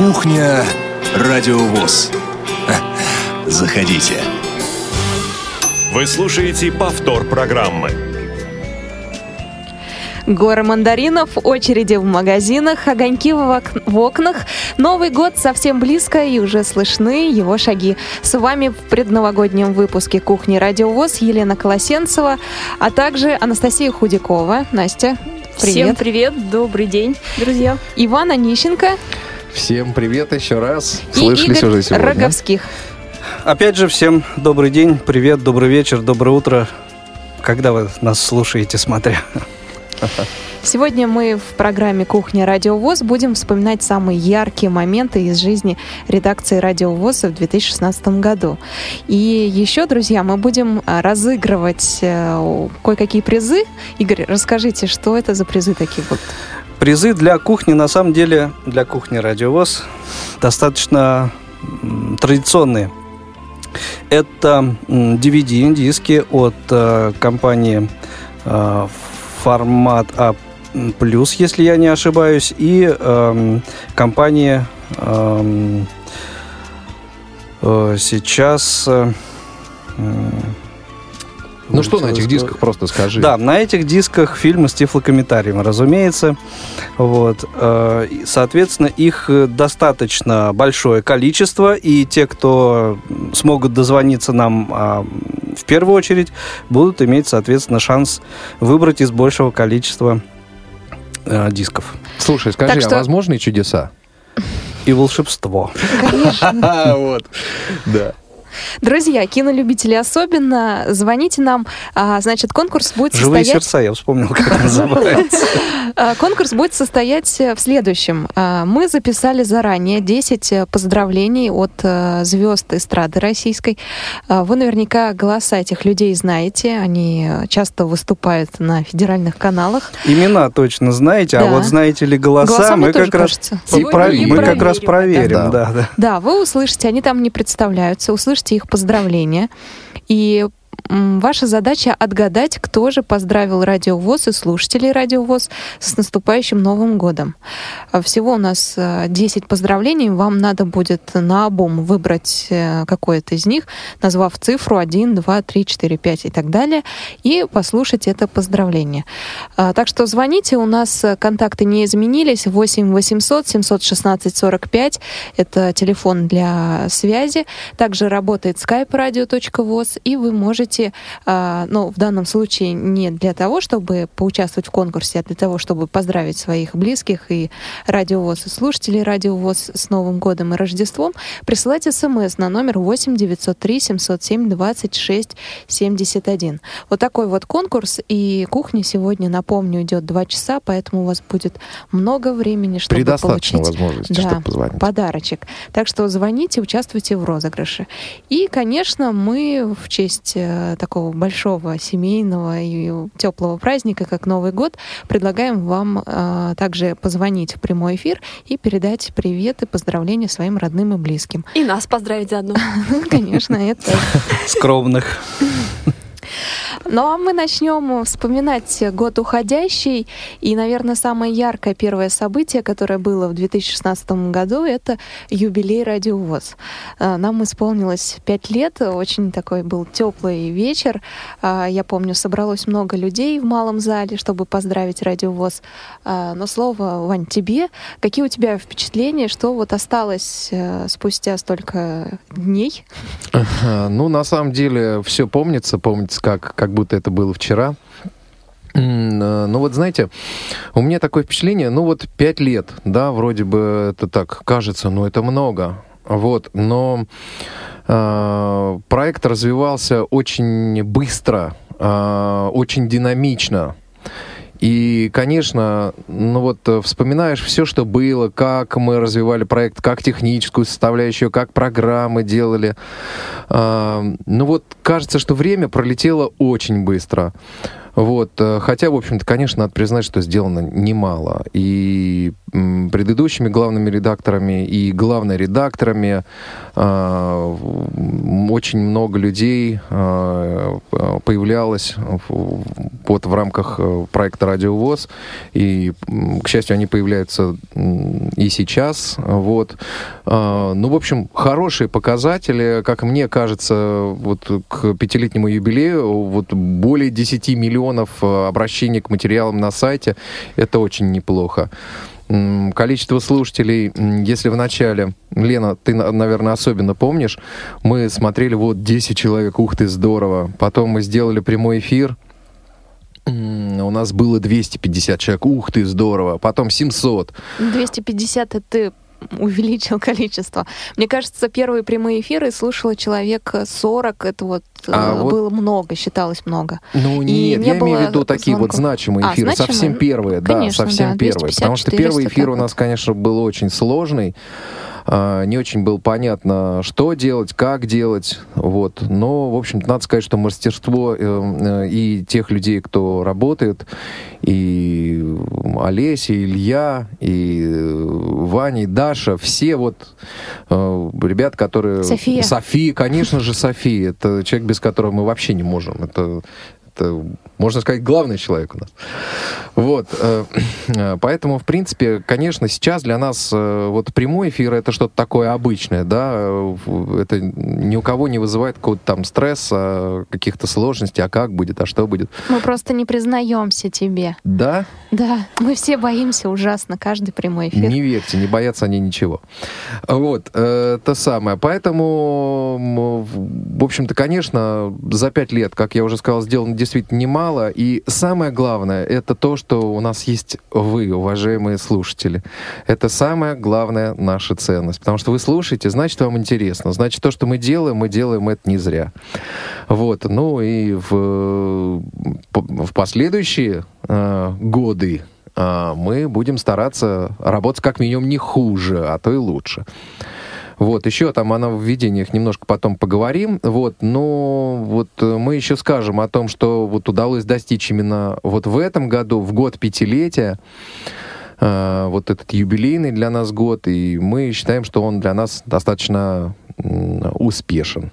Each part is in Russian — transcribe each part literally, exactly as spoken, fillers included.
Кухня Радиовоз. Заходите. Вы слушаете повтор программы. Горы мандаринов, очереди в магазинах, огоньки в, ок- в окнах. Новый год совсем близко, и уже слышны его шаги. С вами в предновогоднем выпуске «Кухни Радиовоз» Елена Колосенцева, а также Анастасия Худякова. Настя, привет. Всем привет, добрый день, друзья. Иван Онищенко. Всем привет еще раз. И Слышались Игорь уже сегодня. Роговских. Опять же, всем добрый день, привет, добрый вечер, доброе утро. Когда вы нас слушаете, смотря. Сегодня мы в программе «Кухня Радиовоз» будем вспоминать самые яркие моменты из жизни редакции «Радиовоза» в две тысячи шестнадцатом году. И еще, друзья, мы будем разыгрывать э, кое-какие призы. Игорь, расскажите, что это за призы такие вот? Призы для кухни, на самом деле, для кухни «Радиовоз» достаточно м, традиционные. Это м, ди ви ди-диски от э, компании э, «Формат А плюс», если я не ошибаюсь, и э, компания э, э, сейчас... Э, Ну что на этих дисках, просто скажи. Да, на этих дисках фильмы с тифлокомментарием, разумеется. Вот. Соответственно, их достаточно большое количество, и те, кто смогут дозвониться нам в первую очередь, будут иметь, соответственно, шанс выбрать из большего количества дисков. Слушай, скажи, Так что... а возможны чудеса? И волшебство. Конечно. Вот, да. Друзья, кинолюбители особенно, звоните нам. А, значит, конкурс будет «Живые состоять... сердца», я вспомнил, как это называется. Конкурс будет состоять в следующем. Мы записали заранее десять поздравлений от звезд эстрады российской. Вы наверняка голоса этих людей знаете. Они часто выступают на федеральных каналах. Имена точно знаете, Да. а вот знаете ли голоса, Голоса мне мы тоже как раз кажется. и про- Сегодня мы и как раз проверим. проверим. Да. Да, да. Да, вы услышите, они там не представляются, услышите их поздравления. И м, ваша задача отгадать, кто же поздравил Радиовоз и слушателей Радиовоз с наступающим Новым годом. А Всего у нас э, десять поздравлений. Вам надо будет наобум выбрать э, какое-то из них, назвав цифру один, два, три, четыре, пять и так далее, и послушать это поздравление. А, Так что звоните, у нас э, контакты не изменились. восемь восемьсот семьсот шестнадцать сорок пять — это телефон для связи. Также работает skype radio точка voz, и вы можете, а, ну, в данном случае не для того, чтобы поучаствовать в конкурсе, а для того, чтобы поздравить своих близких и Радиовоз, и слушателей Радиовоз с Новым годом и Рождеством, присылать смс на номер восемь девятьсот три семьсот семь двадцать шесть семьдесят один. Вот такой вот конкурс, и кухня сегодня, напомню, идет два часа, поэтому у вас будет много времени, чтобы Предостаточно получить возможностей, да, чтобы позвонить. подарочек. Так что звоните, участвуйте в розыгрыше. И, конечно, мы в честь э, такого большого семейного и теплого праздника, как Новый год, предлагаем вам э, также позвонить в прямой эфир и передать привет и поздравления своим родным и близким. И нас поздравить заодно. Конечно, это... Скромных. Ну, а мы начнем вспоминать год уходящий. И, наверное, самое яркое первое событие, которое было в две тысячи шестнадцатом году, это юбилей Радиовоз. Нам исполнилось пять лет. Очень такой был теплый вечер. Я помню, собралось много людей в малом зале, чтобы поздравить Радиовоз. Но слово, Вань, тебе. Какие у тебя впечатления? Что вот осталось спустя столько дней? Ну, на самом деле, все помнится, помнится, как, как будто это было вчера. Ну вот, знаете, у меня такое впечатление, ну вот пять лет, да, вроде бы это так кажется, ну это много, вот, но э, проект развивался очень быстро, э, очень динамично. И, конечно, ну вот вспоминаешь все, что было, как мы развивали проект, как техническую составляющую, как программы делали. А, ну вот кажется, что время пролетело очень быстро. Вот. Хотя, в общем-то, конечно, надо признать, что сделано немало. И предыдущими главными редакторами, и главными редакторами э, очень много людей э, появлялось вот в рамках проекта «Радио ВОС». И, к счастью, они появляются и сейчас. Вот. Э, ну, в общем, хорошие показатели. Как мне кажется, вот к пятилетнему юбилею вот более десяти миллионов обращений к материалам на сайте. Это очень неплохо. Количество слушателей, если в начале, Лена, ты, наверное, особенно помнишь, мы смотрели, вот, десять человек, ух ты, здорово. Потом мы сделали прямой эфир, у нас было двести пятьдесят человек, ух ты, здорово. Потом семьсот. двести пятьдесят это увеличил количество. Мне кажется, первые прямые эфиры слушало человек сорок. Это вот, а было вот... много, считалось много. Ну и нет, не я имею в виду такие звонков. Вот значимые эфиры. А, значимые? Совсем первые, Конечно, да, совсем да, первые. Потому что первый эфир у нас, вот. конечно, был очень сложный. Не очень было понятно, что делать, как делать. Вот. Но, в общем-то, надо сказать, что мастерство и тех людей, кто работает, и Олеся, и Илья, и Ваня, и Даша, все вот ребят, которые... София. София, конечно же, София. Это человек, без которого мы вообще не можем. Это... Это, можно сказать, главный человек у нас. Вот. Поэтому, в принципе, конечно, сейчас для нас вот прямой эфир — это что-то такое обычное, да, это ни у кого не вызывает какого-то там стресса, каких-то сложностей, а как будет, а что будет. Мы просто не признаемся тебе. Да? Да, мы все боимся ужасно, каждый прямой эфир. Не верьте, не боятся они ничего. Вот, это самое. Поэтому, в общем-то, конечно, за пять лет, как я уже сказал, сделано действительно немало. И самое главное, это то, что у нас есть вы, уважаемые слушатели. Это самая главная наша ценность. Потому что вы слушаете, значит, вам интересно. Значит, то, что мы делаем, мы делаем это не зря. Вот. Ну и в, в последующие э, годы э, мы будем стараться работать как минимум не хуже, а то и лучше. Вот, еще там о нововведениях немножко потом поговорим, вот, но вот мы еще скажем о том, что вот удалось достичь именно вот в этом году, в год пятилетия, э, вот этот юбилейный для нас год, и мы считаем, что он для нас достаточно э, успешен.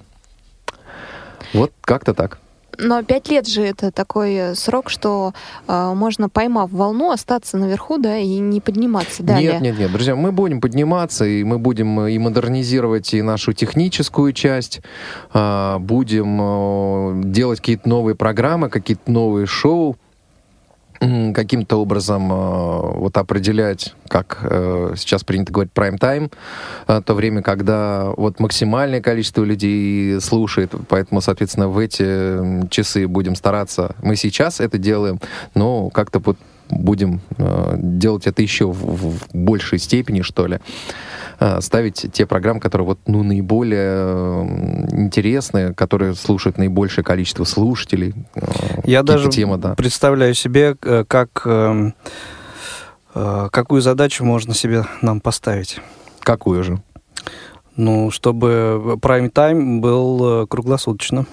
Вот как-то так. Но пять лет же это такой срок, что э, можно, поймав волну, остаться наверху, да, и не подниматься далее. Нет, нет, нет, друзья, мы будем подниматься, и мы будем и модернизировать и нашу техническую часть, э, будем э, делать какие-то новые программы, какие-то новые шоу, э, каким-то образом э, вот определять, как э, сейчас принято говорить, прайм-тайм, э, то время, когда вот максимальное количество людей слушает, поэтому, соответственно, в эти часы будем стараться. Мы сейчас это делаем, но как-то вот будем э, делать это еще в, в большей степени, что ли. Э, ставить те программы, которые вот, ну, наиболее э, интересные, которые слушают наибольшее количество слушателей. Э, Я даже темы, да. представляю себе, как, э, э, какую задачу можно себе нам поставить. Какую же? Ну, чтобы прайм-тайм был круглосуточно.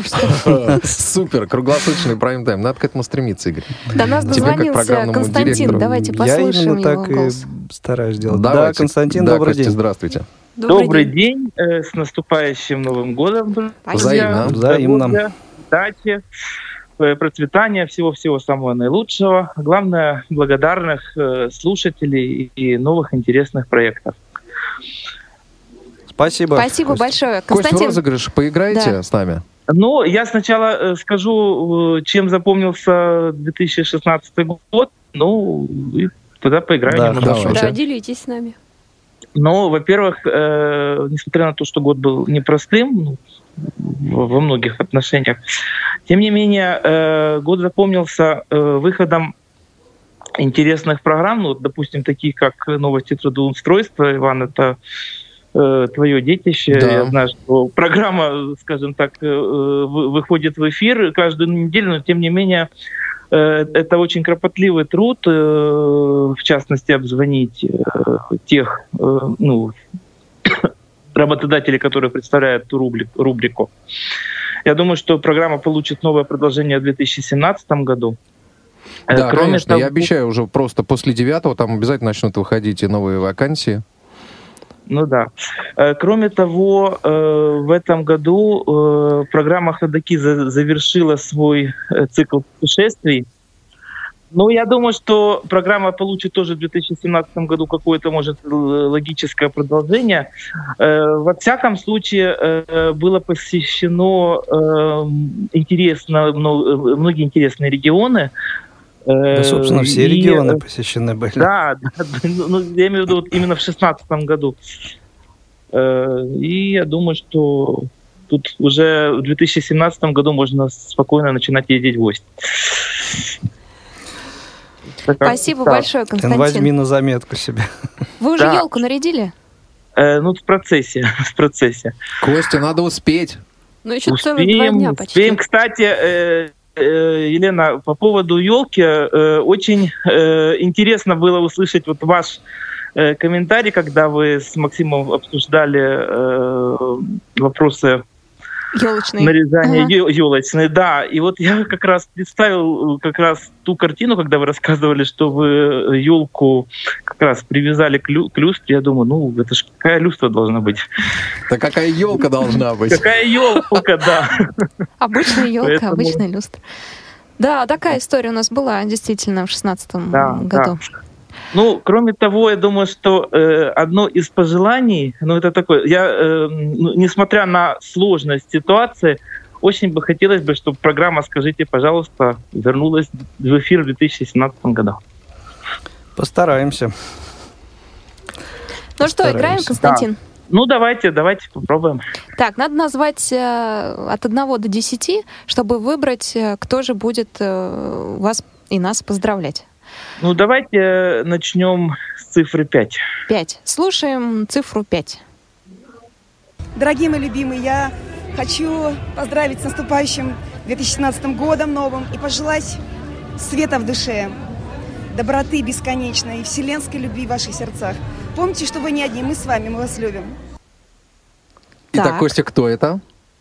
Супер, круглосуточный прайм-тайм. Надо к этому стремиться, Игорь. До нас дозвонился Константин. Давайте послушаем Я именно так его и голос. стараюсь делать. Давайте. Да, Константин, Да, добрый Костя, день. здравствуйте. Добрый, Добрый день. день, э, с наступающим Новым годом, друзья. Взаимно. Взаимно. Здоровья, удачи, э, процветания, всего-всего самого наилучшего. Главное, благодарных э, слушателей и новых интересных проектов. Спасибо. Спасибо Костя. большое. Кость, в Константин, розыгрыш поиграете Да. с нами? Ну, я сначала э, скажу, э, чем запомнился две тысячи шестнадцатый год. Ну, и туда поиграем. Да, немного. хорошо. Да, делитесь с нами. Ну, во-первых, э, несмотря на то, что год был непростым, ну, в- во многих отношениях, тем не менее, э, год запомнился э, выходом интересных программ, ну, вот, допустим, таких как «Новости трудоустройства». Иван, это э, твое детище. Да. Я знаю, что программа, скажем так, э, вы- выходит в эфир каждую неделю, но тем не менее э, это очень кропотливый труд, э, в частности, обзвонить э, тех э, ну, работодателей, которые представляют ту рубри- рубрику. Я думаю, что программа получит новое продолжение в две тысячи семнадцатом году. Да, Кроме конечно, того, я обещаю, уже просто после девятого там обязательно начнут выходить и новые вакансии. Ну да. Кроме того, в этом году программа «Ходоки» завершила свой цикл путешествий. Ну, я думаю, что программа получит тоже в две тысячи семнадцатом году какое-то, может, логическое продолжение. Во всяком случае, было посещено интересно, многие интересные регионы. Да, собственно, все и, регионы посещены были. Да, да, ну, я имею в виду вот именно в шестнадцатом году. И я думаю, что тут уже в две тысячи семнадцатом году можно спокойно начинать ездить в гости. Спасибо да. большое, Константин. Возьми на заметку себе. Вы уже да. елку нарядили? Э, ну, в процессе, в процессе. Костя, надо успеть. Ну, еще успеем, целых два дня почти. Успеем. Кстати, э, э, Елена, по поводу елки, э, очень э, интересно было услышать вот ваш э, комментарий, когда вы с Максимом обсуждали э, вопросы Ёлочные. нарезание ага. елочные, да. И вот я как раз представил как раз ту картину, когда вы рассказывали, что вы елку как раз привязали к, лю- к люстре. Я думаю, ну, это ж какая люстра должна быть? Да какая елка должна быть? Какая елка, да. Обычная елка, обычная люстра. Да, такая история у нас была, действительно, в шестнадцатом году. Ну, кроме того, я думаю, что э, одно из пожеланий, ну, это такое, я, э, ну, несмотря на сложность ситуации, очень бы хотелось бы, чтобы программа «Скажите, пожалуйста» вернулась в эфир в две тысячи семнадцатом году. Постараемся. Ну Постараемся. Что, играем, Константин? Да. Ну, давайте, давайте попробуем. Так, надо назвать э, от одного до десяти, чтобы выбрать, э, кто же будет э, вас и нас поздравлять. Ну, давайте начнем с цифры пять. Пять. Слушаем цифру пять. Дорогие мои любимые, я хочу поздравить с наступающим две тысячи семнадцатым годом новым и пожелать света в душе, доброты бесконечной и вселенской любви в ваших сердцах. Помните, что вы не одни, мы с вами, мы вас любим. Итак, так. Костя, кто это?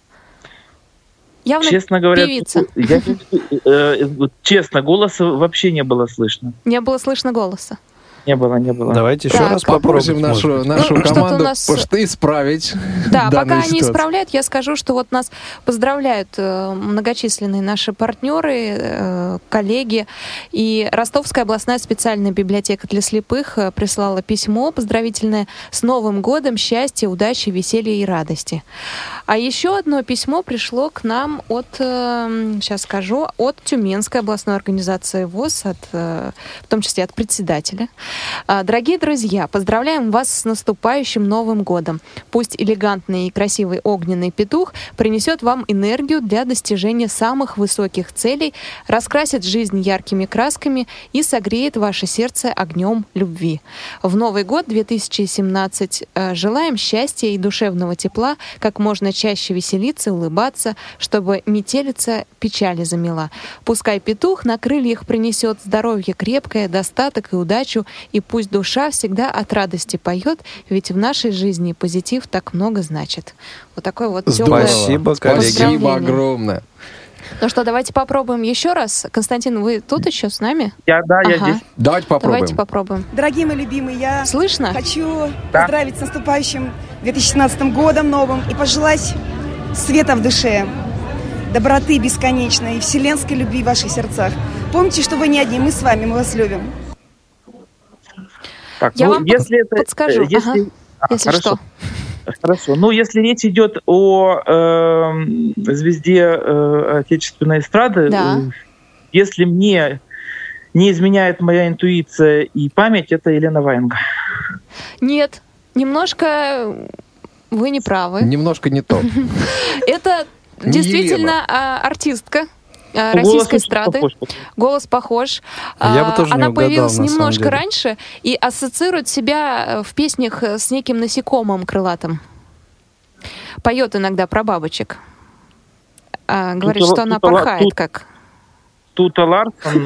Явно честно говоря, певица. Я, э, честно, голоса вообще не было слышно. Не было слышно голоса. Не было, не было. Давайте еще так. раз попробуем нашу, нашу ну, команду нас... исправить. Да, пока они исправляют, я скажу, что вот нас поздравляют э, многочисленные наши партнеры, э, коллеги. И Ростовская областная специальная библиотека для слепых э, прислала письмо поздравительное с Новым годом, счастья, удачи, веселья и радости. А еще одно письмо пришло к нам от, э, сейчас скажу, от Тюменской областной организации ВОС, от, э, в том числе от председателя. Дорогие друзья, поздравляем вас с наступающим Новым годом. Пусть элегантный и красивый огненный петух принесет вам энергию для достижения самых высоких целей, раскрасит жизнь яркими красками и согреет ваше сердце огнем любви. В Новый год две тысячи семнадцать желаем счастья и душевного тепла, как можно чаще веселиться, улыбаться, чтобы метелица печали замела. Пускай петух на крыльях принесет здоровье крепкое, достаток и удачу, и пусть душа всегда от радости поет, ведь в нашей жизни позитив так много значит. Вот такое вот теплое Спасибо, коллеги. Спасибо огромное. Ну что, давайте попробуем еще раз. Константин, вы тут еще с нами? Я, да, ага. я здесь. Давайте попробуем. Давайте попробуем. Дорогие мои любимые, я Слышно? хочу да. поздравить с наступающим две тысячи семнадцатым годом новым и пожелать света в душе, доброты бесконечной и вселенской любви в ваших сердцах. Помните, что вы не одни, мы с вами, мы вас любим. Так, я ну, вам если это, подскажу, если, ага. а, если хорошо. что. Хорошо. Ну, если речь идет о э, звезде э, отечественной эстрады, да. э, если мне не изменяет моя интуиция и память, это Елена Ваенга. Нет, немножко вы не правы. Немножко не то. Это действительно артистка российской эстрады. Похож. Голос похож. Я бы тоже Она не угадал, появилась на самом немножко деле. раньше и ассоциирует себя в песнях с неким насекомым крылатым. Поет иногда про бабочек. А, говорит, Тута, что она тута, порхает тут, как... Тута Ларсон.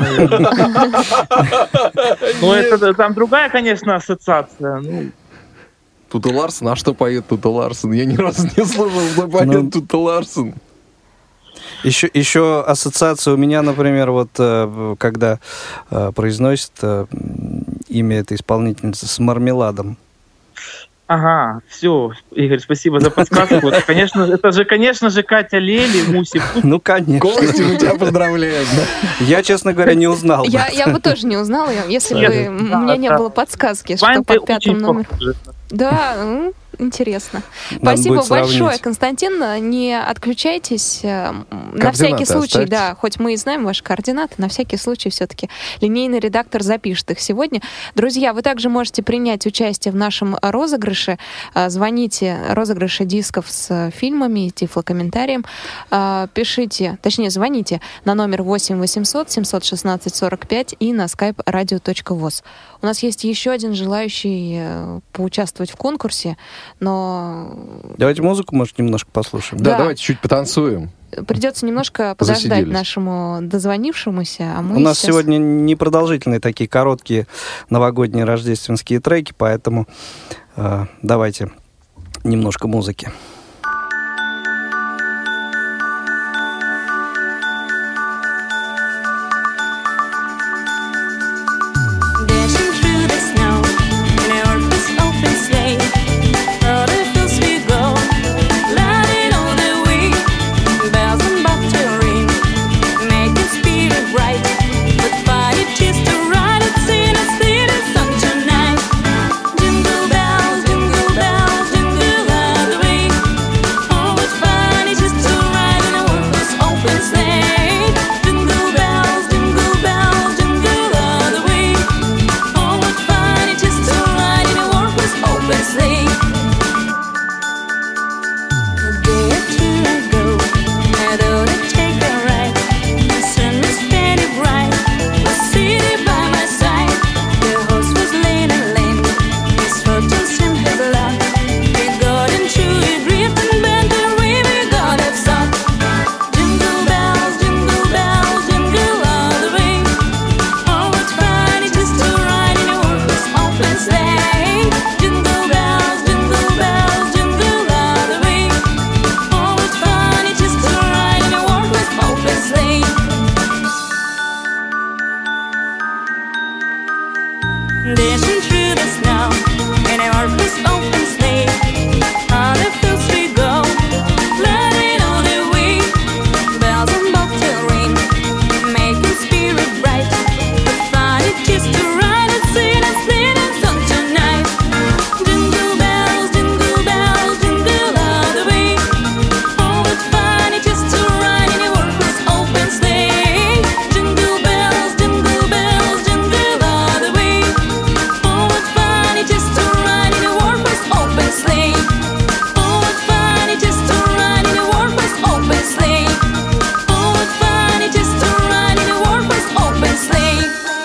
Ну, это там другая, конечно, ассоциация. Тута Ларсон? А что поет Тута Ларсон? Я ни разу не слышал, что поет Тута Ларсон. Еще, еще ассоциация у меня, например, вот когда произносит имя этой исполнительницы с мармеладом. Ага, все, Игорь, спасибо за подсказку. Это, конечно, это же, конечно же, Катя Лели, Муси. Ну, конечно. Костя, мы тебя поздравляем. Я, честно говоря, не узнал. Я, я бы тоже не узнала, если бы у меня не было подсказки, что по пятому номеру. Да, ну, интересно. Надо Спасибо большое, сравнить. Константин. Не отключайтесь. На всякий случай, оставьте. да, хоть мы и знаем ваши координаты, на всякий случай все-таки линейный редактор запишет их сегодня. Друзья, вы также можете принять участие в нашем розыгрыше. Звоните, розыгрыше дисков с фильмами, тифлокомментарием. Пишите, точнее, звоните на номер восемь восемьсот семьсот шестнадцать сорок пять и на skype radio точка voz. У нас есть еще один желающий поучаствовать в конкурсе, но... Давайте музыку, может, немножко послушаем. Да, Да. давайте чуть потанцуем. Придется немножко подождать Засиделись. нашему дозвонившемуся, а мы У нас сейчас- сегодня непродолжительные такие короткие новогодние рождественские треки, поэтому э, давайте немножко музыки. Dashing through the snow in our first open sleigh, o'er the fields we go, gliding all the way. Bells and bobtail ring, making spirit bright. But fun it is to ride it, sing and sing the song tonight. Jingle bells, jingle bells, jingle all the way. Oh, what fun it is to ride in a one-horse open sleigh. Jingle bells, jingle bells, jingle all the way. Oh, what fun it is to ride in a one-horse open sleigh. A day or two ago, I thought I'd take a ride. The sun was very bright, the city by my side. The horse was lame and lame, his fortune seemed his luck. We got into a drift and bent the river got us up. Jingle bells, jingle bells, jingle all the way. Oh, what fun it is to ride in a one-horse open sleigh. Jingle bells, jingle bells, jingle all the way. Oh, what fun it is to ride in a one-horse open sleigh. Dashing through the snow in our first open sleigh. On the fields we go, gliding all the way. Bells and bobtail ring, making spirit bright. The fun it is to ride and sing and sing a song tonight. Jingle bells, jingle bells, jingle all the way. Oh, what fun it is to ride in a one-horse open sleigh. Jingle bells, jingle bells, jingle all the way. Oh, what fun it is to ride in a one-horse open sleigh. Oh, what fun it is to ride in a one-horse open sleigh. Oh, what fun it is to ride in a one-horse open sleigh.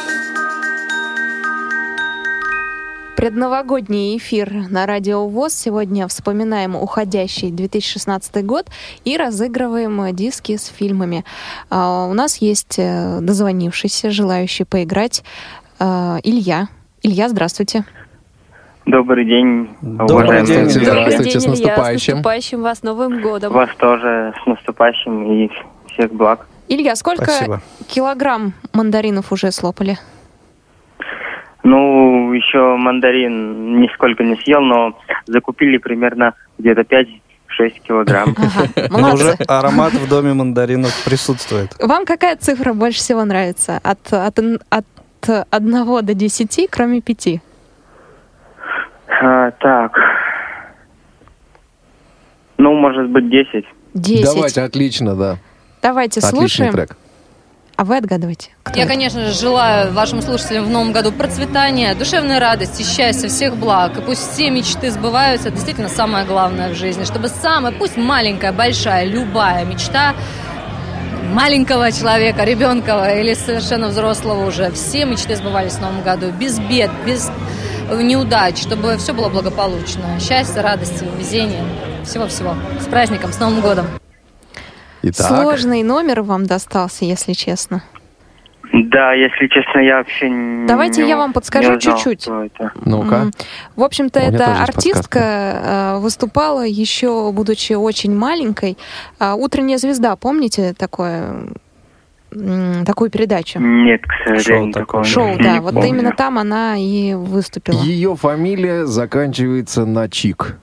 Предновогодний эфир на Радио ВОС. Сегодня вспоминаем уходящий две тысячи шестнадцатый год и разыгрываем диски с фильмами. А, у нас есть э, дозвонившийся, желающий поиграть, э, Илья. Илья, здравствуйте. Добрый день, Добрый уважаемые день, слушатели. Илья. Здравствуйте, с Илья, наступающим. С наступающим вас Новым годом. Вас тоже с наступающим и всех благ. Илья, сколько Спасибо. килограмм мандаринов уже слопали? Ну, еще мандарин нисколько не съел, но закупили примерно где-то пять-шесть килограмм. Ага, Но молодцы. уже аромат в доме мандаринов присутствует. Вам какая цифра больше всего нравится? От, от, от одного до десяти, кроме пяти? А, так. Ну, может быть, десять. Десять. Давайте, отлично, да. Давайте Отличный слушаем. трек. А вы отгадываете. Кто Я, это? конечно же, желаю вашим слушателям в новом году процветания, душевной радости, счастья, всех благ. И пусть все мечты сбываются. Это действительно самое главное в жизни. Чтобы самая, пусть маленькая, большая, любая мечта маленького человека, ребенка или совершенно взрослого уже, все мечты сбывались в новом году. Без бед, без неудач, чтобы все было благополучно. Счастья, радости, везения. Всего-всего. С праздником, с Новым годом. Итак, Сложный номер вам достался, если честно. Да, если честно, я вообще не Давайте не я вам подскажу не узнал, чуть-чуть. кто это. Ну-ка. М, В общем-то, У меня тоже эта есть артистка э, выступала еще, будучи очень маленькой. А, «Утренняя звезда», помните такое, м, такую передачу? Нет, к сожалению, Шоу такое. такого Шоу, не да. Вот помню. именно там она и выступила. Ее фамилия заканчивается на Чик.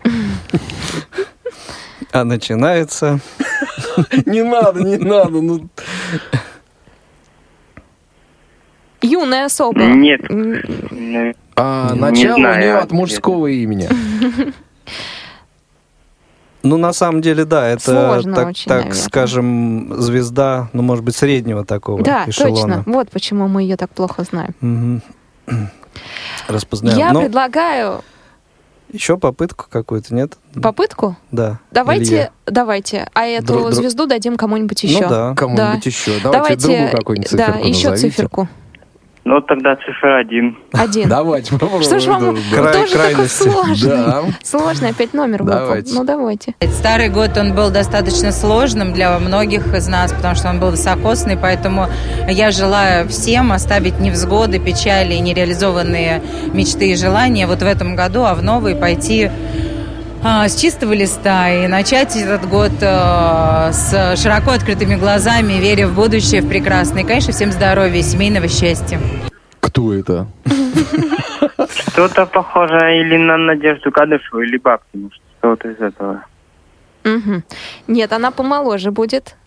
А начинается... Не надо, не надо. Ну, Юная особа. Нет. М, Ну, а Не начало у знаю нее от ответа. мужского имени. Ну, на самом деле, да, это, Сложно так, очень, так наверное. скажем, звезда, ну, может быть, среднего такого Да, эшелона. точно. Вот почему мы ее так плохо знаем. Мгм. Распознаем. Я Но предлагаю еще попытку какую-то, нет? попытку. Да. Давайте, Илья. давайте. А эту Дру- дру- звезду дадим кому-нибудь еще. Ну да. Кому-нибудь еще. Давайте, другую какую-нибудь да, циферку еще назовите. циферку. Ну, тогда цифра один. Один. Давайте попробуем. Что ж вам Край- тоже такой крайности. сложный? Да. Сложный опять номер выпал. Давайте. Ну, давайте. Старый год, он был достаточно сложным для многих из нас, потому что он был высокосный, поэтому я желаю всем оставить невзгоды, печали и нереализованные мечты и желания вот в этом году, а в новый пойти а, с чистого листа и начать этот год а, с широко открытыми глазами, веря в будущее, в прекрасное. И, конечно, всем здоровья и семейного счастья. Кто это? Что-то похоже или на Надежду Кадышеву, или Бабкину. Что-то из этого. Мгм. Нет, она помоложе будет.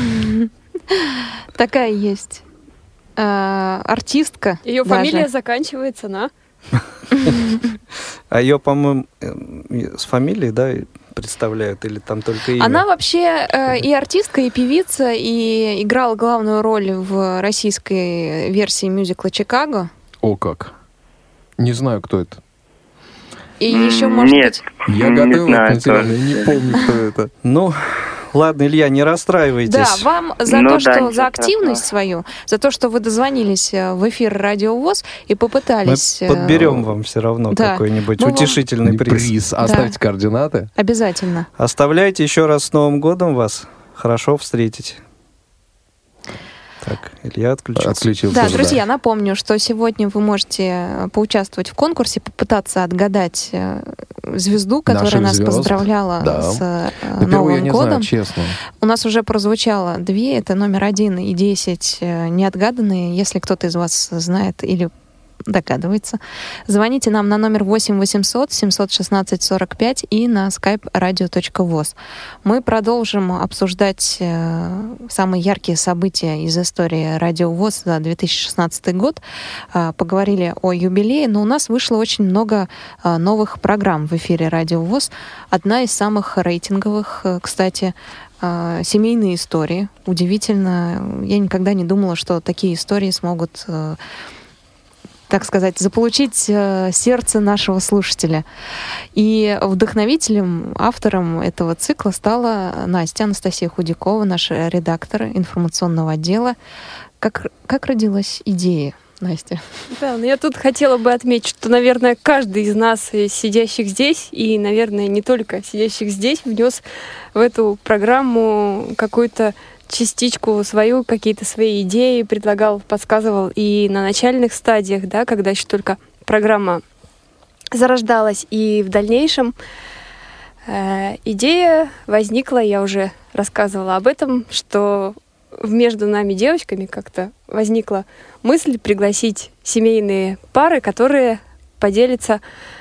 Такая есть. э, Артистка. Ее даже. фамилия заканчивается на... А ее, по-моему, э, с фамилией, да, представляют, или там только имя? Она вообще э, и артистка, и певица, и играла главную роль в российской версии мюзикла «Чикаго». О, как. Не знаю, кто это. И М, еще, может Нет. быть... Я Не готовил знаю, этот материал, тоже. я не помню, кто это. Ну, ладно, Илья, не расстраивайтесь. Да, вам за Ну то, да, что ничего за активность свою, за то, что вы дозвонились э, в эфир Радио ВОС и Мы попытались... э, подберем вам все равно да. какой-нибудь Мы вам- утешительный Не приз. приз. Оставьте координаты. Обязательно. Оставляйте еще раз с Новым годом вас. Хорошо встретить. Так, Илья отключился. Отключился. Да, уже, друзья, напомню, что сегодня вы можете э, поучаствовать в конкурсе, попытаться отгадать э, звезду, которая Наших нас звезд. поздравляла Да. с э, Да первую Новым я не годом. знаю, честно. У нас уже прозвучало две, это номер один и десять э, неотгаданные. Если кто-то из вас знает или догадывается, звоните нам на номер восемь восемьсот семьсот шестнадцать сорок пять и на skype radio точка voz. Мы продолжим обсуждать э, самые яркие события из истории Радио ВОС за две тысячи шестнадцатый год. Э, поговорили о юбилее, но у нас вышло очень много э, новых программ в эфире Радио ВОС. Одна из самых рейтинговых, э, кстати, э, «Семейные истории». Удивительно, я никогда не думала, что такие истории смогут... э, так сказать, заполучить э, сердце нашего слушателя. И вдохновителем, автором этого цикла стала Настя, Анастасия Худякова, наш редактор информационного отдела. Как, как родилась идея, Настя? Да, но я тут хотела бы отметить, что, наверное, каждый из нас, э, сидящих здесь, и, наверное, не только сидящих здесь, внес в эту программу какую-то частичку свою, какие-то свои идеи предлагал, подсказывал. И на начальных стадиях, да, когда еще только программа зарождалась, и в дальнейшем э, идея возникла, я уже рассказывала об этом, что между нами девочками как-то возникла мысль пригласить семейные пары, которые поделятся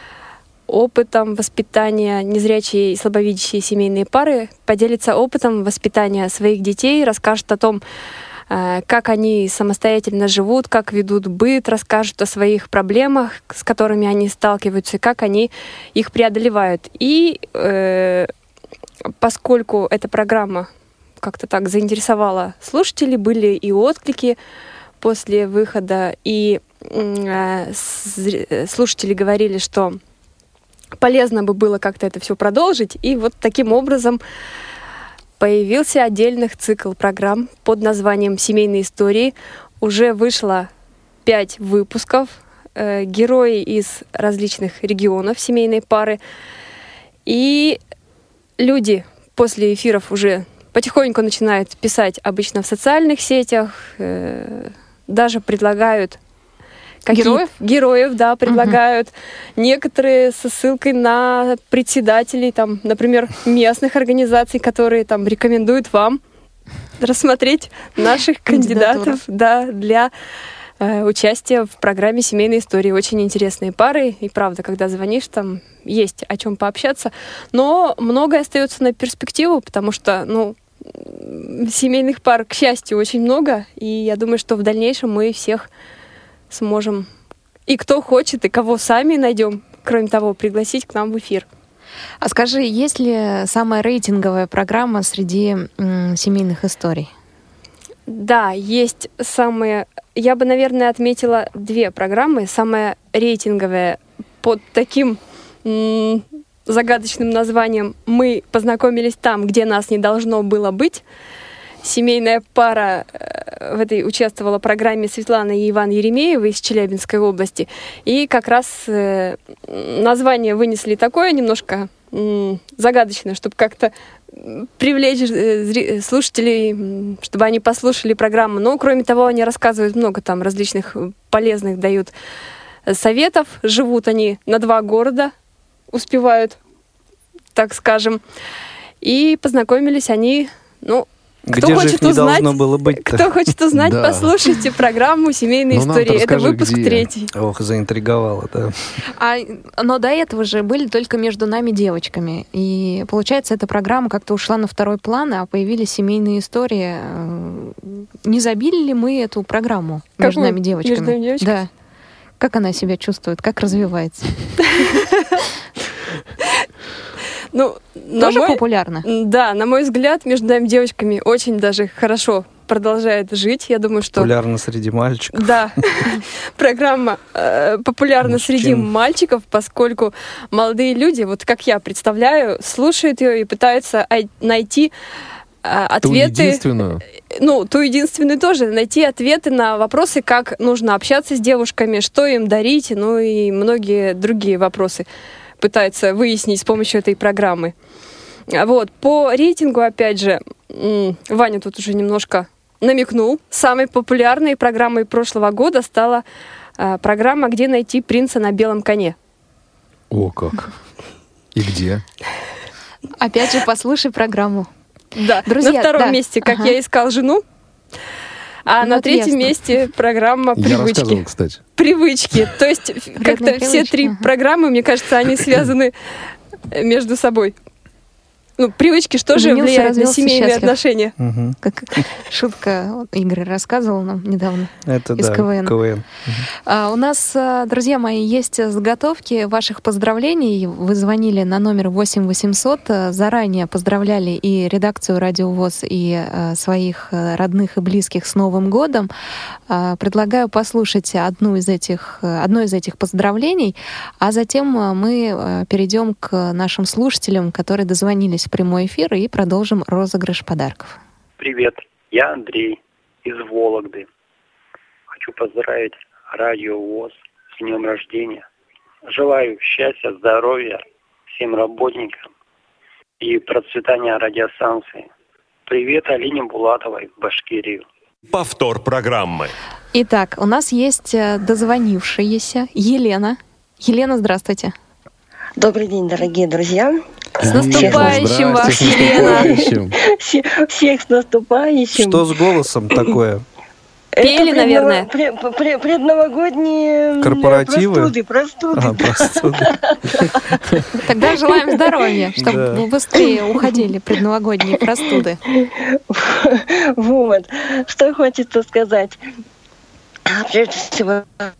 опытом воспитания, незрячие и слабовидящие семейные пары поделятся опытом воспитания своих детей, расскажут о том, как они самостоятельно живут, как ведут быт, расскажут о своих проблемах, с которыми они сталкиваются, и как они их преодолевают. И э, поскольку эта программа как-то так заинтересовала слушателей, были и отклики после выхода, и э, слушатели говорили, что полезно бы было как-то это все продолжить. И вот таким образом появился отдельный цикл программ под названием «Семейные истории». Уже вышло пять выпусков. Э, герои из различных регионов, семейные пары. И люди после эфиров уже потихоньку начинают писать обычно в социальных сетях, э, даже предлагают какие-то Героев? Героев, да, предлагают. Угу. Некоторые со ссылкой на председателей, там, например, местных организаций, которые там рекомендуют вам рассмотреть наших кандидатов, да, для э, участия в программе «Семейные истории». Очень интересные пары. И правда, когда звонишь, там есть о чем пообщаться. Но многое остается на перспективу, потому что, ну, семейных пар, к счастью, очень много. И я думаю, что в дальнейшем мы всех сможем, и кто хочет, и кого сами найдем, кроме того, пригласить к нам в эфир. А скажи, есть ли самая рейтинговая программа среди м, семейных историй? Да, есть самые... Я бы, наверное, отметила две программы. Самая рейтинговая под таким м, загадочным названием «Мы познакомились там, где нас не должно было быть». Семейная пара в этой участвовала в программе Светлана и Иван Еремеевы из Челябинской области. И как раз э, название вынесли такое немножко м, загадочное, чтобы как-то привлечь э, слушателей, чтобы они послушали программу. Но, кроме того, они рассказывают много там различных полезных, дают советов. Живут они на два города, успевают, так скажем. И познакомились они, ну, Кто Где же хочет их не узнать, должно было быть-то? Кто хочет узнать, Да. послушайте программу «Семейные Ну, нам-то истории». Это расскажи, выпуск где. третий. Ох, заинтриговала, да. А, но до этого же были только между нами девочками. И получается, эта программа как-то ушла на второй план, а появились семейные истории. Не забили ли мы эту программу между Какую? нами девочками? Между нами девочками? Да. Как она себя чувствует? Как развивается? Ну, на Тоже мой- популярно? Да, на мой взгляд, между нами девочками очень даже хорошо продолжает жить. Я думаю, что... Популярно среди мальчиков. Да, программа э, популярна Мужчин. среди мальчиков, поскольку молодые люди, вот как я представляю, слушают ее и пытаются ай- найти э, Ту ответы. единственную. Ну, ту единственную тоже, найти ответы на вопросы, как нужно общаться с девушками, что им дарить, ну и многие другие вопросы пытаются выяснить с помощью этой программы. А Вот, по рейтингу, опять же, м, Ваня тут уже немножко намекнул, самой популярной программой прошлого года стала а, программа «Где найти принца на белом коне». О, как. И где? Опять же, послушай программу. Да, Друзья, на втором да. месте «Как Ага. я искал жену», а Ну, на вот третьем ясно. месте программа Я рассказывал, «Привычки». кстати. Привычки. То есть ф- Вредные как-то все привычки, три ага. программы, мне кажется, они связаны э, между собой. Ну, привычки что же Женился, влияют на развелся, семейные счастлив. отношения? Мгм. Как шутка вот Игорь рассказывал нам недавно. Это Из да, КВН. КВН. А, у нас, а, друзья мои, есть заготовки ваших поздравлений. Вы звонили на номер восемь восемьсот, а, заранее поздравляли и редакцию «Радио ВОС», и а, своих а, родных и близких с Новым годом. А, предлагаю послушать одну из этих, а, одно из этих поздравлений, а затем а, мы а, перейдем к нашим слушателям, которые дозвонились в прямой эфир, и продолжим розыгрыш подарков. Привет, я Андрей из Вологды. Хочу поздравить Радио ВОС с днем рождения. Желаю счастья, здоровья всем работникам и процветания радиостанции. Привет Алине Булатовой в Башкирию. Повтор программы. Итак, у нас есть э, дозвонившаяся Елена. Елена, здравствуйте. Добрый день, дорогие друзья. С наступающим вас, Здрасте, с наступающим. Все- Всех с наступающим. Что с голосом такое? Это Пели, предново- наверное. пре- пре- предновогодние м, Корпоративы? простуды, простуды. А, простуда. Тогда желаем здоровья, чтобы Да. быстрее уходили предновогодние простуды. Вот. Что хочется сказать. А, Прежде всего,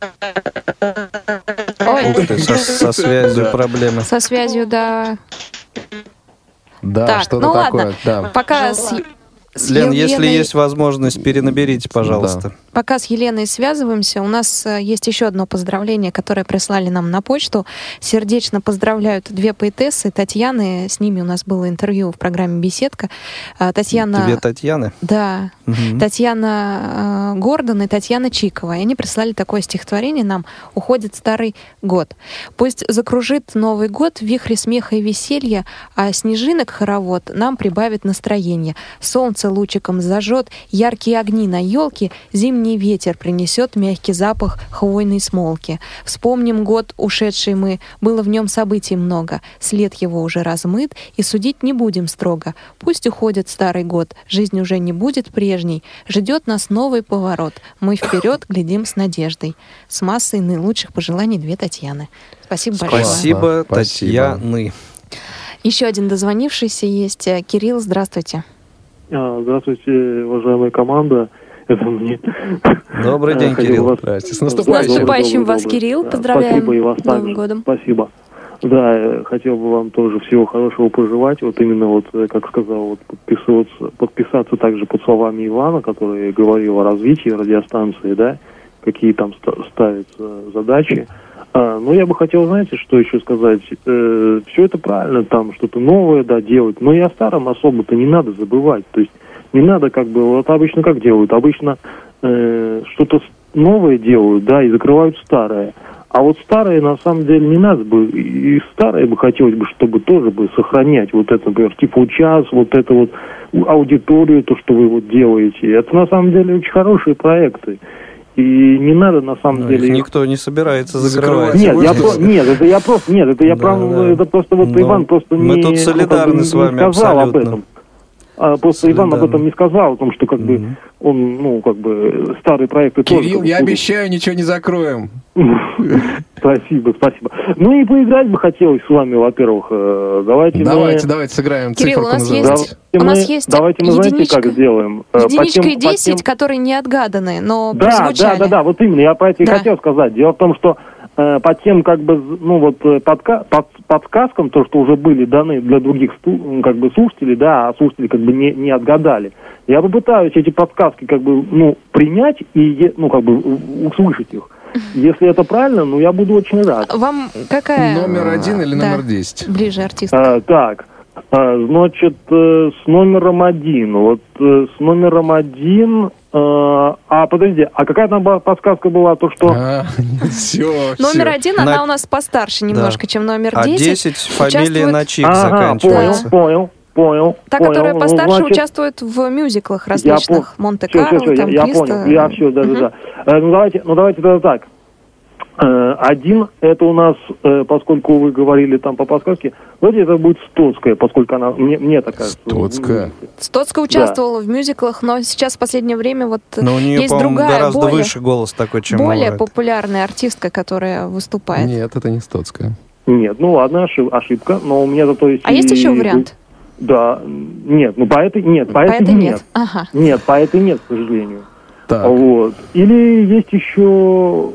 Ой, Ух ты, со, со связью проблемы. со связью, да. Да, Так, что-то ну такое. ладно. Да. Пока с, с Лен, если Еленой- есть возможность, перенаберите, пожалуйста. Пока с Еленой связываемся, у нас э, есть еще одно поздравление, которое прислали нам на почту. Сердечно поздравляют две поэтессы, Татьяны. С ними у нас было интервью в программе «Беседка». А, Татьяна... Две Татьяны. Да. Мгм. Татьяна э, Гордон и Татьяна Чикова. И они прислали такое стихотворение нам «Уходит старый год». Пусть закружит Новый год в вихре смеха и веселья, а снежинок хоровод нам прибавит настроение. Солнце лучиком зажжет, яркие огни на елке, зимние весенний ветер принесет мягкий запах хвойной смолки. Вспомним год ушедший мы, было в нем событий много. След его уже размыт, и судить не будем строго. Пусть уходит старый год, жизнь уже не будет прежней. Ждет нас новый поворот. Мы вперед глядим с надеждой. С массой наилучших пожеланий две Татьяны. Спасибо большое. Спасибо, Спасибо. Татьяны. Еще один дозвонившийся есть. Кирилл, здравствуйте. А, Здравствуйте, уважаемая команда. Это мне. Добрый день, Хотел Кирилл. вас- Здрасте. С С наступающим. наступающим Добрый, вас, добрый. Кирилл. Да, Поздравляем спасибо и вас с Новым также. годом. Спасибо. Да, э, хотел бы вам тоже всего хорошего пожелать. Вот именно вот, э, как сказал, вот подписываться, подписаться также под словами Ивана, который говорил о развитии радиостанции, да, какие там ста- ставятся задачи. А, ну, я бы хотел, знаете, что еще сказать? Э, все это правильно, там что-то новое, да, делать, но и о старом особо-то не надо забывать. То есть не надо как бы, вот обычно как делают? Обычно э, что-то с- новое делают, да, и закрывают старое. А вот старое, на самом деле, не надо бы, и старое бы хотелось бы, чтобы тоже бы сохранять вот это, например, типа час, вот это вот аудиторию, то, что вы вот делаете. Это, на самом деле, очень хорошие проекты. И не надо, на самом Ну, деле... их никто не собирается закрывать. Нет, я про... нет, это я просто, нет, это я Да, прав... да. это просто вот Но Иван просто мы не, тут ну, солидарны как бы с вами не сказал об абсолютно. этом. А просто Иван об Солидарны. этом не сказал, о том, что как бы он, ну, как бы старые проекты тоже... Кирилл, как бы я будут. обещаю, ничего не закроем. Спасибо, спасибо. Ну и поиграть бы хотелось с вами, во-первых. Э, Давайте, Давайте, мы... давайте сыграем. Кирилл, Циферку у нас назовем. есть- Давайте у нас мы- есть Давайте мы, знаете, единичка- как сделаем? Э, по Единичка тем- и по десять, тем- которые не отгаданы, но Да, да, прозвучали. да, да, вот именно, я про это и Да. хотел сказать. Дело в том, что э, по тем, как бы, ну вот, э, подка- под- подсказкам, то, что уже были даны для других сту- как бы, слушателей, да, а слушатели как бы не, не отгадали, я попытаюсь эти подсказки как бы, ну, принять и, е- ну, как бы, у- услышать их. Если это правильно, ну, я буду очень рад. Вам какая... Номер один или Да. номер десять? Ближе артист. А, так, а, значит, э, с номером один. Вот э, с номером один. э, а подожди, а какая там была подсказка была? То, что. все, Номер один, она На- у нас постарше немножко, Да. чем номер А десять. десять фамилии Участвует- на чик Ага, заканчивается. понял, понял, понял. Та, понял. которая Ну, постарше, значит, участвует в мюзиклах я различных. по- Монте-Карло, всё, всё, там, я, я Криста. понял, я все, да, Мгм. да, да. Э, ну давайте, ну давайте тогда так. Э, Один, это у нас, э, поскольку вы говорили там по подсказке, давайте это будет Стоцкая, поскольку она, мне, мне такая. Стоцкая. Стоцкая участвовала в мюзиклах, но сейчас в последнее время вот Но у нее, есть по-моему, другая, гораздо более, выше голос такой, чем более у этой. популярная артистка, которая выступает. Нет, это не Стоцкая. Нет, ну ладно, ошиб- ошибка, но у меня зато есть... А есть и- еще вариант? Да, нет, ну по этой нет, по, По этой этой нет. нет. Ага. Нет, по этой нет, к сожалению. Так. Вот. Или есть еще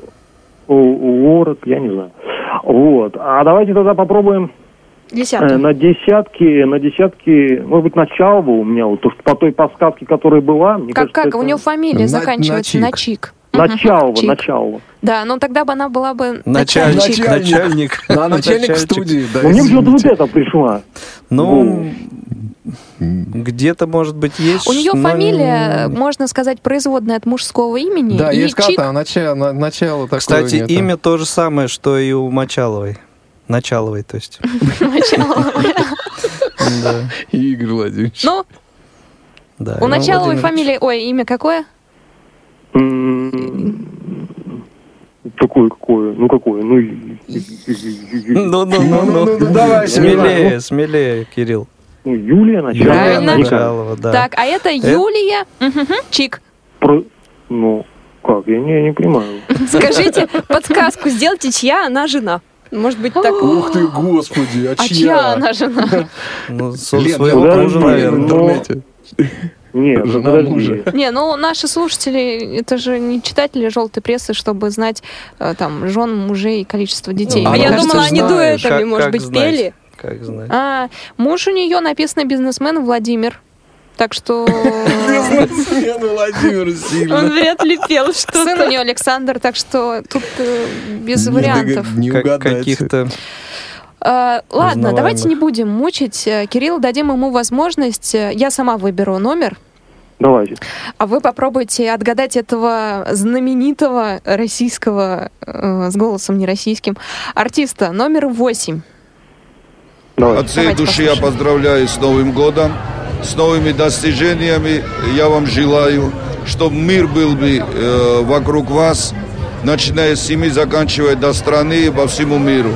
Лорак, я не знаю. Вот. А давайте тогда попробуем э, Десятка. на десятки, на десятки, может быть, начало у меня, вот, то, что по той подсказке, которая была, мне Как, кажется, как? У это него фамилия на- заканчивается на на чик. чик. Мгм. Начало, Чик. начало. Да, ну тогда бы она была бы Начальник. начальник. Начальник. Ну, а начальник Начальник. студии, да, Ну, мне извините. почему-то вот это пришла. Ну, где-то, может быть, есть. У нее но фамилия, можно сказать, производная от мужского имени. Да, и я сказал, чик. там начало, на- начало такое. Кстати, нет. имя то же самое, что и у Мочаловой. Началовой, то есть. Да. Игорь Владимирович. Ну, Да, у Иван Началовой Владимирович. фамилия, ой, имя какое? Какое, какое? Ну, какое? Ну, Ну, ну, ну, ну, ну, давай, смелее, смелее, Кирилл. Ну, Юлия Началова. Правильно. Началова, да. Так, а это Юлия Мгм. Чик. Про- Ну, как? Я не, я не понимаю. Скажите подсказку, сделайте, чья она жена. Может быть, так. Ух ты, господи, а А чья? чья она жена? Ну, со- Лен, своего я мужа, в наверное. интернете. Нет, ну, Жена подожди. мужа. Не, ну наши слушатели, это же не читатели желтой прессы, чтобы знать э, там жен, мужей и количество детей. А Мне я кажется, думала, они знаешь, дуэтами, как- может как быть, знать? пели. Как знать. А, муж у нее написано бизнесмен Владимир. Так что Бизнесмен Владимир сильно. Он вряд ли пел сын у что-то. нее Александр, так что тут э, без Не вариантов. догад- Не Как- угадать. Каких-то... А, ладно, Узнаваемых. давайте не будем мучить. Э, Кирилл, дадим ему возможность. Э, Я сама выберу номер, Давайте. а вы попробуйте отгадать этого знаменитого российского, э, с голосом не российским, артиста. Номер восемь. Давайте. От всей Давайте души я послушаем. поздравляю с Новым годом, с новыми достижениями. Я вам желаю чтобы мир был бы э, вокруг вас, начиная с семьи, заканчивая до страны, по всему миру.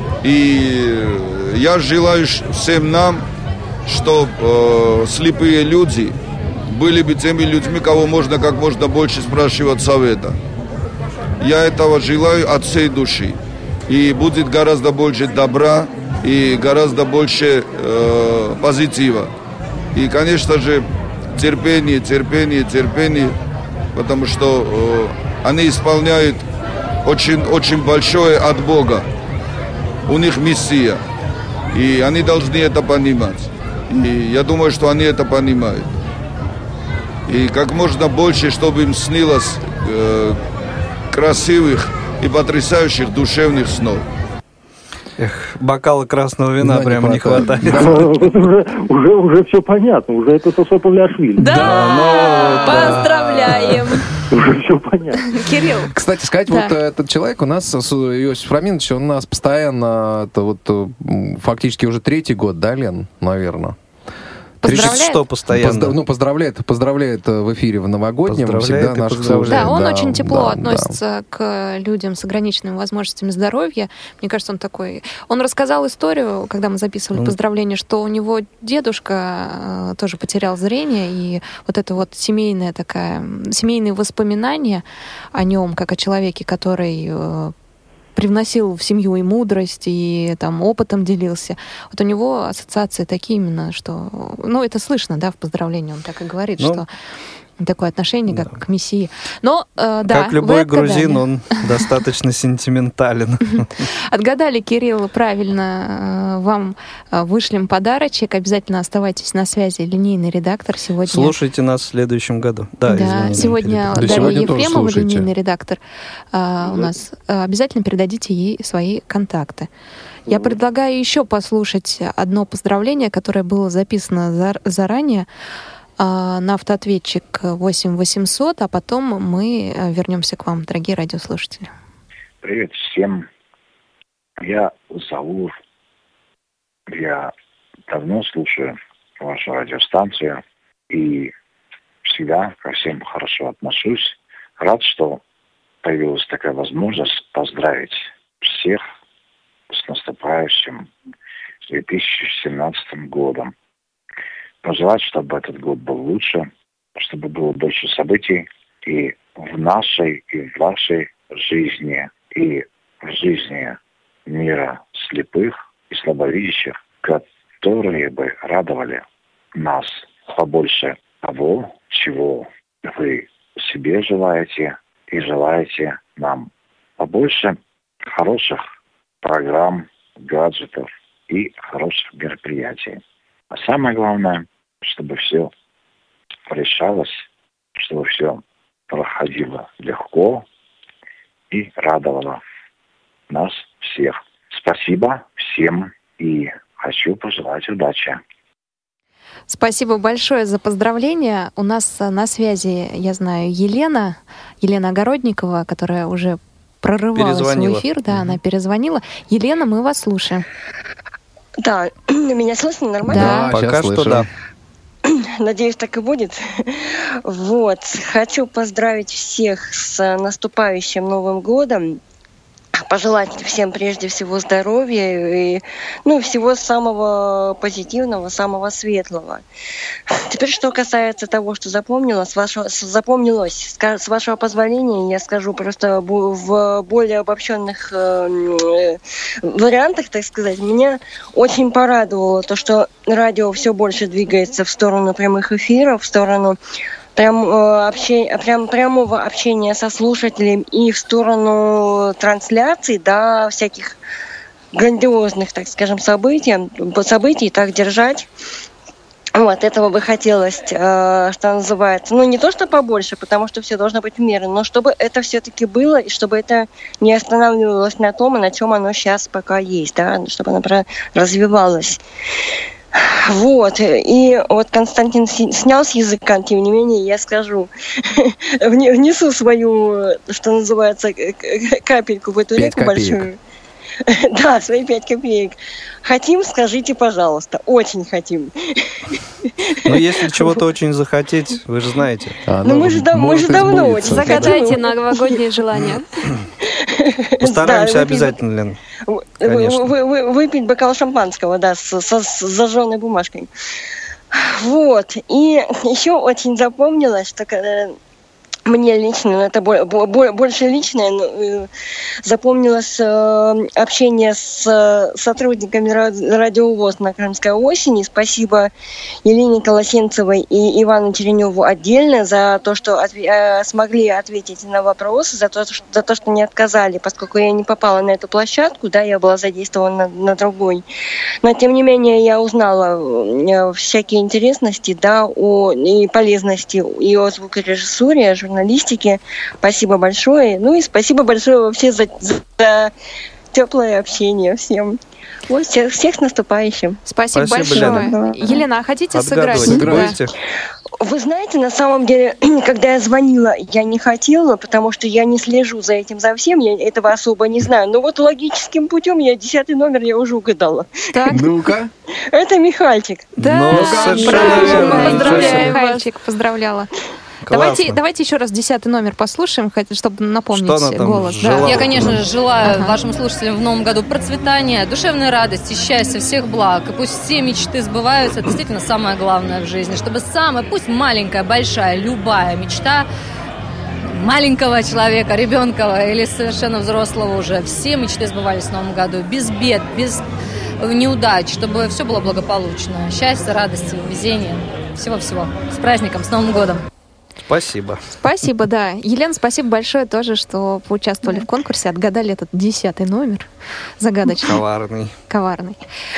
И я желаю всем нам, чтобы э, слепые люди были бы теми людьми, кого можно как можно больше спрашивать совета. Я этого желаю от всей души. И будет гораздо больше добра и гораздо больше э, позитива. И, конечно же, терпение, терпение, терпение, потому что э, они исполняют очень, очень большое от Бога. У них миссия. И они должны это понимать. И я думаю, что они это понимают. И как можно больше, чтобы им снилось э, красивых и потрясающих душевных снов. Эх, бокала красного вина Да, прямо не не хватает. Уже, уже, уже все понятно, уже это Сосо Павлиашвили. Да, поздравляем. Уже все понятно. Кирилл. Кстати, сказать, Да. вот этот человек у нас, Иосиф Раминович, он у нас постоянно, это вот м, фактически уже третий год, да, Лен, наверное? Поздравляет? Что постоянно? Поздра- ну, поздравляет, поздравляет в эфире в новогоднем. Поздравляет Всегда и наших поздравляет. слушателей. Да, он Да, очень тепло да, относится к людям с ограниченными возможностями здоровья. Мне кажется, он такой... Он рассказал историю, когда мы записывали Он- поздравления, что у него дедушка э, тоже потерял зрение, и вот это вот семейная такая... Семейные воспоминания о нем, как о человеке, который... э, привносил в семью и мудрость, и там опытом делился. Вот у него ассоциации такие именно, что... Ну, это слышно, да, в поздравлении он так и говорит, Ну, что такое отношение, как к мессии. Но, э, да, Как любой вы отгадали. грузин, он достаточно сентиментален. Отгадали, Кирилл, правильно. Э, Вам э, вышлем подарочек. Обязательно оставайтесь на связи. Линейный редактор сегодня... Слушайте нас в следующем году. Да, Да, извини, сегодня перебил. Да, Дарья сегодня тоже Ефремова, слушайте. линейный редактор, а, у нас. А, обязательно передадите ей свои контакты. Я предлагаю еще послушать одно поздравление, которое было записано зар- заранее а, на автоответчик восемь восемьсот, а потом мы а, вернемся к вам, дорогие радиослушатели. Привет всем. Я Заур. Я давно слушаю вашу радиостанцию и всегда ко всем хорошо отношусь. Рад, что появилась такая возможность поздравить всех с наступающим две тысячи семнадцатым годом. Пожелать, чтобы этот год был лучше, чтобы было больше событий и в нашей, и в вашей жизни, и в жизни мира слепых и слабовидящих, которые бы радовали нас побольше того, чего вы себе желаете, и желаете нам побольше хороших программ, гаджетов и хороших мероприятий. А самое главное, чтобы все решалось, чтобы все проходило легко и радовало нас всех. Спасибо всем и хочу пожелать удачи. Спасибо большое за поздравления. У нас а, на связи, я знаю, Елена, Елена Огородникова, которая уже прорывалась в Перезвонила. эфир. Да, она перезвонила. Елена, мы вас слушаем. Да, меня слышно нормально? Да. Пока что да. Надеюсь, так и будет. Вот. Хочу поздравить всех с наступающим Новым годом. Пожелать всем прежде всего здоровья и ну, всего самого позитивного, самого светлого. Теперь, что касается того, что запомнилось, с вашего, с- запомнилось, ска- с вашего позволения, я скажу просто бу- в более обобщенных э, э, вариантах, так сказать. Меня очень порадовало то, что радио все больше двигается в сторону прямых эфиров, в сторону прям, э, общения, прям, прямого общения со слушателем и в сторону трансляций, да, всяких грандиозных, так скажем, событий, событий так держать. Вот, этого бы хотелось, э, что называется, ну, не то, что побольше, потому что все должно быть в меру, но чтобы это все-таки было, и чтобы это не останавливалось на том, и на чем оно сейчас пока есть, да, чтобы оно про- развивалось. Вот, и вот Константин си- снял с языка, тем не менее, я скажу, вне- внесу свою, что называется, к- к- капельку в эту Пять реку копеек. большую. Да, свои пять копеек. Хотим, скажите, пожалуйста. Очень хотим. Ну, если чего-то очень захотеть, вы же знаете. А, ну, мы же, да, мы же давно очень загадайте новогодние желания. Постараемся да, обязательно, Лен. Конечно. Вы, вы, выпить бокал шампанского, да, с, с, с зажженной бумажкой. Вот. И еще очень запомнилось, что когда мне лично, но это больше личное, но, запомнилось общение с сотрудниками Радио ВОС на Крымской осени. Спасибо Елене Колосенцевой и Ивану Череневу отдельно за то, что отве- смогли ответить на вопросы, за то, что, за то, что не отказали, поскольку я не попала на эту площадку, да, я была задействована на, на другой. Но, тем не менее, я узнала всякие интересности, да, о, и полезности и о звукорежиссуре, о журналистике. Спасибо большое. Ну и спасибо большое вообще за, за теплое общение всем. Вот, всех, всех с наступающим. Спасибо, спасибо большое. Лена. Елена, а хотите Отгадывать. сыграть? Сыграйте. Вы знаете, на самом деле, когда я звонила, я не хотела, потому что я не слежу за этим за всем, я этого особо не знаю. Но вот логическим путем я десятый номер я уже угадала. Так. Ну-ка. Это Михальчик. Да, ну, браво, поздравляю, Михальчик, поздравляла. Давайте, давайте еще раз десятый номер послушаем, чтобы напомнить голос. Да. Я, конечно же, желаю ага. вашим слушателям в новом году процветания, душевной радости, счастья, всех благ. И пусть все мечты сбываются. Это действительно самое главное в жизни. Чтобы самая, пусть маленькая, большая, любая мечта маленького человека, ребенка или совершенно взрослого уже, все мечты сбывались в новом году. Без бед, без неудач, чтобы все было благополучно. Счастья, радости, везения. Всего-всего. С праздником, с Новым годом. Спасибо. Спасибо, да. Елена, спасибо большое тоже, что поучаствовали в конкурсе, отгадали этот десятый номер загадочный. Коварный. Коварный.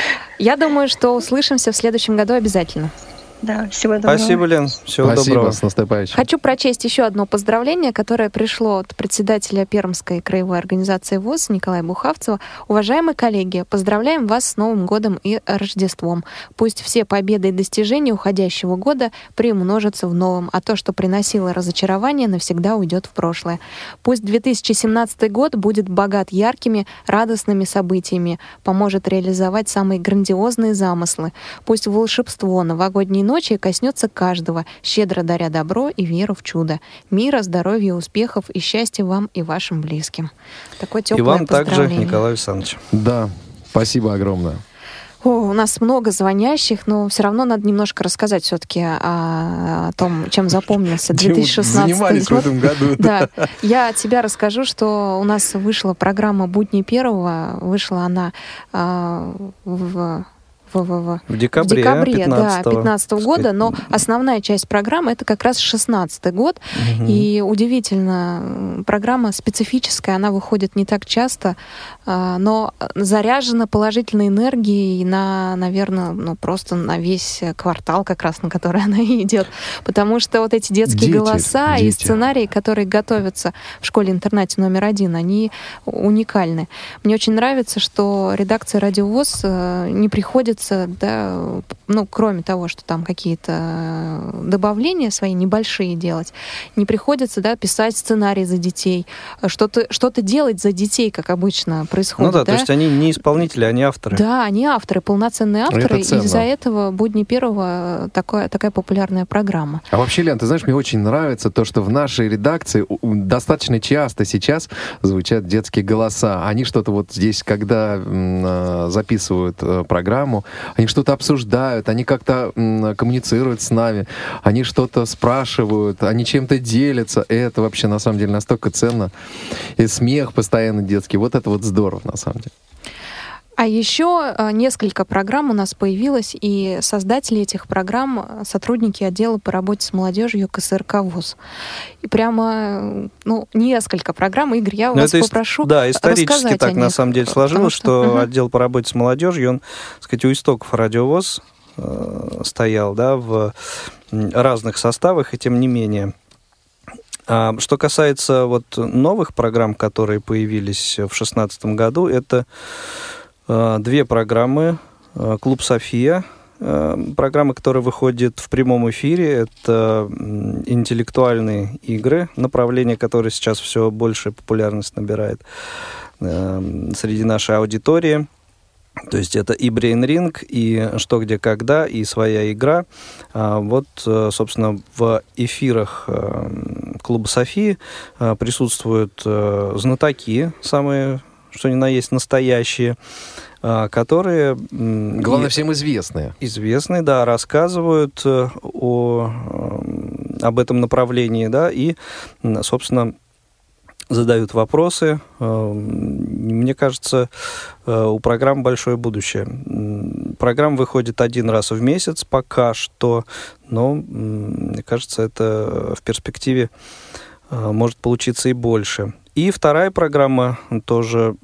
Я думаю, что услышимся в следующем году обязательно. Да, всего доброго. Спасибо, Лен. Всего Спасибо, доброго. С наступающим. Хочу прочесть еще одно поздравление, которое пришло от председателя Пермской краевой организации ВОС Николая Бухавцева. Уважаемые коллеги, поздравляем вас с Новым годом и Рождеством. Пусть все победы и достижения уходящего года приумножатся в новом, а то, что приносило разочарование, навсегда уйдет в прошлое. Пусть две тысячи семнадцатый год будет богат яркими, радостными событиями, поможет реализовать самые грандиозные замыслы. Пусть волшебство новогодней ночи ночи коснется каждого, щедро даря добро и веру в чудо. Мира, здоровья, успехов и счастья вам и вашим близким. Такое теплое поздравление. И вам поздравление. также, Николай Александрович. Да, спасибо огромное. О, у нас много звонящих, но все равно надо немножко рассказать все-таки о, о том, чем запомнился две тысячи шестнадцатый занимались год. в этом году. Да, я от тебя расскажу, что у нас вышла программа «Будни первого». Вышла она э, в... В, в, в декабре, в декабре пятнадцатого, да, пятнадцатого года, но основная часть программы это как раз шестнадцатый год. Угу. И удивительно, программа специфическая, она выходит не так часто, но заряжена положительной энергией на, наверное, ну, просто на весь квартал, как раз на который она и идет. Потому что вот эти детские дети, голоса дети. И сценарии, которые готовятся в школе-интернате номер один, они уникальны. Мне очень нравится, что редакция Радио ВОС не приходится, да, ну, кроме того, что там какие-то добавления свои небольшие делать, не приходится, да, писать сценарий за детей, что-то, что-то делать за детей, как обычно происходит. Ну да, да, то есть они не исполнители, они авторы. Да, они авторы, полноценные авторы, Это и из-за этого «Будни первого» такое, такая популярная программа. А вообще, Лен, ты знаешь, мне очень нравится то, что в нашей редакции достаточно часто сейчас звучат детские голоса. Они что-то вот здесь, когда м, записывают э, программу, они что-то обсуждают, они как-то м, коммуницируют с нами, они что-то спрашивают, они чем-то делятся. И это вообще, на самом деле, настолько ценно. И смех постоянно детский. Вот это вот здорово, на самом деле. А еще несколько программ у нас появилось, и создатели этих программ — сотрудники отдела по работе с молодежью ка эс эр ка ВОС. И прямо, ну, несколько программ. Игорь, я вас это попрошу Да, исторически рассказать так о них, на самом деле сложилось, что, что угу. отдел по работе с молодежью, он, так сказать, у истоков Радио ВОС э, стоял, да, в разных составах, и тем не менее. А что касается вот новых программ, которые появились в две тысячи шестнадцатом году, это две программы. «Клуб София», программа, которая выходит в прямом эфире. Это интеллектуальные игры, направление, которое сейчас все больше популярность набирает. среди нашей аудитории. То есть это и Brain Ring, и «Что, где, когда», и «Своя игра». Вот, собственно, в эфирах клуба «Софии» присутствуют знатоки, самые, что ни на есть, настоящие, которые... Главное, всем известные. Известные, да, рассказывают о, об этом направлении, да, и, собственно, задают вопросы. Мне кажется, у программы большое будущее. Программа выходит один раз в месяц пока что, но, мне кажется, это в перспективе может получиться и больше. И вторая программа, тоже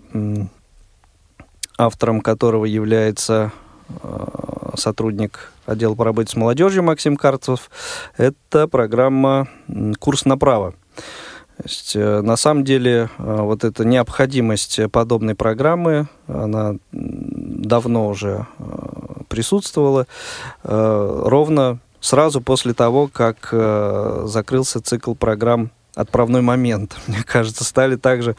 автором которого является сотрудник отдела по работе с молодежью Максим Карцев, это программа «Курс направо». То есть, на самом деле, вот эта необходимость подобной программы, она давно уже присутствовала, ровно сразу после того, как закрылся цикл программ «Отправной момент». Мне кажется, стали также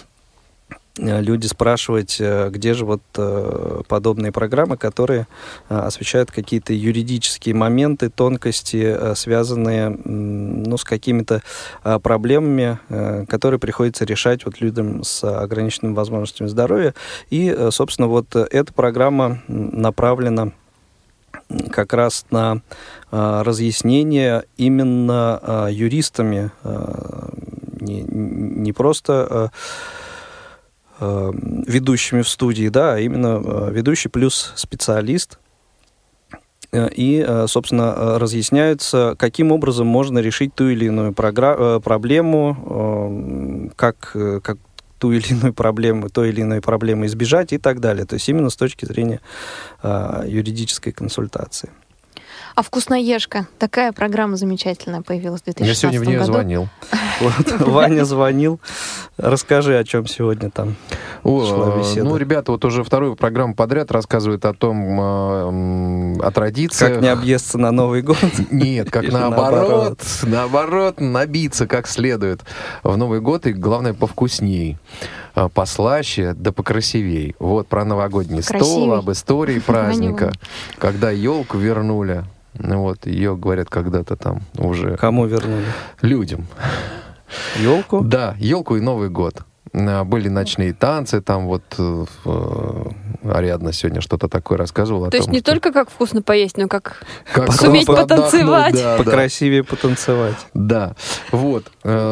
люди спрашивать, где же вот подобные программы, которые освещают какие-то юридические моменты, тонкости, связанные, ну, с какими-то проблемами, которые приходится решать вот людям с ограниченными возможностями здоровья. И, собственно, вот эта программа направлена как раз на разъяснение именно юристами, не, не просто ведущими в студии, да, а именно ведущий плюс специалист. И, собственно, разъясняются, каким образом можно решить ту или иную програ- проблему, как, как ту или иную проблему, той или иной проблемы избежать и так далее. То есть именно с точки зрения юридической консультации. А «Вкусноежка», такая программа замечательная появилась в две тысячи шестнадцатом году. Я сегодня в нее звонил. Вот, Ваня звонил. Расскажи, о чем сегодня там шла беседа. Ну, ребята, вот уже вторую программу подряд рассказывают о том, о традициях. Как не объесться на Новый год. Нет, как наоборот, наоборот, набиться как следует в Новый год, и, главное, повкусней, послаще, да покрасивей. Вот про новогодний стол, об истории праздника, когда елку вернули. Ну вот, ее, говорят, когда-то там уже... Кому вернули? Людям. Елку? Да, елку и Новый год. Были ночные танцы, там вот Ариадна сегодня что-то такое рассказывала. То есть том, не что... только как вкусно поесть, но как, как суметь потанцевать. Да, покрасивее да. потанцевать. Да, вот.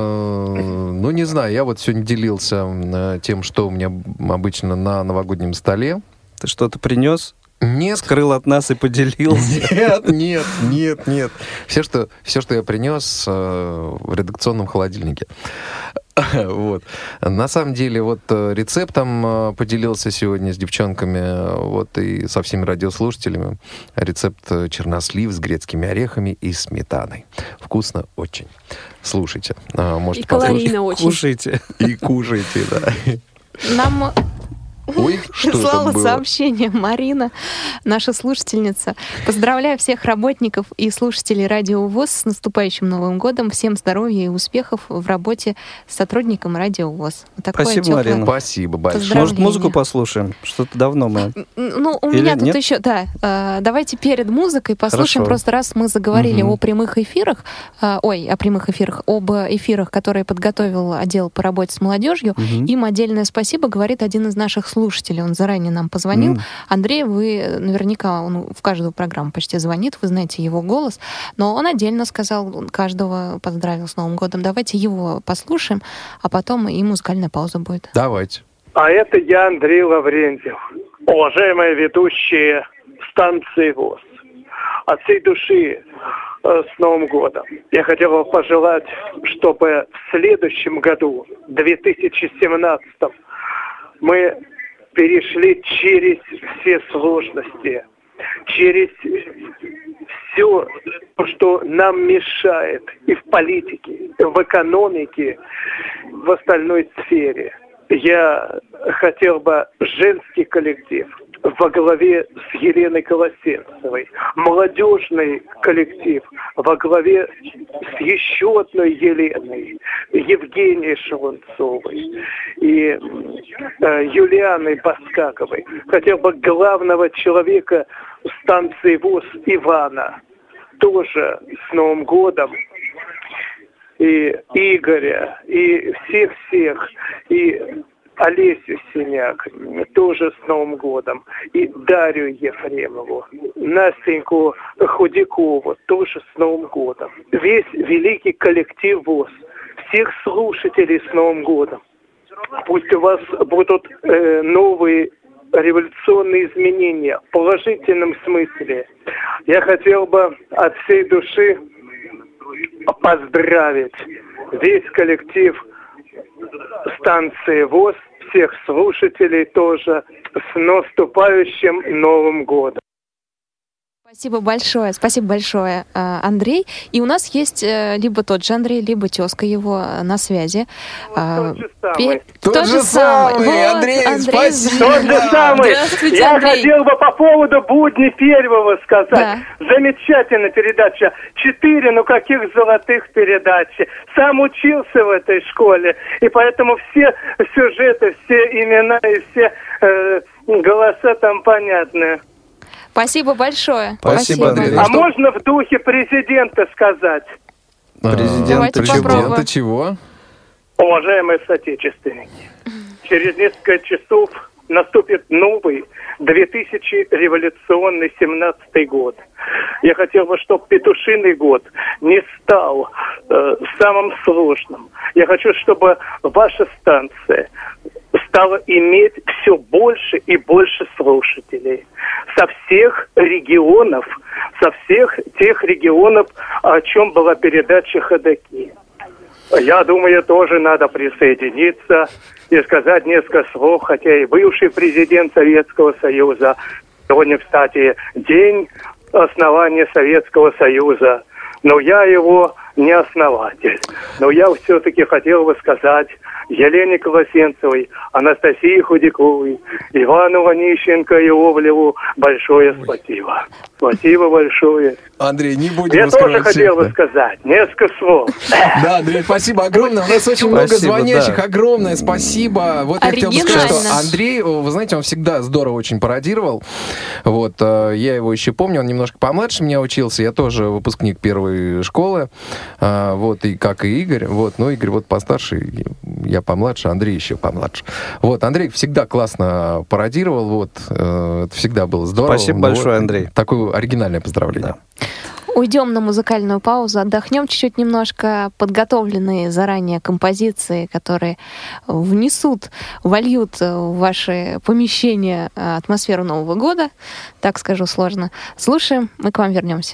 Ну, не знаю, я вот сегодня делился тем, что у меня обычно на новогоднем столе. Ты что-то принес? Нет. Скрыл от нас и поделился. Нет, нет, нет, нет. Все, что, все, что я принес э, в редакционном холодильнике. Вот. На самом деле, вот рецептом поделился сегодня с девчонками, вот и со всеми радиослушателями. Рецепт чернослив с грецкими орехами и сметаной. Вкусно очень. Слушайте. Можете и калорийно очень. Кушайте. И кушайте, да. Нам... Ой, что прислала это было? сообщение Марина, наша слушательница. Поздравляю всех работников и слушателей Радио ВОС с наступающим Новым годом. Всем здоровья и успехов в работе с сотрудником Радио ВОС. Вот такое Спасибо, Марина. Спасибо большое. Может, музыку послушаем? Что-то давно мы... Ну, у Или меня тут нет? еще... Да, э, давайте перед музыкой послушаем. Хорошо. Просто раз мы заговорили Угу. о прямых эфирах, э, ой, о прямых эфирах, об эфирах, которые подготовил отдел по работе с молодежью, Угу. им отдельное спасибо говорит один из наших слушателей. Он заранее нам позвонил. М. Андрей, вы наверняка, он в каждую программу почти звонит, вы знаете его голос, но он отдельно сказал, он каждого поздравил с Новым годом. Давайте его послушаем, а потом и музыкальная пауза будет. Давайте. А это я, Андрей Лаврентьев, уважаемые ведущие станции ВОС. От всей души э, с Новым годом. Я хотел бы пожелать, чтобы в следующем году, две тысячи семнадцатом, мы перешли через все сложности, через все, что нам мешает и в политике, и в экономике, в остальной сфере. Я хотел бы женский коллектив во главе с Еленой Колосенцевой, молодежный коллектив во главе с еще одной Еленой, Евгенией Шелунцовой и э, Юлианой Баскаковой. Хотя бы главного человека станции ВОС Ивана тоже с Новым годом. И Игоря, и всех-всех, и Олесю Синяк тоже с Новым годом, и Дарью Ефремову, Настеньку Худякову тоже с Новым годом. Весь великий коллектив ВОС, всех слушателей с Новым годом. Пусть у вас будут э, новые революционные изменения в положительном смысле. Я хотел бы от всей души поздравить весь коллектив станции ВОС, всех слушателей тоже с наступающим Новым годом. Спасибо большое, спасибо большое, Андрей. И у нас есть либо тот же Андрей, либо тезка его на связи. Тот же самый. Тот, Тот же самый. самый. Вот, Андрей, Андрей, спасибо. Тот же самый. Я Андрей. хотел бы по поводу будни первого сказать. Да. Замечательная передача. Четыре, ну каких золотых передач. Сам учился в этой школе. И поэтому все сюжеты, все имена и все э, голоса там понятны. Спасибо большое. Спасибо, Андрей. А можно в духе президента сказать? Президента чего? Президента чего? Уважаемые соотечественники, через несколько часов наступит новый две тысячи революционный семнадцатый год. Я хотел бы, чтобы петушиный год не стал э, самым сложным. Я хочу, чтобы ваша станция стала иметь все больше и больше слушателей. Со всех регионов, со всех тех регионов, о чем была передача «Ходоки». Я думаю, тоже надо присоединиться и сказать несколько слов, хотя и бывший президент Советского Союза. Сегодня, кстати, день основания Советского Союза. Но я его не основатель. Но я все-таки хотел бы сказать Елене Колосенцевой, Анастасии Худяковой, Ивану Онищенко и Овлеву большое спасибо. Спасибо большое. Андрей, не будем Я тоже раскрывать хотел бы всех, сказать несколько слов. Да, Андрей, спасибо огромное. У нас очень много Спасибо, звонящих. да. Огромное спасибо. Вот я хотел бы сказать, что Оригинально. Андрей, вы знаете, он всегда здорово очень пародировал. Вот, э, я его еще помню, он немножко помладше меня учился. Я тоже выпускник первой школы. Э, Вот, и как и Игорь. Вот, но Игорь вот постарше, я помладше, Андрей еще помладше. Вот, Андрей всегда классно пародировал. Вот, э, это всегда было здорово. Спасибо Ну, большое, вот, Андрей. Такое оригинальное поздравление. Уйдем на музыкальную паузу, отдохнем чуть-чуть немножко. Подготовленные заранее композиции, которые внесут, вольют в ваши помещения атмосферу Нового года, так скажу сложно. Слушаем, мы к вам вернемся.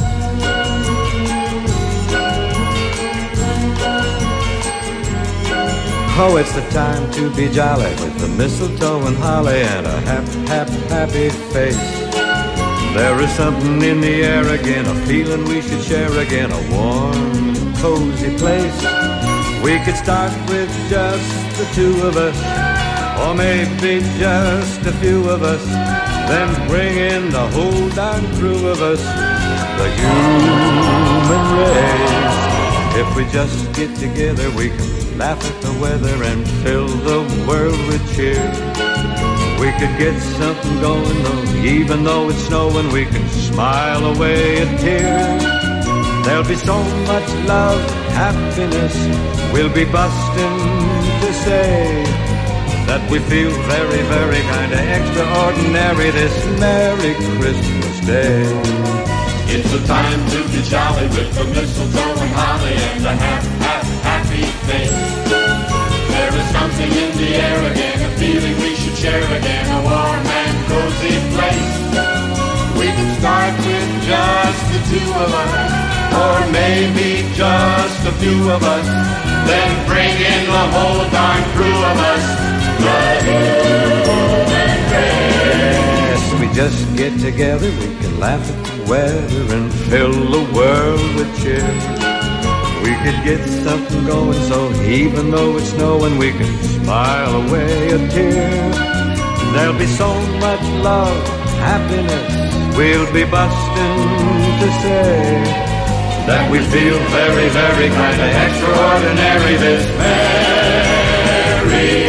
Oh, it's the time to be jolly with the mistletoe and holly and a happy, happy, happy face. There is something in the air again, a feeling we should share again, a warm, cozy place. We could start with just the two of us, or maybe just a few of us, then bring in the whole darn crew of us, the human race. If we just get together, we can laugh at the weather and fill the world with cheer. We could get something going though, even though it's snowing, we can smile away a tear. There'll be so much love, happiness, we'll be busting to say that we feel very, very kinda extraordinary this Merry Christmas Day. It's the time to be jolly with the mistletoe and holly and a half, half, happy face. There is something in the air again, a feeling we should share again, a warm and cozy place. We can start with just the two of us, or maybe just a few of us, then bring in the whole darn crew of us, the human race. We just get together, we can laugh at the weather and fill the world with cheer. We could get something going, so even though it's snowing, we can smile away a tear. There'll be so much love, happiness, we'll be busting to say that we feel very, very kind of extraordinary this Merry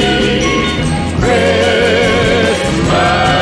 Christmas.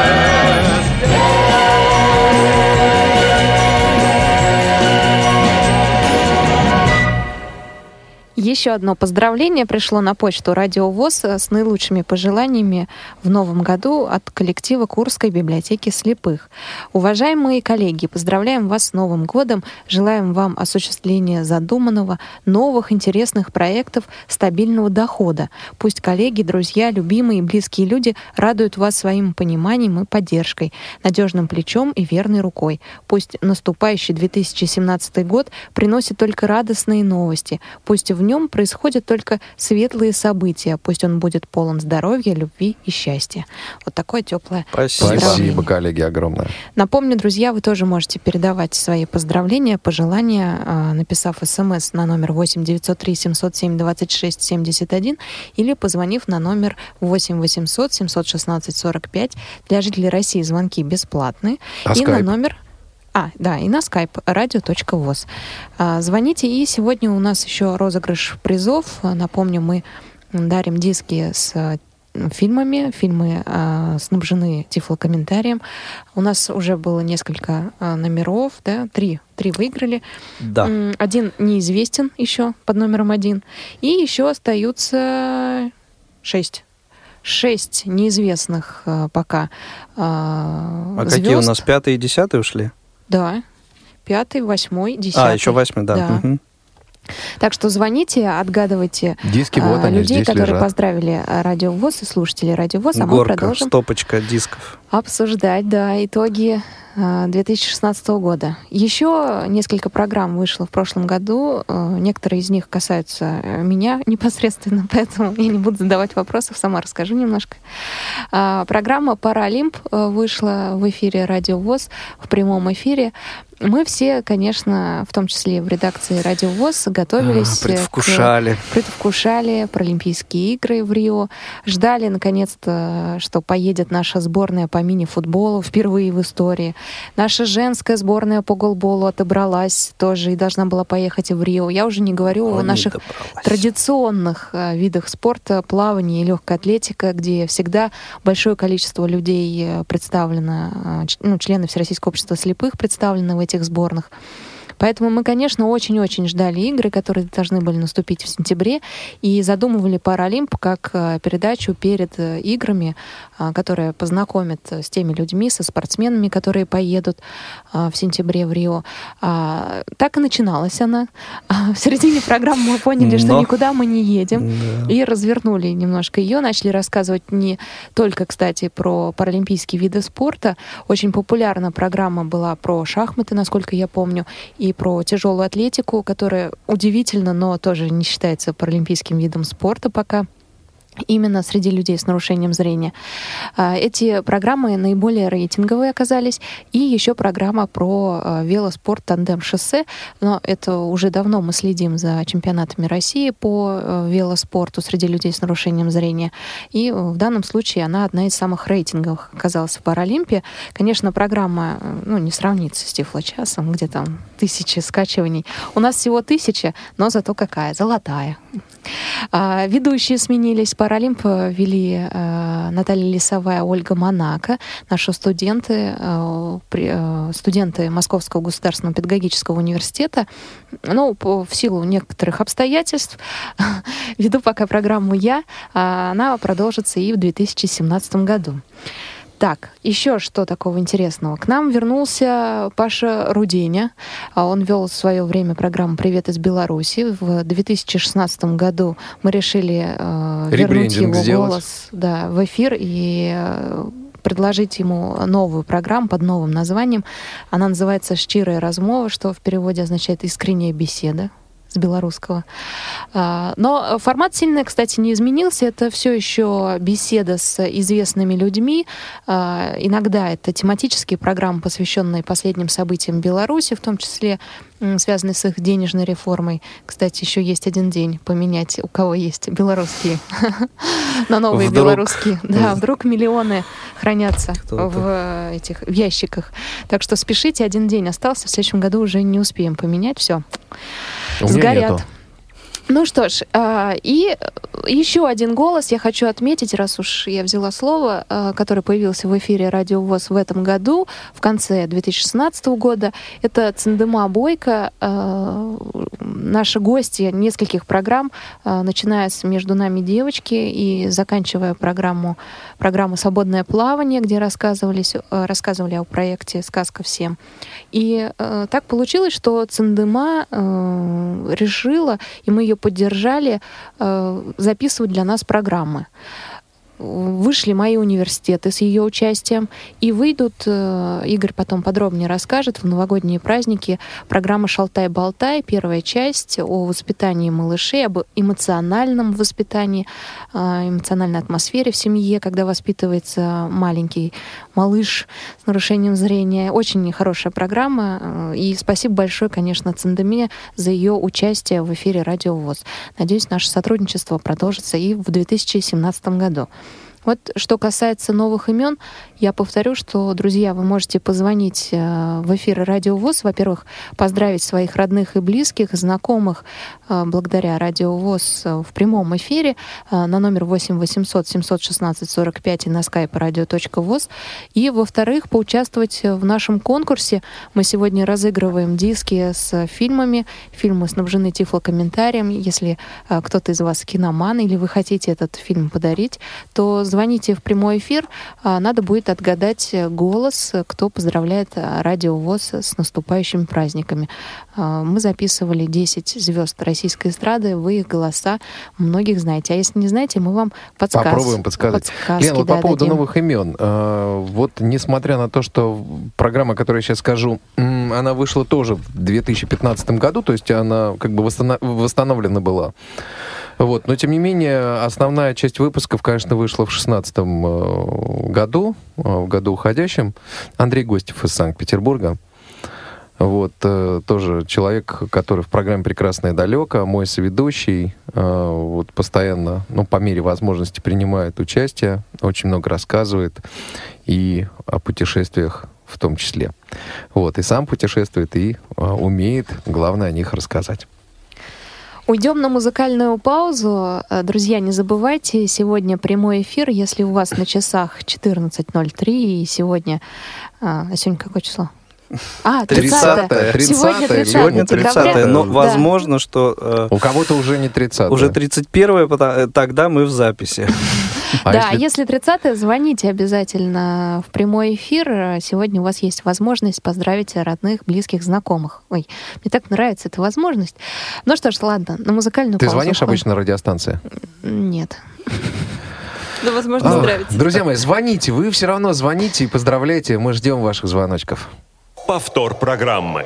Еще одно поздравление пришло на почту Радио ВОС с наилучшими пожеланиями в новом году от коллектива Курской библиотеки слепых. Уважаемые коллеги, поздравляем вас с Новым годом, желаем вам осуществления задуманного, новых интересных проектов, стабильного дохода. Пусть коллеги, друзья, любимые и близкие люди радуют вас своим пониманием и поддержкой, надежным плечом и верной рукой. Пусть наступающий две тысячи семнадцатый год приносит только радостные новости. Пусть в нем происходят только светлые события. Пусть он будет полон здоровья, любви и счастья. Вот такое теплое Спасибо. Спасибо, коллеги, огромное. Напомню, друзья, вы тоже можете передавать свои поздравления, пожелания, написав смс на номер восемь девятьсот три семьсот семь двадцать шесть семьдесят один или позвонив на номер восемь восемьсот семьсот шестнадцать сорок пять. Для жителей России звонки бесплатные. А и скайп? на номер... А, да, и на skype радио точка воз. А, звоните, и сегодня у нас еще розыгрыш призов. Напомню, мы дарим диски с фильмами. Фильмы а, снабжены тифлокомментарием. У нас уже было несколько а, номеров, да, три, три выиграли. Да. Один неизвестен еще под номером один. И еще остаются шесть. Шесть неизвестных а, пока а, А звезд. какие у нас, пятый и десятый ушли? Да, пятый, восьмой, десятый. А, еще восьмой, да. да. Угу. Так что звоните, отгадывайте Диски, а, вот они людей, здесь которые лежат. поздравили Радио ВОС и слушатели Радио ВОС, а мы Горка, продолжим стопочка дисков. обсуждать, да, итоги а, две тысячи шестнадцатого года. Еще несколько программ вышло в прошлом году. А, некоторые из них касаются меня непосредственно, поэтому я не буду задавать вопросов, сама расскажу немножко. А, программа «Паралимп» вышла в эфире Радио ВОС, в прямом эфире. Мы все, конечно, в том числе в редакции Радио ВОС, готовились, а, предвкушали. к, предвкушали Паралимпийские игры в Рио, ждали, наконец-то, что поедет наша сборная по мини-футболу впервые в истории. Наша женская сборная по голболу отобралась тоже и должна была поехать в Рио. Я уже не говорю О, о наших добралась. традиционных э, видах спорта, плавания и легкой атлетика, где всегда большое количество людей представлено, э, ч- ну, члены Всероссийского общества слепых представлены в этих сборных. Поэтому мы, конечно, очень-очень ждали игры, которые должны были наступить в сентябре, и задумывали Паралимп как э, передачу перед э, играми, э, которая познакомит с теми людьми, со спортсменами, которые поедут э, в сентябре в Рио. А, так и начиналась она. А в середине программы мы поняли, что Но... никуда мы не едем, Да. и развернули немножко ее, начали рассказывать не только, кстати, про паралимпийские виды спорта. Очень популярна программа была про шахматы, насколько я помню, и про тяжелую атлетику, которая удивительно, но тоже не считается паралимпийским видом спорта пока. Именно среди людей с нарушением зрения. Эти программы наиболее рейтинговые оказались. И еще программа про велоспорт тандем-шоссе. Но это уже давно мы следим за чемпионатами России по велоспорту среди людей с нарушением зрения. И в данном случае она одна из самых рейтинговых оказалась в Паралимпе. Конечно, программа ну, не сравнится с Тифло-часом, где там тысячи скачиваний. У нас всего тысяча, но зато какая? Золотая. А, ведущие сменились. Паралимп вели а, Наталья Лисовая, Ольга Монако, наши студенты, а, при, а, студенты Московского государственного педагогического университета. Ну, по, в силу некоторых обстоятельств веду пока программу я, а она продолжится и в две тысячи семнадцатом году. Так, еще что такого интересного? К нам вернулся Паша Руденя. Он вел в свое время программу «Привет из Беларуси». В две тысячи шестнадцатом году мы решили э, вернуть его сделать. голос да, в эфир и э, предложить ему новую программу под новым названием. Она называется «Щирая размова», что в переводе означает «искренняя беседа». С белорусского. Но формат сильно, кстати, не изменился. Это все еще беседа с известными людьми. Иногда это тематические программы, посвященные последним событиям Беларуси, в том числе связанные с их денежной реформой. Кстати, еще есть один день поменять, у кого есть белорусские, на новые вдруг. белорусские. Да, вдруг миллионы хранятся Кто-то. в э, этих в ящиках. Так что спешите, один день остался, в следующем году уже не успеем поменять, все. У меня Сгорят. нету. Ну что ж, а, и еще один голос я хочу отметить, раз уж я взяла слово, а, который появился в эфире Радио ВОС в этом году, в конце две тысячи шестнадцатого года. Это Цендыма Бойко, а, наши гости нескольких программ, а, начиная с «Между нами девочки» и заканчивая программу, программу «Свободное плавание», где рассказывались, а, рассказывали о проекте «Сказка всем». И а, так получилось, что Цендыма а, решила, и мы ее поддержали, э, записывать для нас программы. Вышли мои университеты с ее участием, и выйдут, э, Игорь потом подробнее расскажет, в новогодние праздники программа «Шалтай-болтай», первая часть о воспитании малышей, об эмоциональном воспитании, э, эмоциональной атмосфере в семье, когда воспитывается маленький малыш с нарушением зрения. Очень хорошая программа, э, и спасибо большое, конечно, Цендыме за ее участие в эфире Радио ВОС. Надеюсь, наше сотрудничество продолжится и в две тысячи семнадцатом году. Вот что касается новых имен, я повторю, что, друзья, вы можете позвонить в эфир Радио ВОС, во-первых, поздравить своих родных и близких, знакомых благодаря Радио ВОС в прямом эфире на номер восемь восемьсот семьсот шестнадцать сорок пять и на skype radio точка voz. И, во-вторых, поучаствовать в нашем конкурсе. Мы сегодня разыгрываем диски с фильмами. Фильмы снабжены тифлокомментарием. Если кто-то из вас киноман или вы хотите этот фильм подарить, то звоните в прямой эфир. Надо будет отгадать голос, кто поздравляет Радио ВОС с наступающими праздниками. Мы записывали десять звезд российской эстрады. Вы их голоса многих знаете. А если не знаете, мы вам подсказ... Попробуем подсказать. Лен, вот да, по поводу дадим. новых имен. Вот несмотря на то, что программа, которую я сейчас скажу, она вышла тоже в две тысячи пятнадцатом году, то есть она как бы восстановлена была. Вот. Но, тем не менее, основная часть выпусков, конечно, вышла в шестнадцатом году, в году уходящем. Андрей Гостев из Санкт-Петербурга. Вот, тоже человек, который в программе «Прекрасное далеко», мой соведущий, вот, постоянно, ну, по мере возможности принимает участие, очень много рассказывает и о путешествиях в том числе. Вот, и сам путешествует, и умеет, главное, о них рассказать. Уйдем на музыкальную паузу. Друзья, не забывайте, сегодня прямой эфир, если у вас на часах четырнадцать ноль три, и сегодня... А, сегодня какое число? А, тридцатое. Сегодня тридцатое. Сегодня тридцатое. Но да. возможно, что... Э, у кого-то уже не тридцатое. Уже тридцать первое, тогда мы в записи. А да, если... если тридцатое, звоните обязательно в прямой эфир. Сегодня у вас есть возможность поздравить родных, близких, знакомых. Ой, мне так нравится эта возможность. Ну что ж, ладно, на музыкальную Ты паузу. Ты звонишь обычно на радиостанции? Нет. Да, возможно, нравится. Друзья мои, звоните, вы все равно звоните и поздравляйте. Мы ждем ваших звоночков. Повтор программы.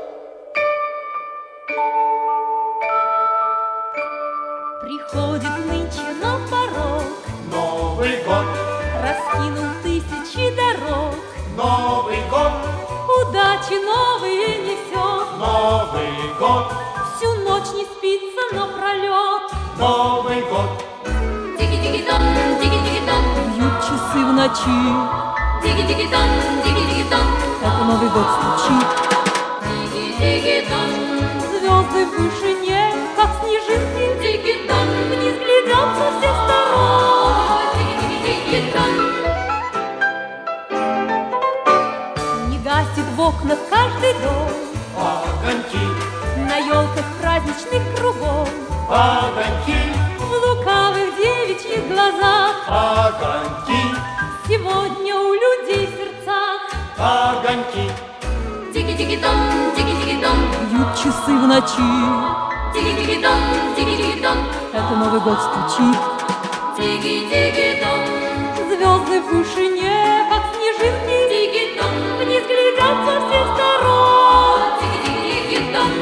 Приходит нынче на порог Новый год, раскинул тысячи дорог. Новый год, Удачи новые несет. Новый год, Всю ночь не спится напролет. Новый год. Тики-тики-дон, тики-тики-дон, Бьют часы в ночи, тики-тики-дон, тики-тики-дон, это Новый год стучит. тики-тики-дон, Звезды в вышине, как снежинки, тики-дон, вниз глядят со всех сторон. тики-тики-дон. Не гасит в окнах каждый дом, Огоньки, на елках праздничных кругом, огоньки, в лукавых девичьих глазах. огоньки, Сегодня у людей в сердцах огоньки. Тики-тики-дон, тики-тики-дон, бьют часы в ночи, тики-тики-дон, тики-тики-дон, это Новый год стучит. тики-тики-дон, Звезды в вышине, как снежинки, тики-дон, вниз глядят со всех сторон. тики-тики-дон.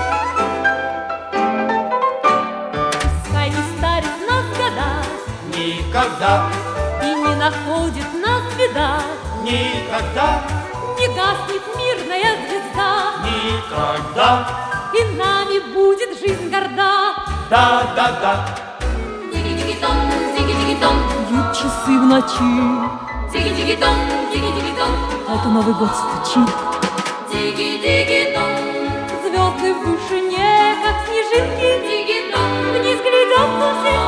Пускай не старит нас года Никогда, и не находит нас беда, никогда, не гаснет мирная звезда, никогда. и нами будет жизнь горда. Да-да-да, Тики-тики-дон, тики-тики-дон, Бьют часы в ночи, Это Новый год стучит. Звезды в вышине, как снежинки, вниз глядят со всех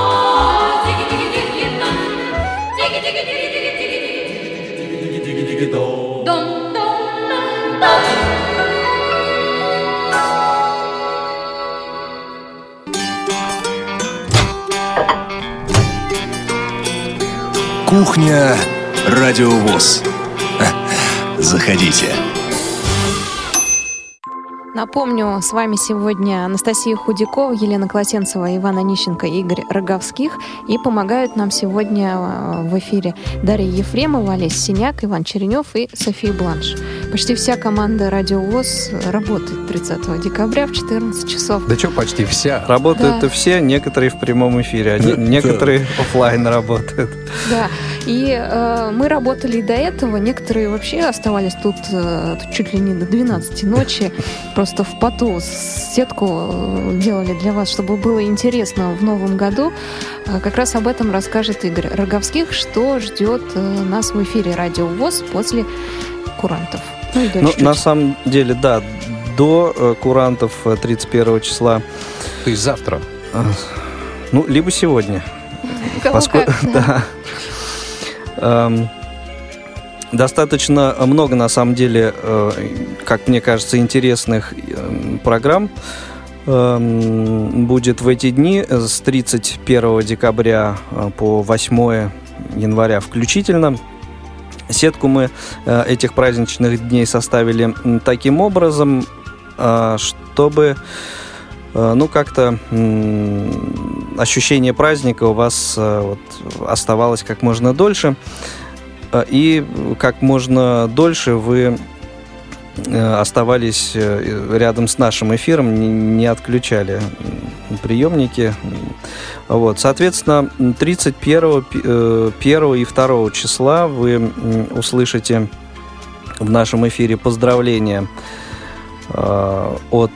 сторон. Дом-дом-дом-дом. Кухня Радио ВОС. Заходите. Напомню, с вами сегодня Анастасия Худякова, Елена Класенцева, Иван Онищенко и Игорь Роговских. И помогают нам сегодня в эфире Дарья Ефремова, Олесь Синяк, Иван Черенев и София Бланш. Почти вся команда Радио ВОС работает тридцатого декабря в четырнадцать часов. Да что, почти вся. Работают-то Да. все, некоторые в прямом эфире, а не- некоторые офлайн работают. Да, и э, мы работали и до этого, некоторые вообще оставались тут, э, тут чуть ли не до двенадцати ночи, просто в поту сетку э, делали для вас, чтобы было интересно в новом году. Э, как раз об этом расскажет Игорь Роговских, что ждет э, нас в эфире Радио ВОС после курантов. Ну, и Ну, дальше на чуть. самом деле, да, до э, курантов э, тридцать первого числа. То есть завтра? э, Ну, либо сегодня. Кому Поско- как, да. Да. Эм, Достаточно много, на самом деле, э, как мне кажется, интересных э, программ эм, будет в эти дни с тридцать первого декабря э, по восьмое января включительно. Сетку мы э, этих праздничных дней составили м, таким образом, э, чтобы э, ну, как-то м, ощущение праздника у вас э, вот, оставалось как можно дольше. Э, И как можно дольше вы э, оставались э, рядом с нашим эфиром, не, не отключали м, приемники. Вот, соответственно, тридцать первого, первого и второго числа вы м, услышите в нашем эфире поздравления э, от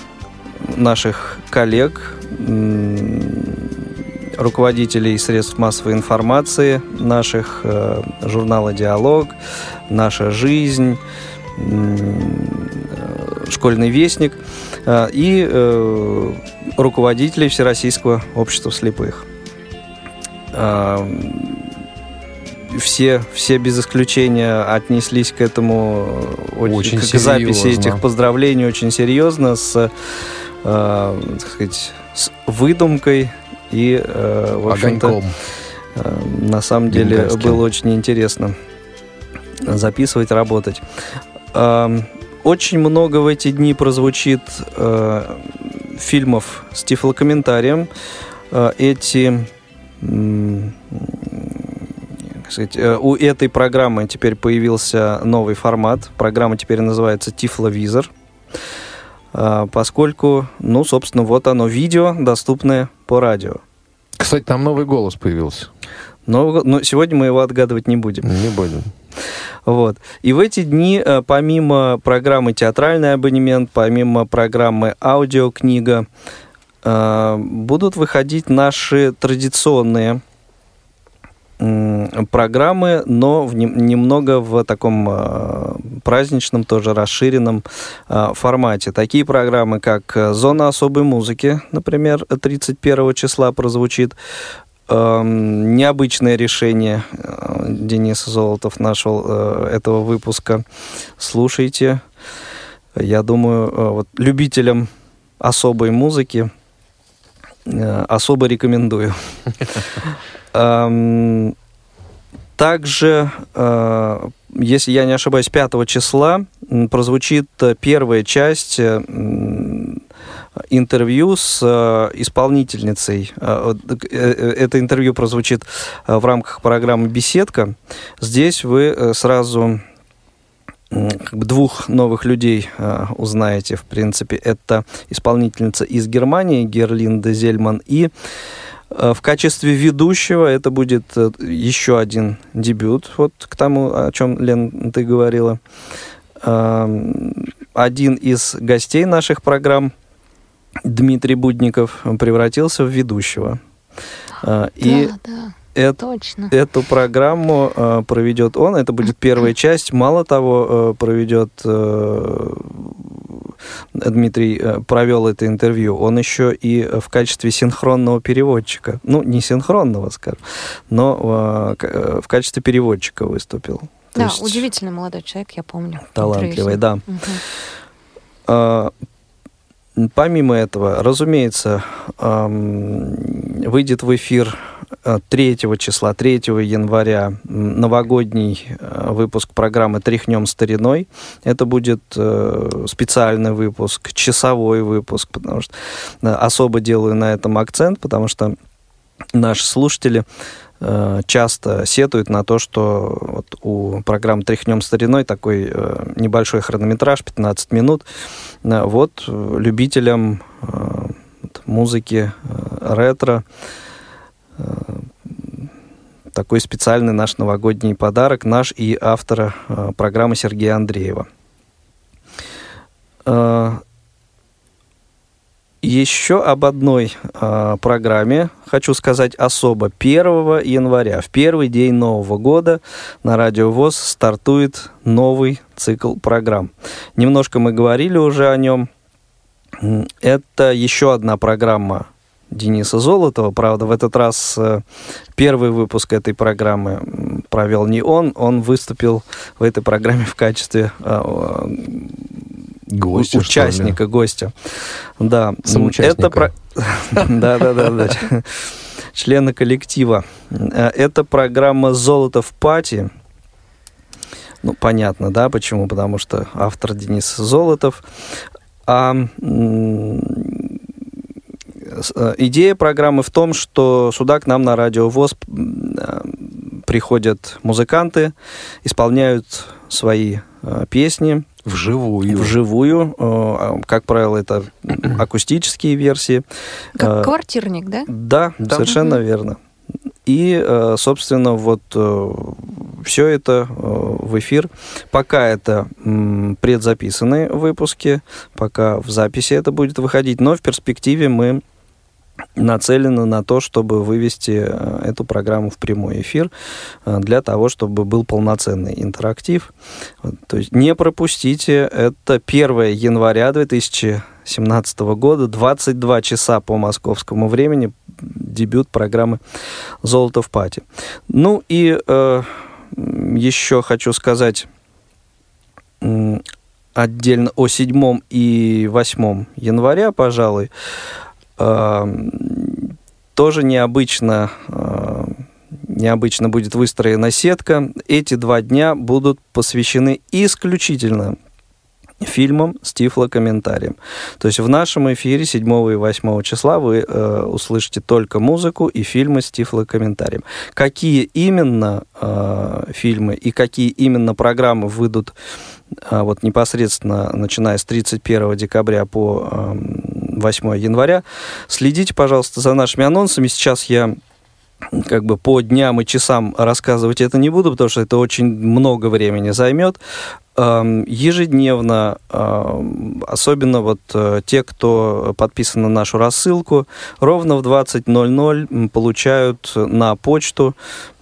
наших коллег, м, руководителей средств массовой информации, наших э, журнала «Диалог», «Наша жизнь», м, э, «Школьный вестник» э, и э, руководителей Всероссийского общества слепых. Э, Все, все без исключения отнеслись к этому очень, Очень к записи серьезно. этих поздравлений очень серьезно, с, э, так сказать, с выдумкой и, э, в общем-то, Огоньком. э, на самом деле Бенгальским. было очень интересно записывать, работать. Э, Очень много в эти дни прозвучит э, фильмов с тифлокомментарием. Э, Эти м, как сказать, э, у этой программы теперь появился новый формат. Программа теперь называется «Тифловизор», э, поскольку, ну, собственно, вот оно, видео, доступное по радио. Кстати, там новый голос появился. Но, но сегодня мы его отгадывать не будем. Не будем. Вот. И в эти дни, э, помимо программы «Театральный абонемент», помимо программы «Аудиокнига», э, будут выходить наши традиционные м, программы, но в нем- немного в таком э, праздничном, тоже расширенном э, формате. Такие программы, как э, «Зона особой музыки», например, тридцать первого числа прозвучит. Эм, необычное решение э, Денис Золотов нашел э, этого выпуска. Слушайте. Я думаю, э, вот, любителям особой музыки э, особо рекомендую. Эм, Также, э, если я не ошибаюсь, пятого числа м, прозвучит э, первая часть э, м, интервью с э, исполнительницей. Э, э, Это интервью прозвучит э, в рамках программы «Беседка». Здесь вы э, сразу м, как бы двух новых людей э, узнаете. В принципе, это исполнительница из Германии Герлинда Зельман, и э, в качестве ведущего это будет э, еще один дебют, вот к тому, о чем, Лен, ты говорила. Э, Один из гостей наших программ, Дмитрий Будников, превратился в ведущего. Э, И Да, да. Эт, Точно. Эту программу э, проведет он. Это будет первая часть. Мало того, э, проведет э, Дмитрий э, провел это интервью. Он еще и в качестве синхронного переводчика. Ну, не синхронного, скажем, но э, в качестве переводчика выступил. То Да, есть удивительный молодой человек, я помню. талантливый, да. Угу. Э, помимо этого, разумеется, э, выйдет в эфир третьего числа, третьего января новогодний выпуск программы «Тряхнем стариной». Это будет специальный выпуск, часовой выпуск, потому что особо делаю на этом акцент, потому что наши слушатели часто сетуют на то, что вот у программы «Тряхнем стариной» такой небольшой хронометраж, пятнадцать минут. Вот любителям музыки ретро такой специальный наш новогодний подарок, наш и автора э, программы Сергея Андреева. Э, еще об одной э, программе хочу сказать особо. первого января, в первый день Нового года, на Радио ВОС стартует новый цикл программ. Немножко мы говорили уже о нем. Это еще одна программа Дениса Золотова. Правда, в этот раз э, первый выпуск этой программы провел не он. Он выступил в этой программе в качестве э, гостя, участника, гостя. Да. Соучастника. Это про... да, да, да, да. Члена коллектива. Это программа «Золотов пати». Ну, понятно, да, почему? Потому что автор Денис Золотов. А идея программы в том, что сюда к нам на Радио ВОС приходят музыканты, исполняют свои песни. Вживую. Вживую. Как правило, это акустические версии. Как квартирник, да? Да, да. Совершенно mm-hmm. верно. И, собственно, вот все это в эфир. Пока это предзаписанные выпуски, пока в записи это будет выходить, но в перспективе мы нацелены на то, чтобы вывести эту программу в прямой эфир, для того, чтобы был полноценный интерактив. То есть не пропустите, это первого января две тысячи семнадцатого года, двадцать два часа по московскому времени, дебют программы «Золотов пати». Ну и э, еще хочу сказать э, отдельно о седьмом и восьмом января, пожалуй. Тоже необычно, необычно будет выстроена сетка. Эти два дня будут посвящены исключительно фильмам с тифлокомментарием. То есть в нашем эфире седьмого и восьмого числа вы э, услышите только музыку и фильмы с тифлокомментарием. Какие именно э, фильмы и какие именно программы выйдут э, вот непосредственно начиная с тридцать первого декабря по э, восьмого января, следите, пожалуйста, за нашими анонсами. Сейчас я как бы по дням и часам рассказывать это не буду, потому что это очень много времени займет. Ежедневно, особенно вот те, кто подписан на нашу рассылку, ровно в двадцать ноль ноль получают на почту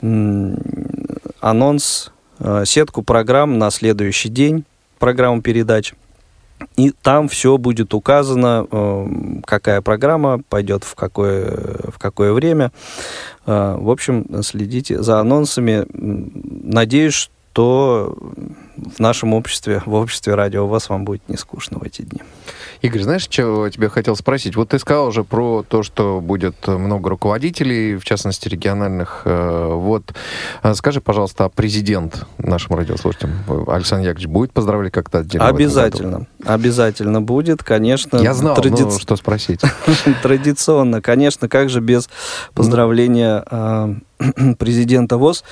анонс, сетку программ на следующий день, программу передач. И там все будет указано, какая программа пойдет в какое, в какое время. В общем, следите за анонсами. Надеюсь, что в нашем обществе, в обществе Радио ВОС вам будет не скучно в эти дни. Игорь, знаешь, что я тебя хотел спросить? Вот ты сказал уже про то, что будет много руководителей, в частности, региональных. Вот скажи, пожалуйста, а президент нашим радиослушателям Александр Яковлевич будет поздравлять как-то отдельно? Обязательно. Обязательно будет, конечно. Я знал, тради... ну, что спросить. Традиционно, конечно, как же без поздравления президента ВОС,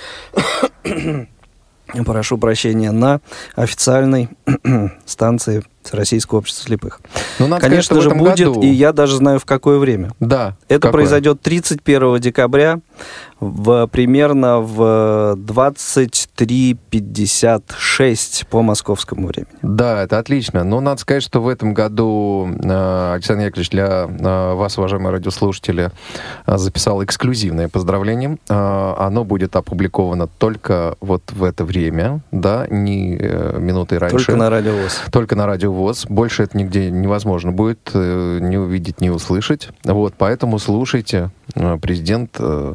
прошу прощения, на официальной станции Всероссийского общества слепых. Ну, надо конечно сказать, же, будет, году... и я даже знаю, в какое время. Да. Это какое? произойдет тридцать первого декабря в, примерно в двадцать три пятьдесят шесть по московскому времени. Да, это отлично. Но надо сказать, что в этом году Александр Яковлевич для вас, уважаемые радиослушатели, записал эксклюзивное поздравление. Оно будет опубликовано только вот в это время, да, не минутой раньше. Только на Радио ВОС. Только на Радио ВОС. Больше это нигде невозможно будет не увидеть, не услышать. Вот, поэтому слушайте. Президент,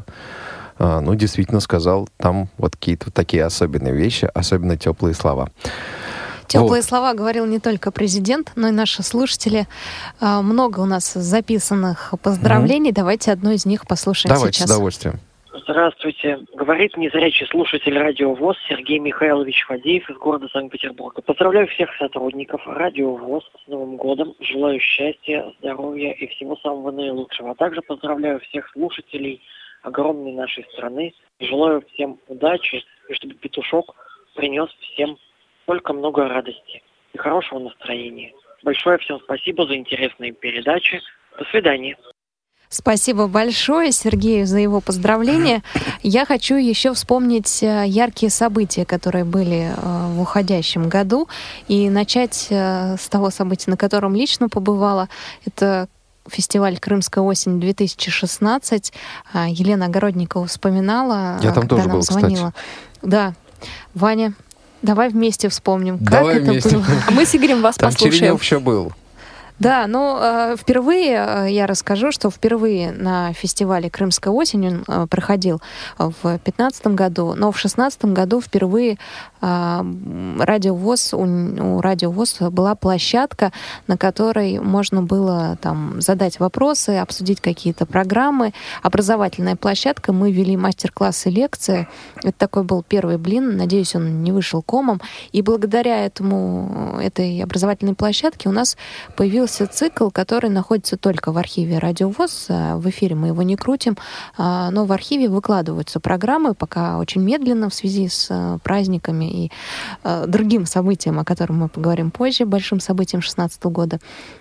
ну, действительно сказал там вот какие-то такие особенные вещи, особенно теплые слова. Теплые вот. слова говорил не только президент, но и наши слушатели. Много у нас записанных поздравлений. Mm-hmm. Давайте одно из них послушаем Давайте, сейчас. Давайте, с удовольствием. Здравствуйте. Говорит незрячий слушатель Радио ВОС Сергей Михайлович Фадеев из города Санкт-Петербурга. Поздравляю всех сотрудников Радио ВОС с Новым годом. Желаю счастья, здоровья и всего самого наилучшего. А также поздравляю всех слушателей огромной нашей страны. Желаю всем удачи и чтобы петушок принес всем только много радости и хорошего настроения. Большое всем спасибо за интересные передачи. До свидания. Спасибо большое Сергею за его поздравления. Я хочу еще вспомнить яркие события, которые были в уходящем году, и начать с того события, на котором лично побывала. Это фестиваль «Крымская осень-две тысячи шестнадцать». Елена Огородникова вспоминала, Я там когда тоже нам был, звонила. Кстати. Да. Ваня, давай вместе вспомним, Давай как это вместе. было. А мы с Игорем вас Там послушаем. Черенев еще был. Да, но э, впервые, э, я расскажу, что впервые на фестивале «Крымская осень» он э, проходил в две тысячи пятнадцатом году, но в две тысячи шестнадцатом году впервые э, Радио ВОС, у, у Радио ВОС была площадка, на которой можно было там задать вопросы, обсудить какие-то программы. Образовательная площадка, мы вели мастер-классы, лекции. Это такой был первый блин, надеюсь, он не вышел комом. И благодаря этому, этой образовательной площадке у нас появился цикл, который находится только в архиве Радио ВОС. В эфире мы его не крутим, но в архиве выкладываются программы, пока очень медленно в связи с праздниками и другим событием, о котором мы поговорим позже, большим событием две тысячи шестнадцатого года.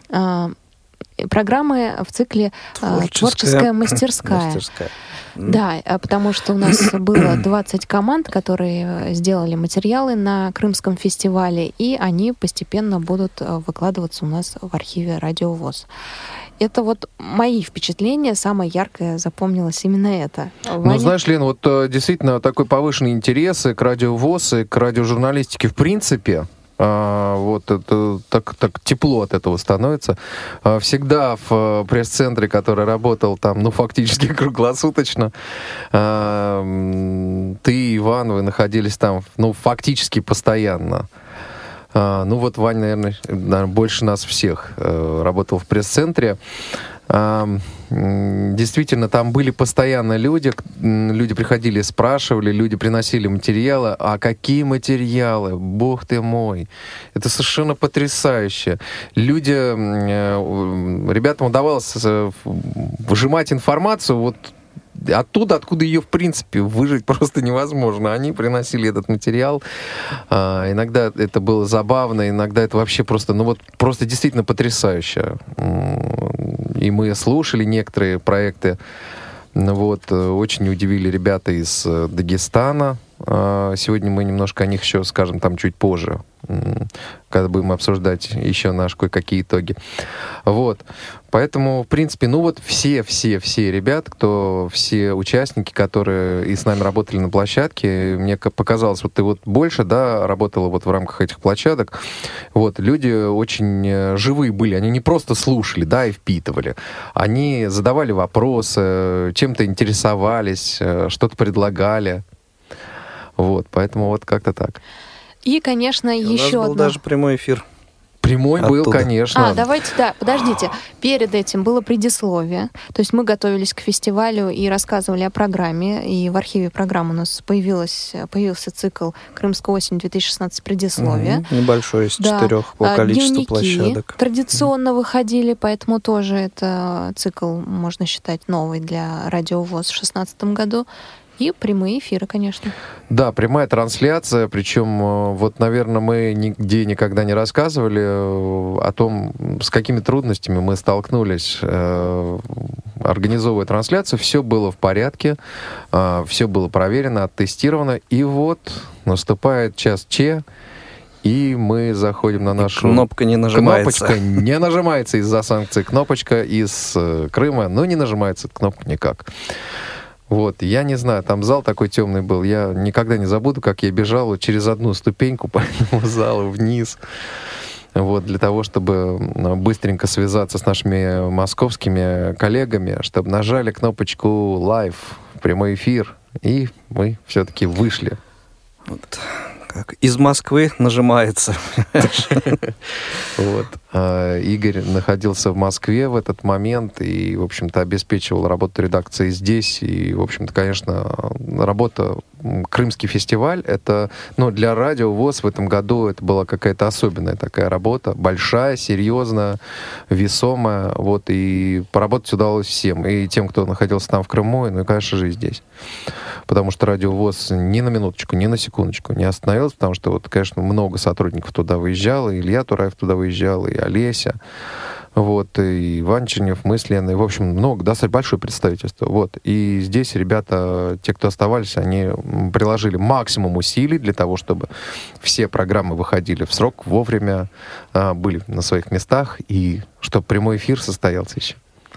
Программы в цикле «Творческая, Творческая мастерская». мастерская. Да, потому что у нас было двадцать команд, которые сделали материалы на Крымском фестивале, и они постепенно будут выкладываться у нас в архиве Радио ВОС. Это вот мои впечатления, самое яркое запомнилось именно это. Ваня? Ну, знаешь, Лен, вот действительно такой повышенный интерес и к Радио ВОС, и к радиожурналистике в принципе. А, вот это так, так тепло от этого становится. А, всегда в пресс-центре, который работал там, ну, фактически круглосуточно, а, ты и Иван, вы находились там, ну, фактически постоянно. А, ну, вот Ваня, наверное, наверное, больше нас всех а, работал в пресс-центре. А, действительно, там были постоянно люди, люди приходили, спрашивали, люди приносили материалы. А какие материалы? Бог ты мой! Это совершенно потрясающе. Люди, ребятам удавалось выжимать информацию вот оттуда, откуда ее, в принципе, выжить просто невозможно. Они приносили этот материал. А, иногда это было забавно, иногда это вообще просто, ну вот, просто действительно потрясающе. И мы слушали некоторые проекты. Вот, очень удивили ребята из Дагестана. Сегодня мы немножко о них еще скажем там чуть позже, когда будем обсуждать еще наши кое-какие итоги. Вот. Поэтому, в принципе, ну вот все-все-все ребят, кто, все участники, которые и с нами работали на площадке, мне показалось, вот ты вот больше, да, работала вот в рамках этих площадок, вот, люди очень живые были, они не просто слушали, да, и впитывали, они задавали вопросы, чем-то интересовались, что-то предлагали. Вот, поэтому вот как-то так. И, конечно, и еще у нас был одно. даже прямой эфир. Прямой оттуда был, конечно. А, давайте, да, подождите. Перед этим было предисловие. То есть мы готовились к фестивалю и рассказывали о программе. И в архиве программы у нас появилось, появился цикл «Крымская осень-две тысячи шестнадцать. Предисловие». Mm-hmm. Небольшой, из да. четырех по количеству Дневники площадок. Традиционно mm-hmm. выходили, поэтому тоже это цикл, можно считать, новый для Радио ВОС в две тысячи шестнадцатом году. И прямые эфиры, конечно. Да, прямая трансляция, причем вот, наверное, мы нигде никогда не рассказывали о том, с какими трудностями мы столкнулись, организовывая трансляцию. Все было в порядке, все было проверено, оттестировано, и вот наступает час Че, и мы заходим на нашу... Кнопка не нажимается. Кнопочка не нажимается из-за санкций. Кнопочка из Крыма, но не нажимается эта кнопка никак. Вот, я не знаю, там зал такой темный был. Я никогда не забуду, как я бежал через одну ступеньку по этому залу вниз. Вот, для того, чтобы быстренько связаться с нашими московскими коллегами, чтобы нажали кнопочку «Live», прямой эфир, и мы все-таки вышли. Вот. Как из Москвы нажимается. Вот. Игорь находился в Москве в этот момент и, в общем-то, обеспечивал работу редакции здесь. И, в общем-то, конечно, работа «Крымский фестиваль» — это, ну, для Радио ВОС в этом году это была какая-то особенная такая работа, большая, серьезная, весомая. Вот, и поработать удалось всем. И тем, кто находился там в Крыму, ну и, конечно же, и здесь. Потому что Радио ВОС ни на минуточку, ни на секундочку не остановилось, потому что, вот, конечно, много сотрудников туда выезжало, и Илья Тураев туда выезжал, и Олеся, вот, и Иван Чернев, мы с Леной, в общем, много, достаточно большое представительство, вот, и здесь ребята, те, кто оставались, они приложили максимум усилий для того, чтобы все программы выходили в срок, вовремя, были на своих местах, и чтобы прямой эфир состоялся еще.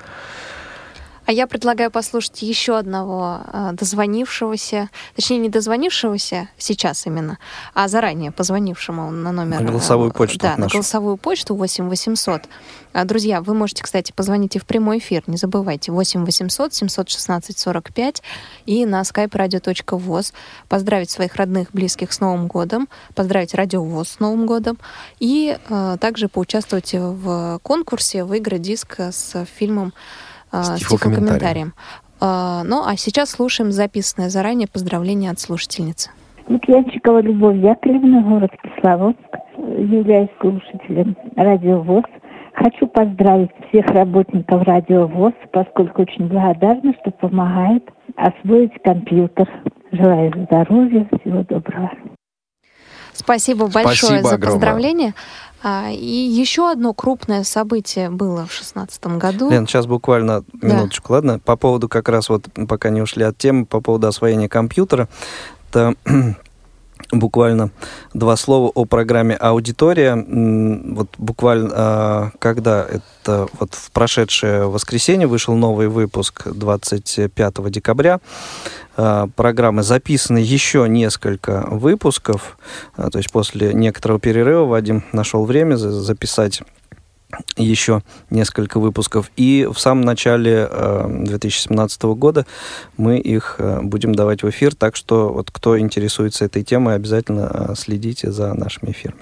А я предлагаю послушать еще одного э, дозвонившегося, точнее, не дозвонившегося сейчас именно, а заранее позвонившему на номер... На голосовую почту. Да, нашу. на голосовую почту восемь восемьсот. А, друзья, вы можете, кстати, позвонить и в прямой эфир, не забывайте, восемь восемьсот семьсот шестнадцать сорок пять и на skype radio точка voz, поздравить своих родных, близких с Новым годом, поздравить Радио ВОС с Новым годом и э, также поучаствовать в конкурсе, выиграть диск с фильмом с тифлокомментарием. А, ну, а сейчас слушаем записанное заранее поздравление от слушательницы. Лукьянчикова Любовь Яковлевна, город Кисловодск. Являюсь слушателем Радио ВОС. Хочу поздравить всех работников Радио ВОС, поскольку очень благодарна, что помогает освоить компьютер. Желаю здоровья, всего доброго. Спасибо большое Спасибо за огромное. поздравление. А, и еще одно крупное событие было в шестнадцатом году. Лен, сейчас буквально минуточку, да. Ладно? По поводу как раз вот, пока не ушли от темы, по поводу освоения компьютера, это буквально два слова о программе «Аудитория». Вот буквально, когда это вот в прошедшее воскресенье вышел новый выпуск двадцать пятого декабря. Программы записаны еще несколько выпусков. То есть после некоторого перерыва Вадим нашел время записать еще несколько выпусков. И в самом начале две тысячи семнадцатого года мы их будем давать в эфир. Так что вот кто интересуется этой темой, обязательно следите за нашими эфирами.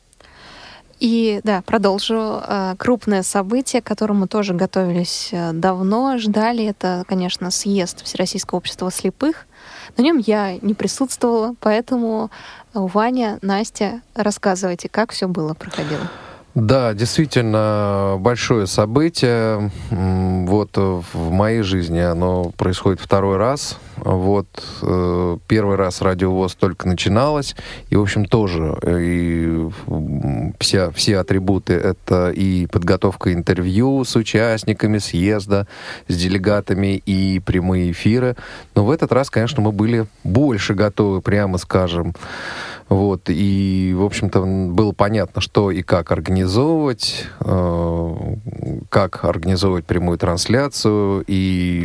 И да, продолжу. Крупное событие, к которому тоже готовились давно, ждали. Это, конечно, съезд Всероссийского общества слепых. На нем я не присутствовала, поэтому Ваня, Настя, рассказывайте, как все было, проходило. Да, действительно большое событие. Вот в моей жизни оно происходит второй раз. Вот первый раз Радио ВОС только начиналось, и, в общем, тоже и вся, все атрибуты — это и подготовка интервью с участниками съезда, с делегатами, и прямые эфиры. Но в этот раз, конечно, мы были больше готовы, прямо скажем. Вот, и, в общем-то, было понятно, что и как организовывать, э, как организовывать прямую трансляцию, и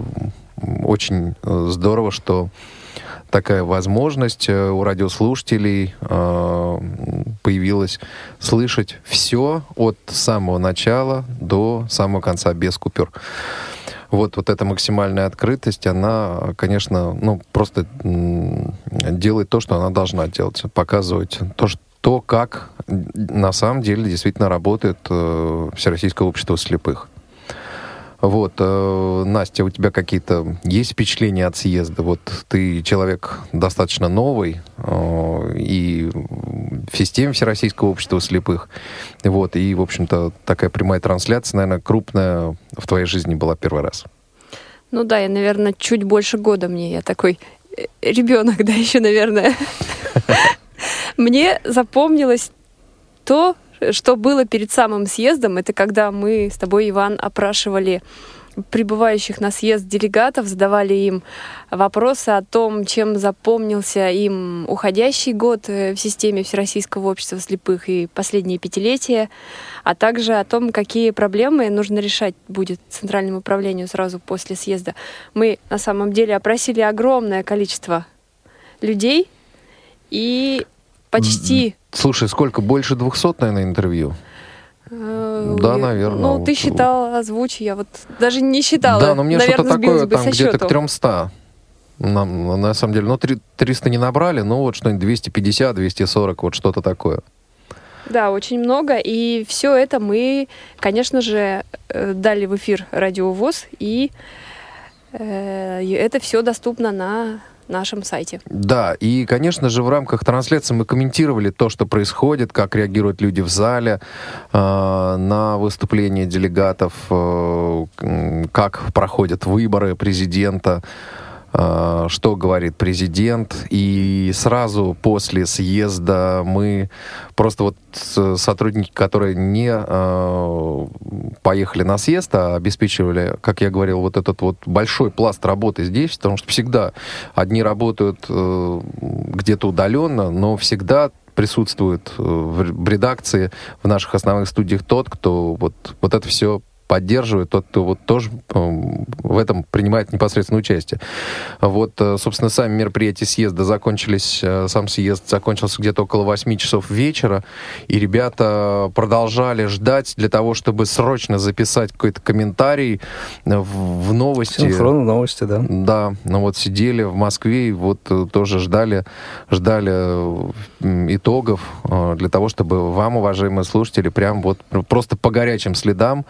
очень здорово, что такая возможность у радиослушателей э, появилась слышать все от самого начала до самого конца, без купюр. Вот, вот эта максимальная открытость, она, конечно, ну, просто делает то, что она должна делать, показывать то, что, то как на самом деле действительно работает э, Всероссийское общество слепых. Вот, э, Настя, у тебя какие-то есть впечатления от съезда? Вот ты человек достаточно новый, э, и в системе Всероссийского общества слепых, вот, и, в общем-то, такая прямая трансляция, наверное, крупная в твоей жизни была первый раз. Ну да, я, наверное, чуть больше года мне. Я такой ребенок, да, еще, наверное. Мне запомнилось то, что было перед самым съездом. Это когда мы с тобой, Иван, опрашивали прибывающих на съезд делегатов, задавали им вопросы о том, чем запомнился им уходящий год в системе Всероссийского общества слепых и последние пятилетия, а также о том, какие проблемы нужно решать будет Центральному управлению сразу после съезда. Мы на самом деле опросили огромное количество людей и почти... Слушай, сколько? Больше двухсот, наверное, интервью? Да, наверное. Ну, ты считал, озвучь, я вот даже не считала. Да, но мне наверное, что-то такое бы там со где-то счету. к трёмстам. На, на самом деле, ну, триста не набрали, но вот что-нибудь двести пятьдесят, двести сорок, вот что-то такое. Да, очень много. И все это мы, конечно же, дали в эфир Радио ВОС, и э, это все доступно на нашем сайте. Да, и, конечно же, в рамках трансляции мы комментировали то, что происходит, как реагируют люди в зале э, на выступления делегатов, э, как проходят выборы президента, э, что говорит президент. И сразу после съезда мы просто вот сотрудники, которые не э, поехали на съезд, а обеспечивали, как я говорил, вот этот вот большой пласт работы здесь, потому что всегда одни работают э, где-то удаленно, но всегда присутствует э, в редакции, в наших основных студиях тот, кто вот, вот это все поддерживает, тот, кто вот тоже э, в этом принимает непосредственное участие. Вот, э, собственно, сами мероприятия съезда закончились, э, сам съезд закончился где-то около восьми часов вечера, и ребята продолжали ждать для того, чтобы срочно записать какой-то комментарий в, в новости. Синхронно новости, да. Да, ну вот сидели в Москве и вот э, тоже ждали, ждали э, итогов э, для того, чтобы вам, уважаемые слушатели, прям вот просто по горячим следам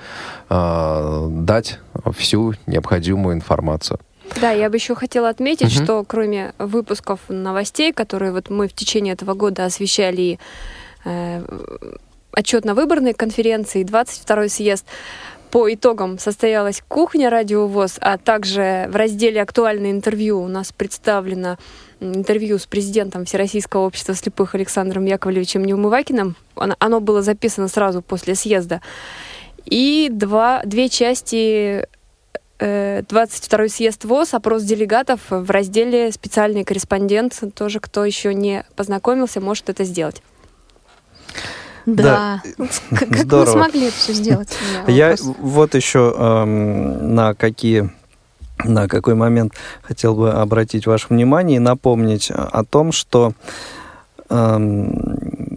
дать всю необходимую информацию. Да, я бы еще хотела отметить, Uh-huh. что кроме выпусков новостей, которые вот мы в течение этого года освещали, э, отчетно-выборные конференции, двадцать второй съезд, по итогам состоялась кухня Радио ВОС, а также в разделе «Актуальное интервью» у нас представлено интервью с президентом Всероссийского общества слепых Александром Яковлевичем Неумывакиным. Оно, оно было записано сразу после съезда. И два, две части э, двадцать второй съезд ВОС, опрос делегатов в разделе «Специальный корреспондент». Тоже, кто еще не познакомился, может это сделать. Да. Да. Как вы Здорово. смогли это все сделать? Я вот еще эм, на какие... на какой момент хотел бы обратить ваше внимание и напомнить о том, что эм,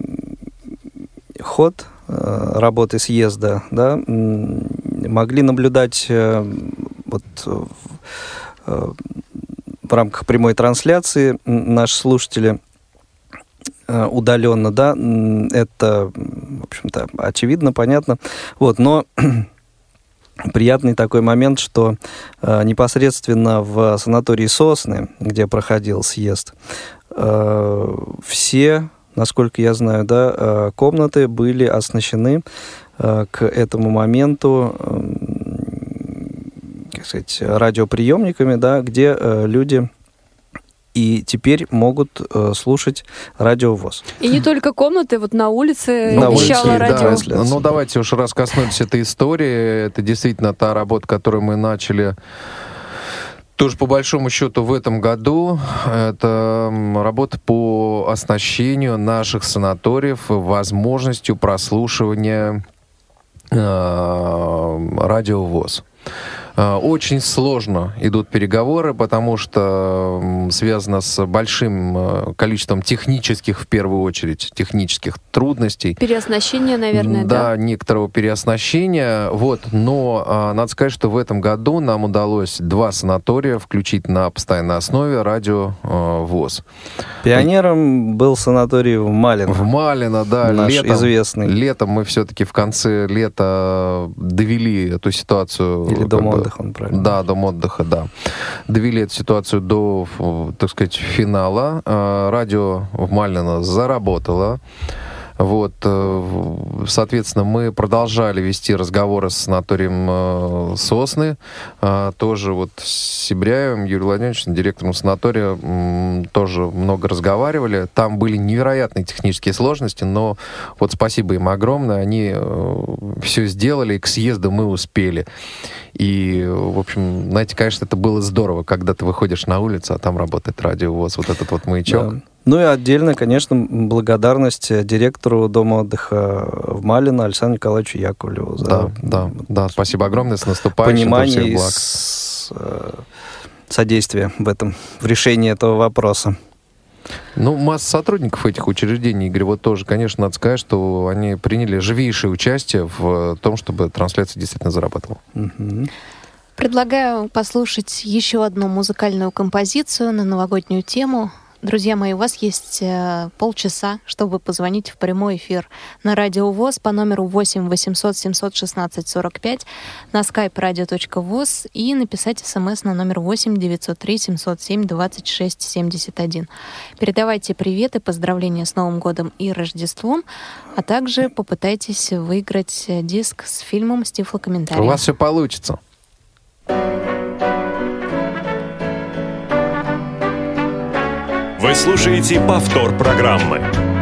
ход э, работы съезда, да, могли наблюдать э, вот, в, э, в рамках прямой трансляции наши слушатели э, удаленно, да, это, в общем-то, очевидно, понятно, вот, но приятный такой момент, что э, непосредственно в санатории «Сосны», где проходил съезд, э, все, насколько я знаю, да, э, комнаты были оснащены э, к этому моменту, э, как сказать, радиоприемниками, да, где э, люди и теперь могут э, слушать Радио ВОС. И не только комнаты, вот на улице На вещало улице, радио. да. Ну, давайте уж раз коснулись этой истории. Это действительно та работа, которую мы начали тоже по большому счету в этом году. Это работа по оснащению наших санаториев возможностью прослушивания э, Радио ВОС. Очень сложно идут переговоры, потому что связано с большим количеством технических, в первую очередь, технических трудностей. Переоснащение, наверное, да? Да, некоторого переоснащения. Вот. Но а, надо сказать, что в этом году нам удалось два санатория включить на постоянной основе Радио а, ВОС. Пионером был санаторий в Малино. В Малино, да. Наш летом, известный. Летом мы все-таки в конце лета довели эту ситуацию. Или дом отдыха, он правильно. Да, дом отдыха, да. Довели эту ситуацию до, так сказать, финала. Радио в Малино заработало. Вот, соответственно, мы продолжали вести разговоры с санаторием «Сосны». Тоже вот с Сибряевым Юрием Владимировичем, директором санатория, тоже много разговаривали. Там были невероятные технические сложности, но вот спасибо им огромное. Они все сделали, и к съезду мы успели. И, в общем, знаете, конечно, это было здорово, когда ты выходишь на улицу, а там работает Радио ВОС, вот этот вот маячок. Да. Ну и отдельно, конечно, благодарность директору Дома отдыха в Малино Александру Николаевичу Яковлеву. За да, да, да, спасибо огромное, с наступающим. Понимание и с, э, содействие в этом, в решении этого вопроса. Ну, масса сотрудников этих учреждений, Игорь, вот тоже, конечно, надо сказать, что они приняли живейшее участие в том, чтобы трансляция действительно зарабатывала. Угу. Предлагаю послушать еще одну музыкальную композицию на новогоднюю тему. Друзья мои, у вас есть э, полчаса, чтобы позвонить в прямой эфир на Радио ВОС по номеру восемь восемьсот семьсот шестнадцать сорок пять, на skype radio точка voz и написать смс на номер восемь девятьсот три семьсот семь двадцать шесть семьдесят один. Передавайте приветы, поздравления с Новым годом и Рождеством, а также попытайтесь выиграть диск с фильмом с тифлокомментарием. У вас все получится. Вы слушаете повтор программы.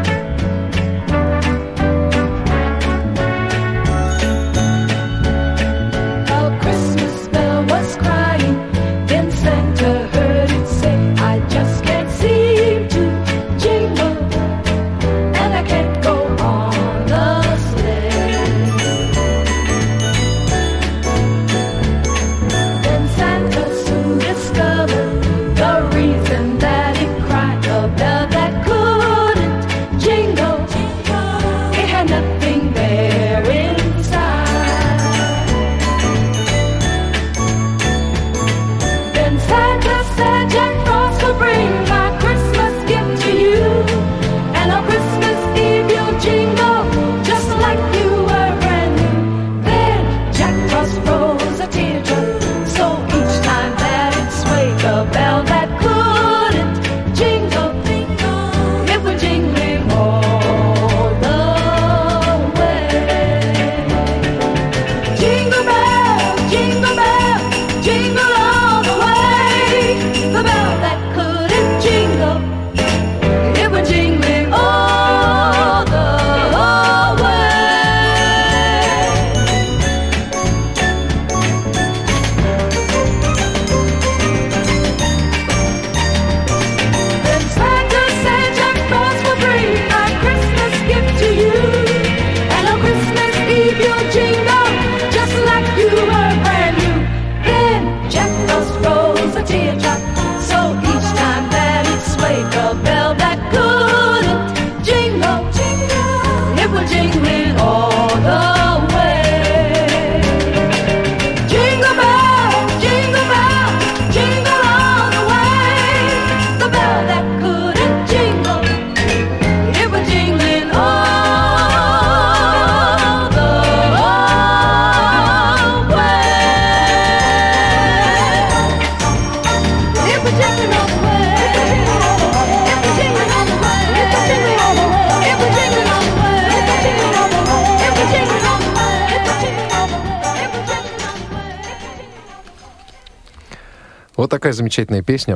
Вот такая замечательная песня.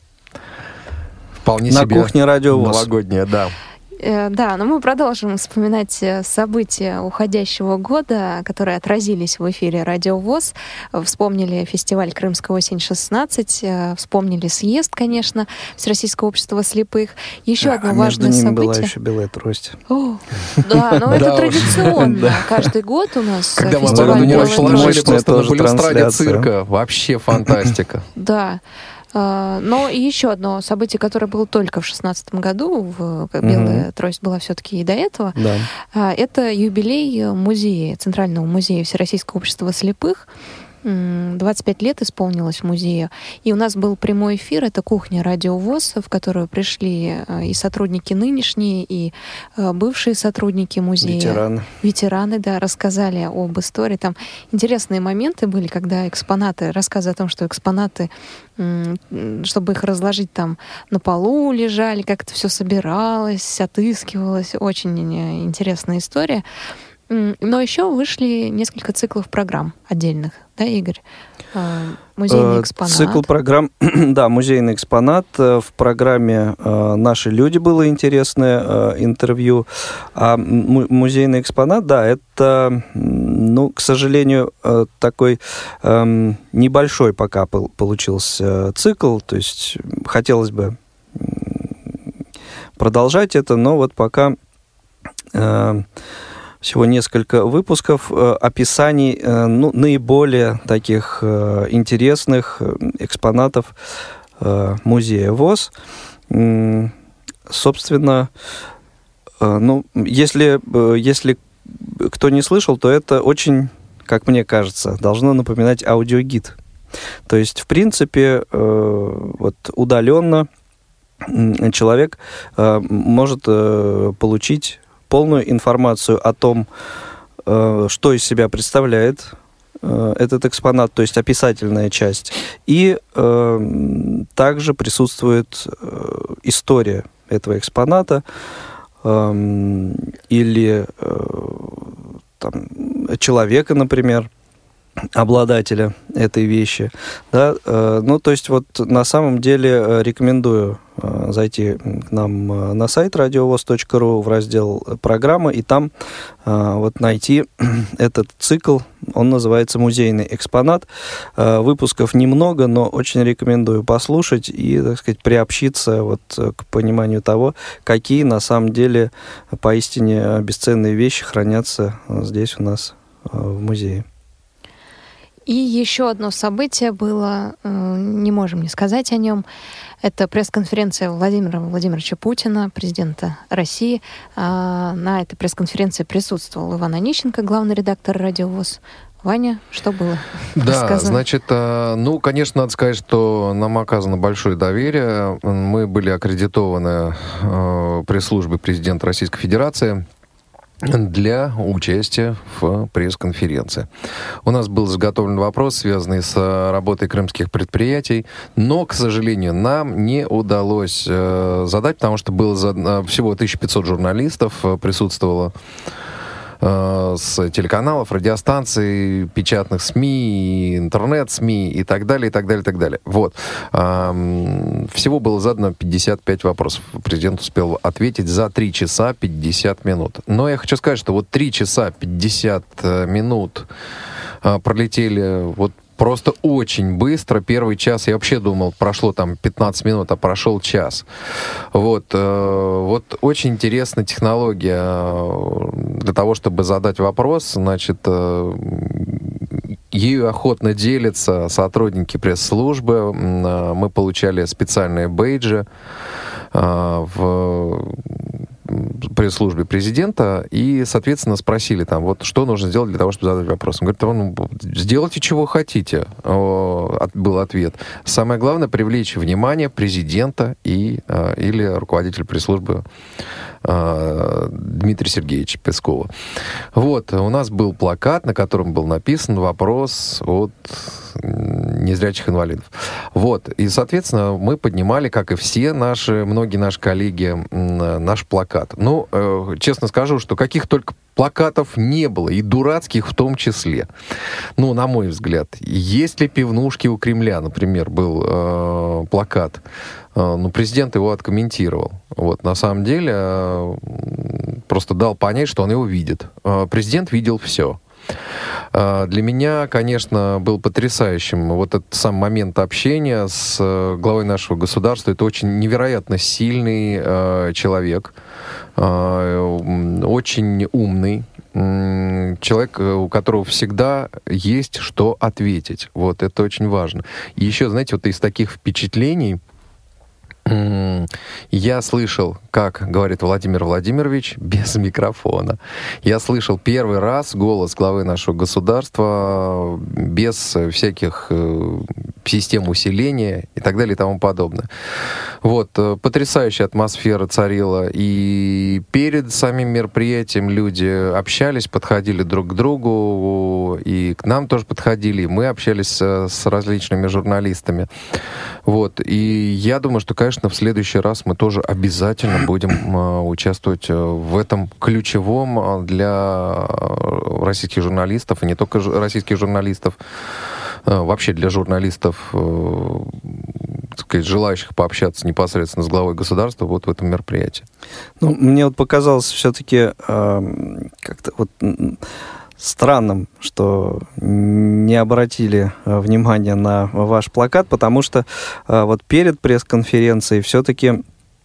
Вполне на себе кухне Радио ВОС. Новогодняя, да. Да, но мы продолжим вспоминать события уходящего года, которые отразились в эфире Радио ВОС. Вспомнили фестиваль «Крымская осень-шестнадцать», вспомнили съезд, конечно, Всероссийского общества слепых. Еще одно а важное между ними событие. была еще белая трость. О, да, но это традиционно. Каждый год у нас когда фестиваль мы не «Белая расположили трость». просто на балюстраде цирка. Вообще фантастика. Да. Но и еще одно событие, которое было только в шестнадцатом году, в, белая mm-hmm. трость была все-таки и до этого, да. Это юбилей музея, Центрального музея Всероссийского общества слепых. двадцать пять лет исполнилось музею. И у нас был прямой эфир, это «Кухня Радио ВОС», в которую пришли и сотрудники нынешние, и бывшие сотрудники музея. Ветераны. Ветераны, да, рассказали об истории. Там интересные моменты были, когда экспонаты, рассказы о том, что экспонаты, чтобы их разложить, там на полу лежали, как это все собиралось, отыскивалось. Очень интересная история. Но еще вышли несколько циклов программ отдельных, да, Игорь? Музейный экспонат. Цикл программ, да, музейный экспонат. В программе «Наши люди» было интересное интервью. А музейный экспонат, да, это, ну, к сожалению, такой небольшой пока получился цикл. То есть хотелось бы продолжать это, но вот пока... Всего несколько выпусков э, описаний э, ну, наиболее таких э, интересных экспонатов э, музея ВОС. М- собственно, э, ну, если, э, если кто не слышал, то это очень, как мне кажется, должно напоминать аудиогид. То есть, в принципе, э, вот удаленно человек э, может э, получить полную информацию о том, что из себя представляет этот экспонат, то есть описательная часть. И также присутствует история этого экспоната или там, человека, например, обладателя этой вещи. Да? Ну, то есть вот на самом деле рекомендую зайти к нам на сайт радиовос точка ру в раздел «Программы» и там вот найти этот цикл. Он называется «Музейный экспонат». Выпусков немного, но очень рекомендую послушать и, так сказать, приобщиться вот к пониманию того, какие на самом деле поистине бесценные вещи хранятся здесь у нас в музее. И еще одно событие было, не можем не сказать о нем, это пресс-конференция Владимира Владимировича Путина, президента России. На этой пресс-конференции присутствовал Иван Онищенко, главный редактор «Радио ВОС». Ваня, что было? Да, Рассказывай. Значит, ну, конечно, надо сказать, что нам оказано большое доверие. Мы были аккредитованы пресс-службой президента Российской Федерации для участия в пресс-конференции. У нас был заготовлен вопрос, связанный с работой крымских предприятий, но, к сожалению, нам не удалось э, задать, потому что было за, всего тысяча пятьсот журналистов присутствовало э, с телеканалов, радиостанций, печатных СМИ, интернет-СМИ и так далее, и так далее, и так далее. Вот. Э, всего было задано пятьдесят пять вопросов. Президент успел ответить за три часа пятьдесят минут. Но я хочу сказать, что вот три часа пятьдесят минут э, пролетели вот просто очень быстро. Первый час, я вообще думал, прошло там пятнадцать минут, а прошел час. Вот, э, вот очень интересная технология для того, чтобы задать вопрос. Значит, э, ею охотно делятся сотрудники пресс-службы. Э, мы получали специальные бейджи э, в пресс-службе президента и, соответственно, спросили там, вот что нужно сделать для того, чтобы задать вопрос. Он говорит, ну, сделайте, чего хотите, был ответ. Самое главное, привлечь внимание президента и, или руководителя пресс-службы Дмитрия Сергеевича Пескова. Вот, у нас был плакат, на котором был написан вопрос от незрячих инвалидов. Вот, и, соответственно, мы поднимали, как и все наши, многие наши коллеги, наш плакат. Ну, э, честно скажу, что каких только плакатов не было, и дурацких в том числе. Ну, на мой взгляд. Есть ли пивнушки у Кремля, например, был э, плакат. Э, ну, президент его откомментировал. Вот, на самом деле, э, просто дал понять, что он его видит. Э, президент видел все. Для меня, конечно, был потрясающим вот этот сам момент общения с главой нашего государства. Это очень невероятно сильный э, человек, э, очень умный, э, человек, у которого всегда есть что ответить. Вот, это очень важно. И еще, знаете, вот из таких впечатлений, Я слышал, как говорит Владимир Владимирович, без микрофона. Я слышал первый раз голос главы нашего государства без всяких э, систем усиления и так далее и тому подобное. Вот, э, потрясающая атмосфера царила. И перед самим мероприятием люди общались, подходили друг к другу, и к нам тоже подходили, и мы общались э, с различными журналистами. Вот, и я думаю, что, конечно, в следующий раз мы тоже обязательно будем э, участвовать в этом ключевом для российских журналистов, и не только ж- российских журналистов, э, вообще для журналистов, э, так сказать, желающих пообщаться непосредственно с главой государства вот в этом мероприятии. Ну, мне вот показалось все-таки э, как-то вот странным, что не обратили внимания на ваш плакат, потому что э, вот перед пресс-конференцией все-таки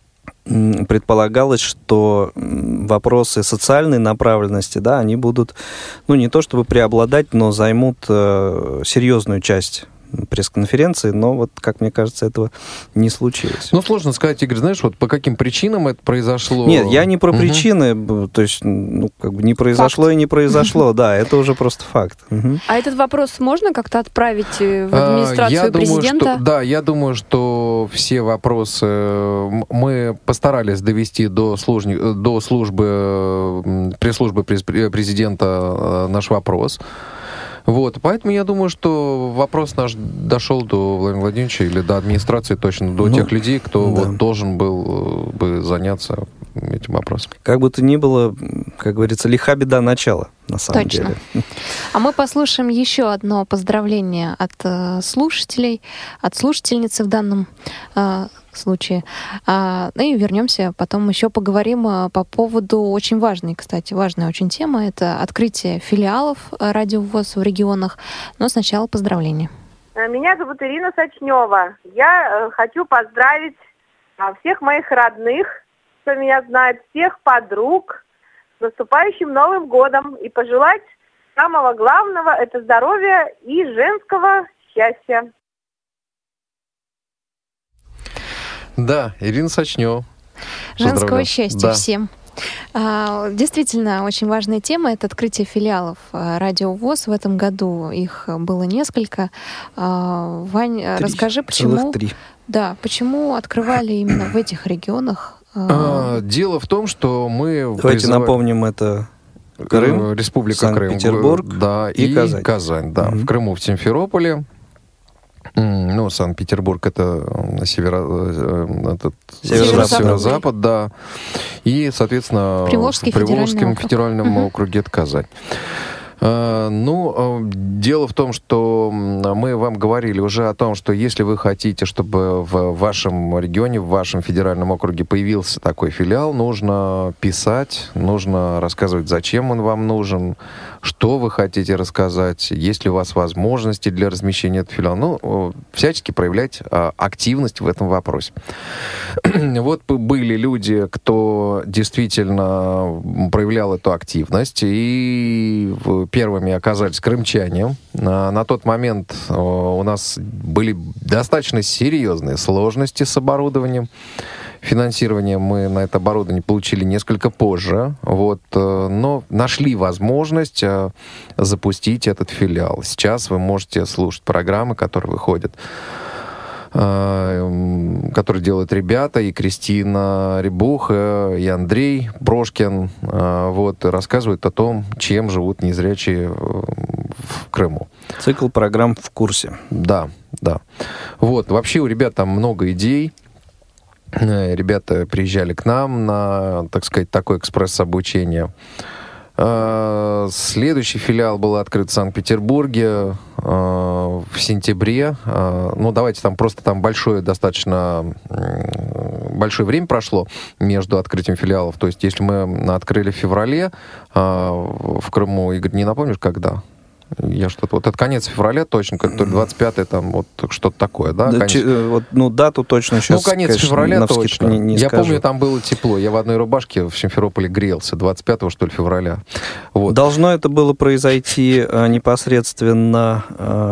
м, предполагалось, что м, вопросы социальной направленности, да, они будут, ну, не то чтобы преобладать, но займут э, серьезную часть пресс-конференции, но вот, как мне кажется, этого не случилось. Ну, сложно сказать, Игорь, знаешь, вот по каким причинам это произошло? Нет, я не про Угу. причины, то есть, ну, как бы не произошло Факт. и не произошло, да, это уже просто факт. Угу. А этот вопрос можно как-то отправить в А, администрацию я думаю, президента? что, да, я думаю, что все вопросы м- мы постарались довести до, служни- до службы, м, пресс-службы през- президента э, наш вопрос. Вот, поэтому я думаю, что вопрос наш дошел до Владимира Владимировича или до администрации точно, до Ну, тех людей, кто да. вот должен был бы заняться этим вопросом. Как бы то ни было, как говорится, лиха беда начала, на самом Точно. деле. А мы послушаем еще одно поздравление от э, слушателей, от слушательницы в данном э, случае. А, ну и вернемся, потом еще поговорим э, по поводу очень важной, кстати, важная очень тема. Это открытие филиалов э, Радио ВОС в регионах. Но сначала поздравления. Меня зовут Ирина Сочнева. Я э, хочу поздравить а, всех моих родных, кто меня знает, всех подруг с наступающим Новым годом и пожелать самого главного – это здоровья и женского счастья. Да, Ирина Сочнева. Женского Поздравляю. счастья Да. всем. А, Действительно, очень важная тема — это открытие филиалов а, Радио ВОС в этом году. Их было несколько. А, Вань, Три. расскажи, почему... Целых три. Да, почему открывали именно в этих регионах? А, дело в том, что мы... Давайте призываем- напомним, это Крым, Э, Республика Крым, Санкт-Петербург да, и и, Казань. Казань, да. Мгм. В Крыму, в Симферополе. М, Ну, Санкт-Петербург — это э, северо, э, этот, Северо-запад. северо-запад, да. И, соответственно, Приволжский в Приволжском федеральный округ. федеральном Мгм. округе это Казань. Э, Ну, э, дело в том, что м, мы вам говорили уже о том, что если вы хотите, чтобы в вашем регионе, в вашем федеральном округе появился такой филиал, нужно писать, нужно рассказывать, зачем он вам нужен, что вы хотите рассказать, есть ли у вас возможности для размещения этого филиала. Ну, э, всячески проявлять э, активность в этом вопросе. Вот были люди, кто действительно проявлял эту активность, и в- первыми оказались крымчане. На, на тот момент э, у нас были достаточно серьезные сложности с оборудованием. Финансирование мы на это оборудование получили несколько позже, вот, э, но нашли возможность э, запустить этот филиал. Сейчас вы можете слушать программы, которые выходят, э, которые делают ребята, и Кристина Рябух, э, и Андрей Брошкин, э, вот, и рассказывают о том, чем живут незрячие э, в Крыму. Цикл программ «В курсе». Да, да. Вот, вообще у ребят там много идей. Э, Ребята приезжали к нам на, так сказать, такое экспресс-обучение. Э, Следующий филиал был открыт в Санкт-Петербурге э, в сентябре. Э, Ну, давайте там просто там большое достаточно м, большое время прошло между открытием филиалов. То есть, если мы открыли в феврале, э, в Крыму, Игорь, не напомнишь, когда? Я что-то... Вот это конец февраля точно, то ли двадцать пятое, там вот что-то такое, да? Да, конец... ч- вот, ну, дату точно сейчас, Ну, конец конечно, февраля навскидку точно. Не, не я скажу. помню, там было тепло. Я в одной рубашке в Симферополе грелся двадцать пятого, что ли, февраля. Вот. Должно это было произойти э, непосредственно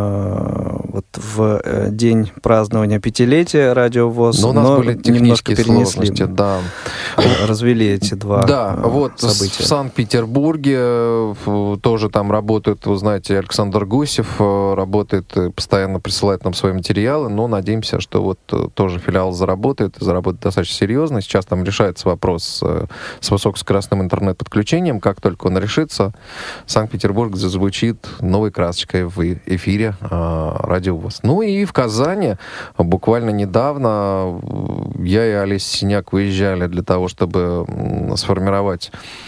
э, вот в э, день празднования пятилетия Радио ВОС, но у нас но были немножко технические перенесли, сложности, да. развели эти два Да, э, вот события. в Санкт-Петербурге э, тоже там работают, вы знаете, Александр Гусев э, работает, э, постоянно присылает нам свои материалы, но надеемся, что вот э, тоже филиал заработает, и заработает достаточно серьезно. Сейчас там решается вопрос э, с высокоскоростным интернет-подключением. Как только он решится, Санкт-Петербург зазвучит новой красочкой в эфире э, Радио ВОС. Ну и в Казани буквально недавно я и Олеся Синяк выезжали для того, чтобы м, сформировать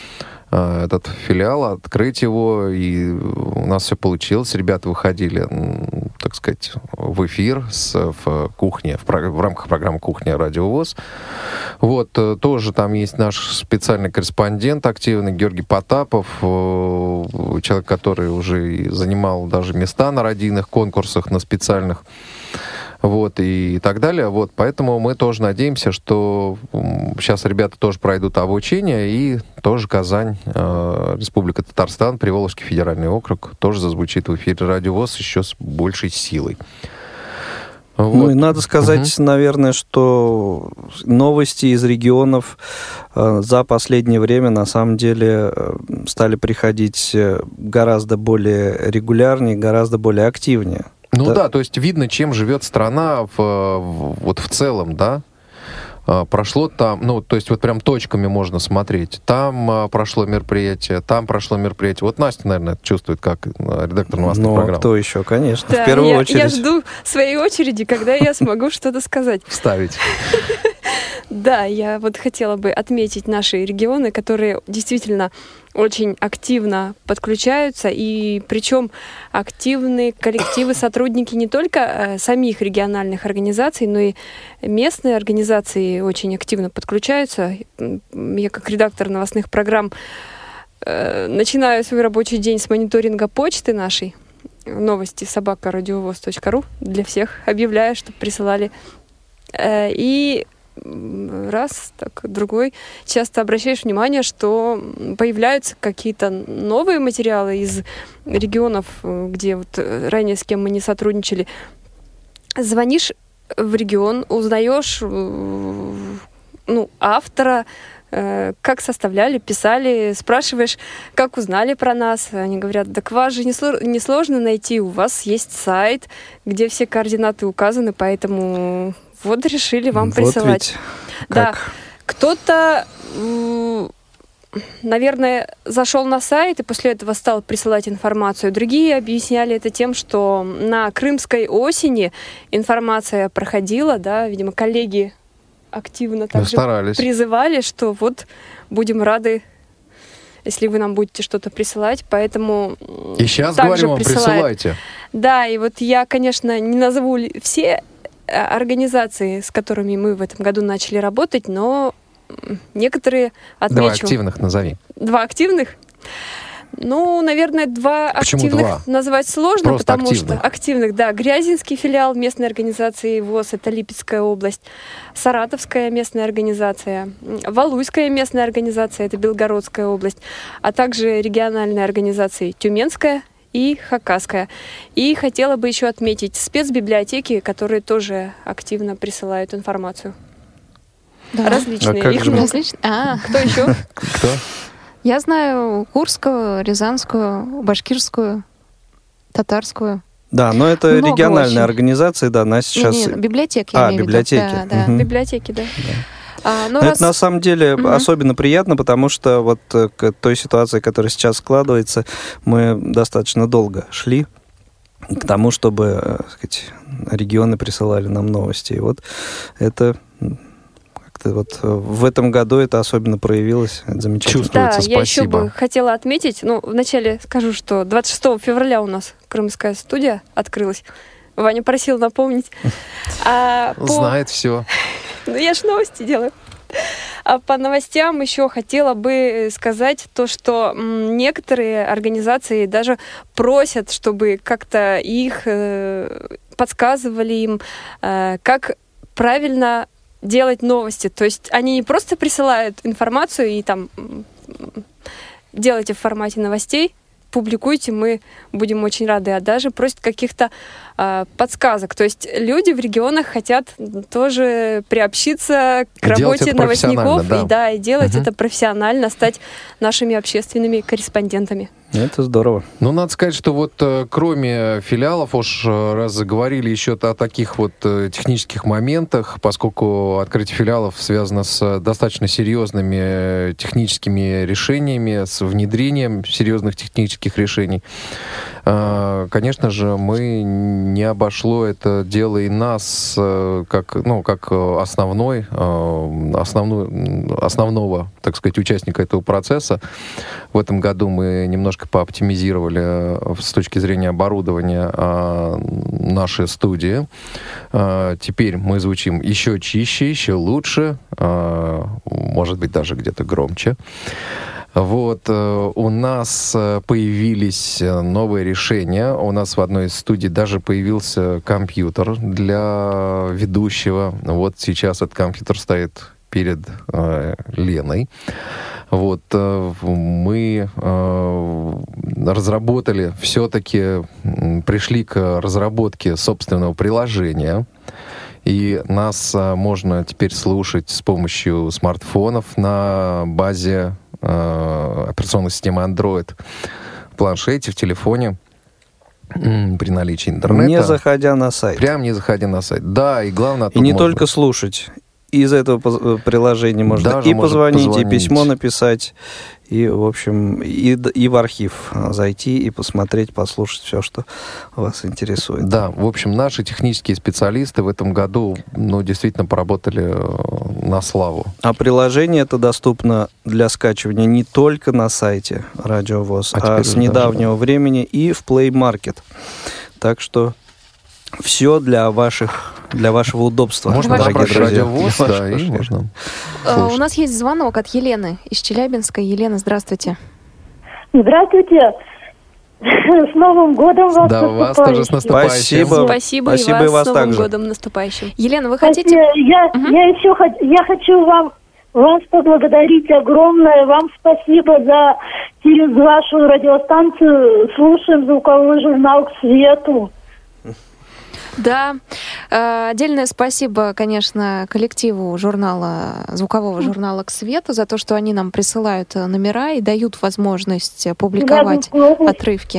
этот филиал, открыть его, и у нас все получилось. Ребята выходили, так сказать, в эфир с, в кухне, в, в рамках программы «Кухня Радио ВОС». Вот, тоже там есть наш специальный корреспондент активный, Георгий Потапов, человек, который уже занимал даже места на радийных конкурсах, на специальных, вот, и так далее. Вот, поэтому мы тоже надеемся, что сейчас ребята тоже пройдут обучение, и тоже Казань, э, Республика Татарстан, Приволжский федеральный округ тоже зазвучит в эфире Радио ВОС еще с большей силой. Вот. Ну и надо сказать, угу. наверное, что новости из регионов э, за последнее время на самом деле э, стали приходить гораздо более регулярнее, гораздо более активнее. Ну да. да, то есть видно, чем живет страна в, в, вот в целом, да. Прошло там, ну, то есть вот прям точками можно смотреть. Там а, прошло мероприятие, там прошло мероприятие. Вот Настя, наверное, это чувствует как редактор новостных ну, программ. Ну, кто еще, конечно, да, в первую я, очередь. Я жду своей очереди, когда я смогу что-то сказать. Вставить. Да, я вот хотела бы отметить наши регионы, которые действительно очень активно подключаются, и причем активные коллективы, сотрудники не только э, самих региональных организаций, но и местные организации очень активно подключаются. Я как редактор новостных программ э, начинаю свой рабочий день с мониторинга почты нашей, новости собака радиовоз точка ру, для всех объявляю, чтобы присылали. Э, и раз, так, другой. Часто обращаешь внимание, что появляются какие-то новые материалы из регионов, где вот ранее с кем мы не сотрудничали. Звонишь в регион, узнаешь ну, автора, как составляли, писали, спрашиваешь, как узнали про нас. Они говорят, так вас же несложно найти, у вас есть сайт, где все координаты указаны, поэтому... Вот решили вам вот присылать. Да, кто-то, наверное, зашел на сайт и после этого стал присылать информацию. Другие объясняли это тем, что на Крымской осени информация проходила, да, видимо, коллеги активно также призывали, что вот будем рады, если вы нам будете что-то присылать, поэтому... И сейчас говорим вам, присылайте. Да, и вот я, конечно, не назову все организации, с которыми мы в этом году начали работать, но некоторые отмечу. Два активных назови. Два активных? Ну, наверное, два Почему активных два? назвать сложно, Просто потому активных. что активных, да, Грязинский филиал местной организации ВОС, это Липецкая область, Саратовская местная организация, Валуйская местная организация, это Белгородская область, а также региональные организации Тюменская и Хакасская. И хотела бы еще отметить спецбиблиотеки, которые тоже активно присылают информацию. Да. Различные. А Их же... много. Различные? А. Кто еще? Кто? Я знаю Курскую, Рязанскую, Башкирскую, Татарскую. Да, но это Много региональные очень. организации, да, она сейчас... Не, не, библиотеки, я а, имею в виду. библиотеки. Да, да. Угу. Библиотеки, да. да. А, ну, Но раз... это на самом деле угу. особенно приятно, потому что вот к той ситуации, которая сейчас складывается, мы достаточно долго шли к тому, чтобы, так сказать, регионы присылали нам новости. И вот это... Вот в этом году это особенно проявилось. Это замечательно. Чувствуется, да, спасибо. Я еще бы хотела отметить, ну, вначале скажу, что двадцать шестого февраля у нас Крымская студия открылась. Ваня просил напомнить. А по... Знает все. Ну, я же новости делаю. А по новостям еще хотела бы сказать то, что м, некоторые организации даже просят, чтобы как-то их э, подсказывали им, э, как правильно делать новости. То есть они не просто присылают информацию и там м, делайте в формате новостей, публикуйте, мы будем очень рады, а даже просят каких-то э, подсказок. То есть люди в регионах хотят тоже приобщиться к работе новостников да. и, да, и делать угу. это профессионально, стать нашими общественными корреспондентами. Это здорово. Ну, надо сказать, что вот кроме филиалов, уж раз заговорили еще о таких вот технических моментах, поскольку открытие филиалов связано с достаточно серьезными техническими решениями, с внедрением серьезных технических решений. Конечно же, мы не обошло это дело и нас как, ну, как основной, основной, основного, так сказать, участника этого процесса. В этом году мы немножко пооптимизировали с точки зрения оборудования наши студии. Теперь мы звучим еще чище, еще лучше, может быть, даже где-то громче. Вот, у нас появились новые решения. У нас в одной из студий даже появился компьютер для ведущего. Вот сейчас этот компьютер стоит перед э, Леной. Вот, э, мы э, разработали, все-таки э, пришли к разработке собственного приложения. И нас э, можно теперь слушать с помощью смартфонов на базе э, операционной системы Android в планшете, в телефоне, э, при наличии интернета. Не заходя на сайт. Прям не заходя на сайт. Да, и главное... И не только слушать. Из этого приложения можно Даже и позвонить, позвонить, и письмо написать, и, в общем, и, и в архив зайти, и посмотреть, послушать все, что вас интересует. Да, в общем, наши технические специалисты в этом году, ну, действительно поработали на славу. А приложение это доступно для скачивания не только на сайте Радио ВОС, а, а с недавнего даже, да. времени и в Play Market. Так что все для ваших, для вашего удобства. Можно набрать Радио ВОС, да, и можно. Uh, у нас есть звонок от Елены из Челябинска. Елена, здравствуйте. Здравствуйте. С Новым годом вас, да, вас тоже с наступающим. Спасибо. Спасибо, Спасибо и вас с с Новым также. годом наступающим. Елена, вы хотите? Я, угу. я еще я хочу вам вас поблагодарить огромное. Вам спасибо за через вашу радиостанцию слушаем звуковой журнал «К свету». Да, отдельное спасибо, конечно, коллективу журнала, звукового журнала «К свету» за то, что они нам присылают номера и дают возможность публиковать отрывки.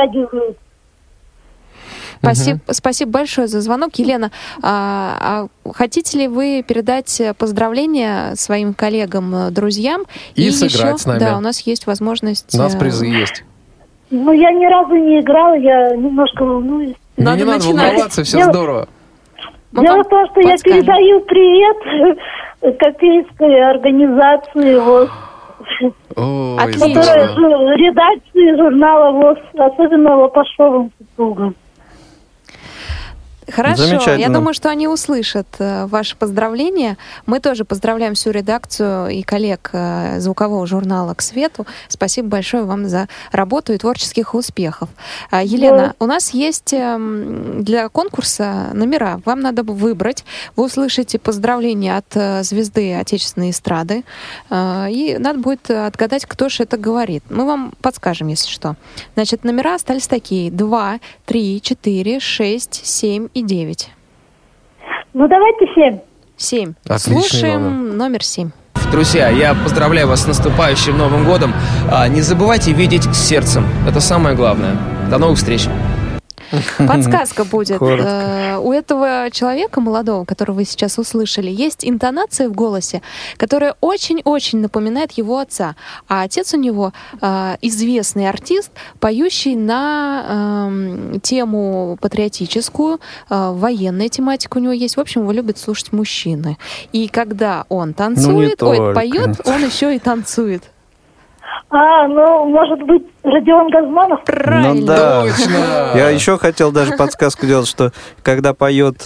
Спасибо, угу. спасибо большое за звонок. Елена, а, а хотите ли вы передать поздравления своим коллегам, друзьям? И, и сыграть еще, с нами. Да, у нас есть возможность... У нас призы есть. Ну, я ни разу не играла, я немножко волнуюсь. Не надо, не надо волноваться, все Дело, здорово. Дело в том, что подскажем. Я передаю привет копейской организации ВОС. Ой, которая редакции журнала ВОС, особенно Лопашовым супругам. Хорошо, я думаю, что они услышат э, ваши поздравления. Мы тоже поздравляем всю редакцию и коллег э, звукового журнала «К свету». Спасибо большое вам за работу и творческих успехов. Э, Елена, да. у нас есть э, для конкурса номера. Вам надо выбрать. Вы услышите поздравления от э, звезды отечественной эстрады. Э, и надо будет отгадать, кто же это говорит. Мы вам подскажем, если что. Значит, номера остались такие. два, три, четыре, шесть, семь и девять. Ну, давайте семь. Семь. Отличный Слушаем номер. номер семь. Друзья, я поздравляю вас с наступающим Новым годом. А, не забывайте видеть сердцем. Это самое главное. До новых встреч. Подсказка будет. У этого человека молодого, которого вы сейчас услышали, есть интонация в голосе, которая очень-очень напоминает его отца. А отец у него известный артист, поющий на тему патриотическую, военная тематика у него есть. В общем, его любят слушать мужчины. И когда он танцует, ну, ой, поет, он еще и танцует. А, ну, может быть, Родион Газманов? Правильно. Ну, да. Точно. Я еще хотел даже подсказку делать, что когда поет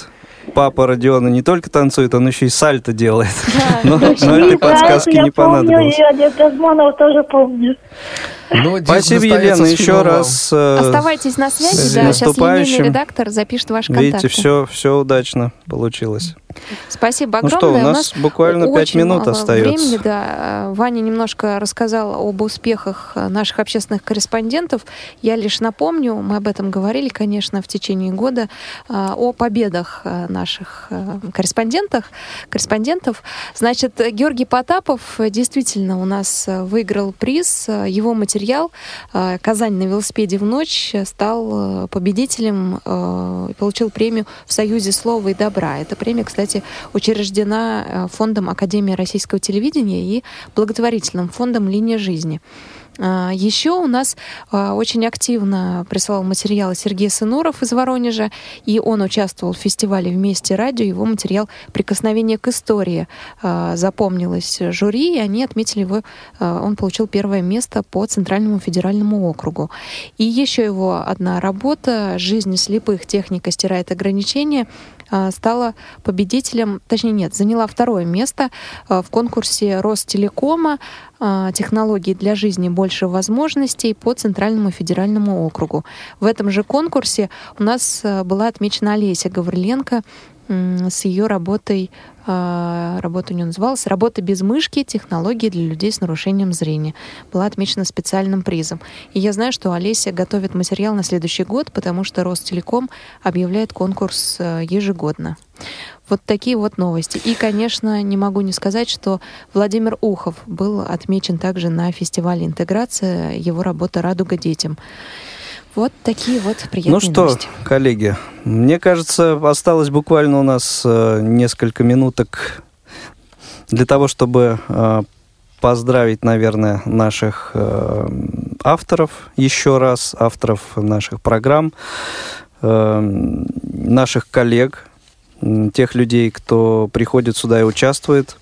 папа Родиона не только танцует, он еще и сальто делает. Да, но, но этой подсказки не понадобилось. Я помню, и Олег Газманов тоже помню. Ну, Спасибо, Елена, еще раз. э, Оставайтесь на связи, с да, сейчас линейный наступающим. редактор запишет ваши контакты. Видите, все, все удачно получилось. Спасибо Ну огромное. что, у нас буквально пять очень минут мало остается. времени, да. Ваня немножко рассказал об успехах наших общественных корреспондентов. Я лишь напомню, мы об этом говорили, конечно, в течение года, о победах наших корреспондентах, корреспондентов. Значит, Георгий Потапов действительно у нас выиграл приз. Его материал «Казань на велосипеде в ночь» стал победителем и получил премию в Союзе слова и добра. Эта премия, кстати, учреждена фондом Академии российского телевидения и благотворительным фондом «Линия жизни». Еще у нас очень активно присылал материалы Сергей Сынуров из Воронежа, и он участвовал в фестивале «Вместе радио». Его материал «Прикосновение к истории» запомнилось жюри, и они отметили его, он получил первое место по Центральному федеральному округу. И еще его одна работа «Жизнь слепых. Техника стирает ограничения» стала победителем, точнее нет, заняла второе место в конкурсе Ростелекома «Технологии для жизни. Больше возможностей» по Центральному федеральному округу. В этом же конкурсе у нас была отмечена Олеся Гавриленко с ее работой, работа у нее называлась «Работа без мышки. Технологии для людей с нарушением зрения». Была отмечена специальным призом. И я знаю, что Олеся готовит материал на следующий год, потому что Ростелеком объявляет конкурс ежегодно. Вот такие вот новости. И, конечно, не могу не сказать, что Владимир Ухов был отмечен также на фестивале «Интеграция», его работа «Радуга детям». Вот такие вот приятные Ну что, новости. коллеги, мне кажется, осталось буквально у нас э, несколько минуток для того, чтобы э, поздравить, наверное, наших э, авторов еще раз, авторов наших программ, э, наших коллег, э, тех людей, кто приходит сюда и участвует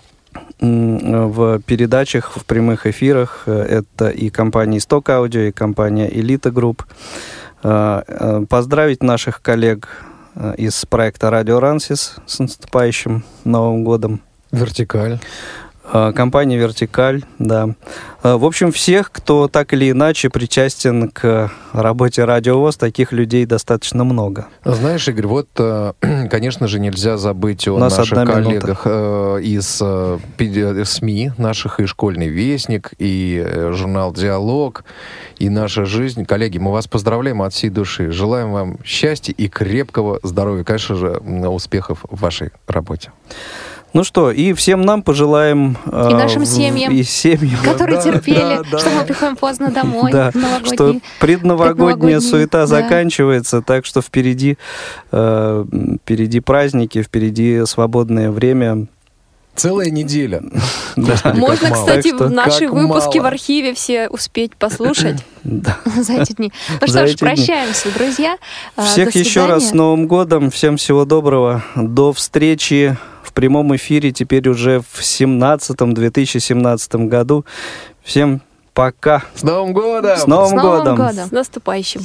в передачах, в прямых эфирах. Это и компания «Исток Аудио», и компания «Элита Групп». Поздравить наших коллег из проекта «Радио Рансис» с наступающим Новым годом. «Вертикаль». Компания «Вертикаль», да. В общем, всех, кто так или иначе причастен к работе Радио ВОС, таких людей достаточно много. Знаешь, Игорь, вот, конечно же, нельзя забыть о У нас наших одна коллегах из СМИ, наших и «Школьный вестник», и журнал «Диалог», и «Наша жизнь». Коллеги, мы вас поздравляем от всей души. Желаем вам счастья и крепкого здоровья, конечно же, успехов в вашей работе. Ну что, и всем нам пожелаем... И нашим семьям, и семьям которые да, терпели, да, да. что мы приходим поздно домой. Да, что предновогодняя суета да. заканчивается, так что впереди, э, впереди праздники, впереди свободное время. Целая неделя. Господи, можно, кстати, что... в наши как выпуски мало. в архиве все успеть послушать. За эти дни. Ну что ж, прощаемся, друзья. Всех еще раз с Новым годом. Всем всего доброго. До встречи в прямом эфире теперь уже в семнадцатом, две тысячи семнадцатом году. Всем пока. С Новым годом! С Новым, с Новым годом! годом! С наступающим!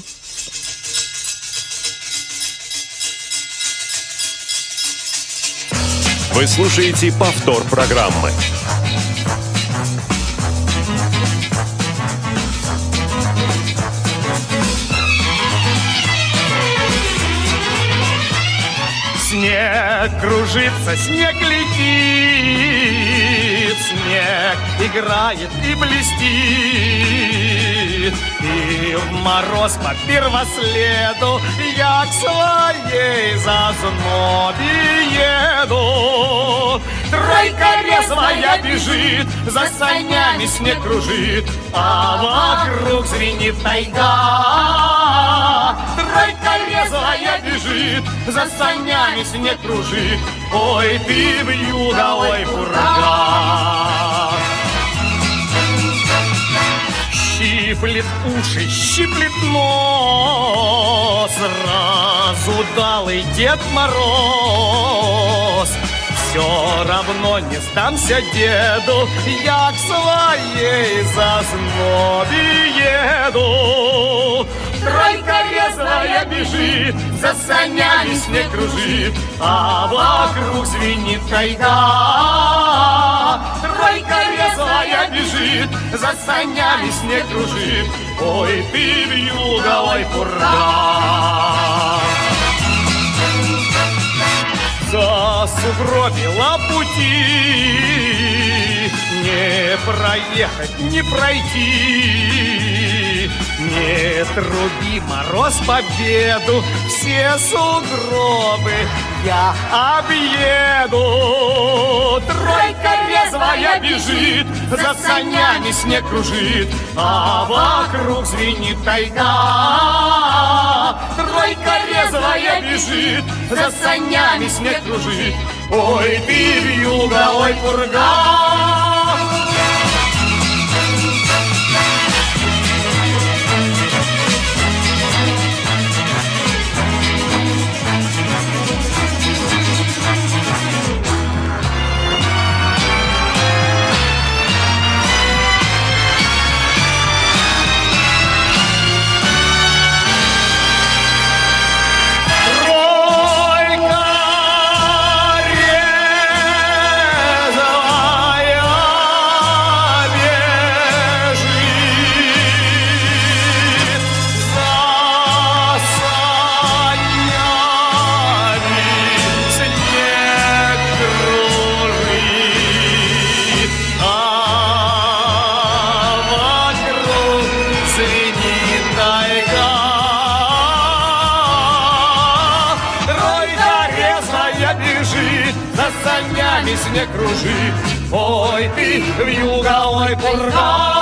Вы слушаете повтор программы. Снег кружится, снег летит, снег играет и блестит. И в мороз по первоследу я к своей зазнобе еду. Тройка резвая бежит, за санями снег кружит, а вокруг звенит тайга. Тройка резвая бежит, за санями снег кружит, ой ты вьюга, ой пурга. Щиплет уши, щиплет нос, сразу далый Дед Мороз. Все равно не сдамся деду, я к своей зазнобе еду. Тройка резвая бежит, за санями снег кружит, а вокруг звенит тайга. Тройка резвая бежит, за санями снег кружит, ой, ты вьюга, ой, пурга. Засугробила пути, не проехать, не пройти. Не труби, мороз, победу, все сугробы я объеду. Тройка резвая бежит, за санями снег кружит, а вокруг звенит тайга. Тройка резвая бежит, за санями снег кружит, ой, ты вьюга, ой, пурга. Снег кружит, ой, ты вьюга, ой, пурга.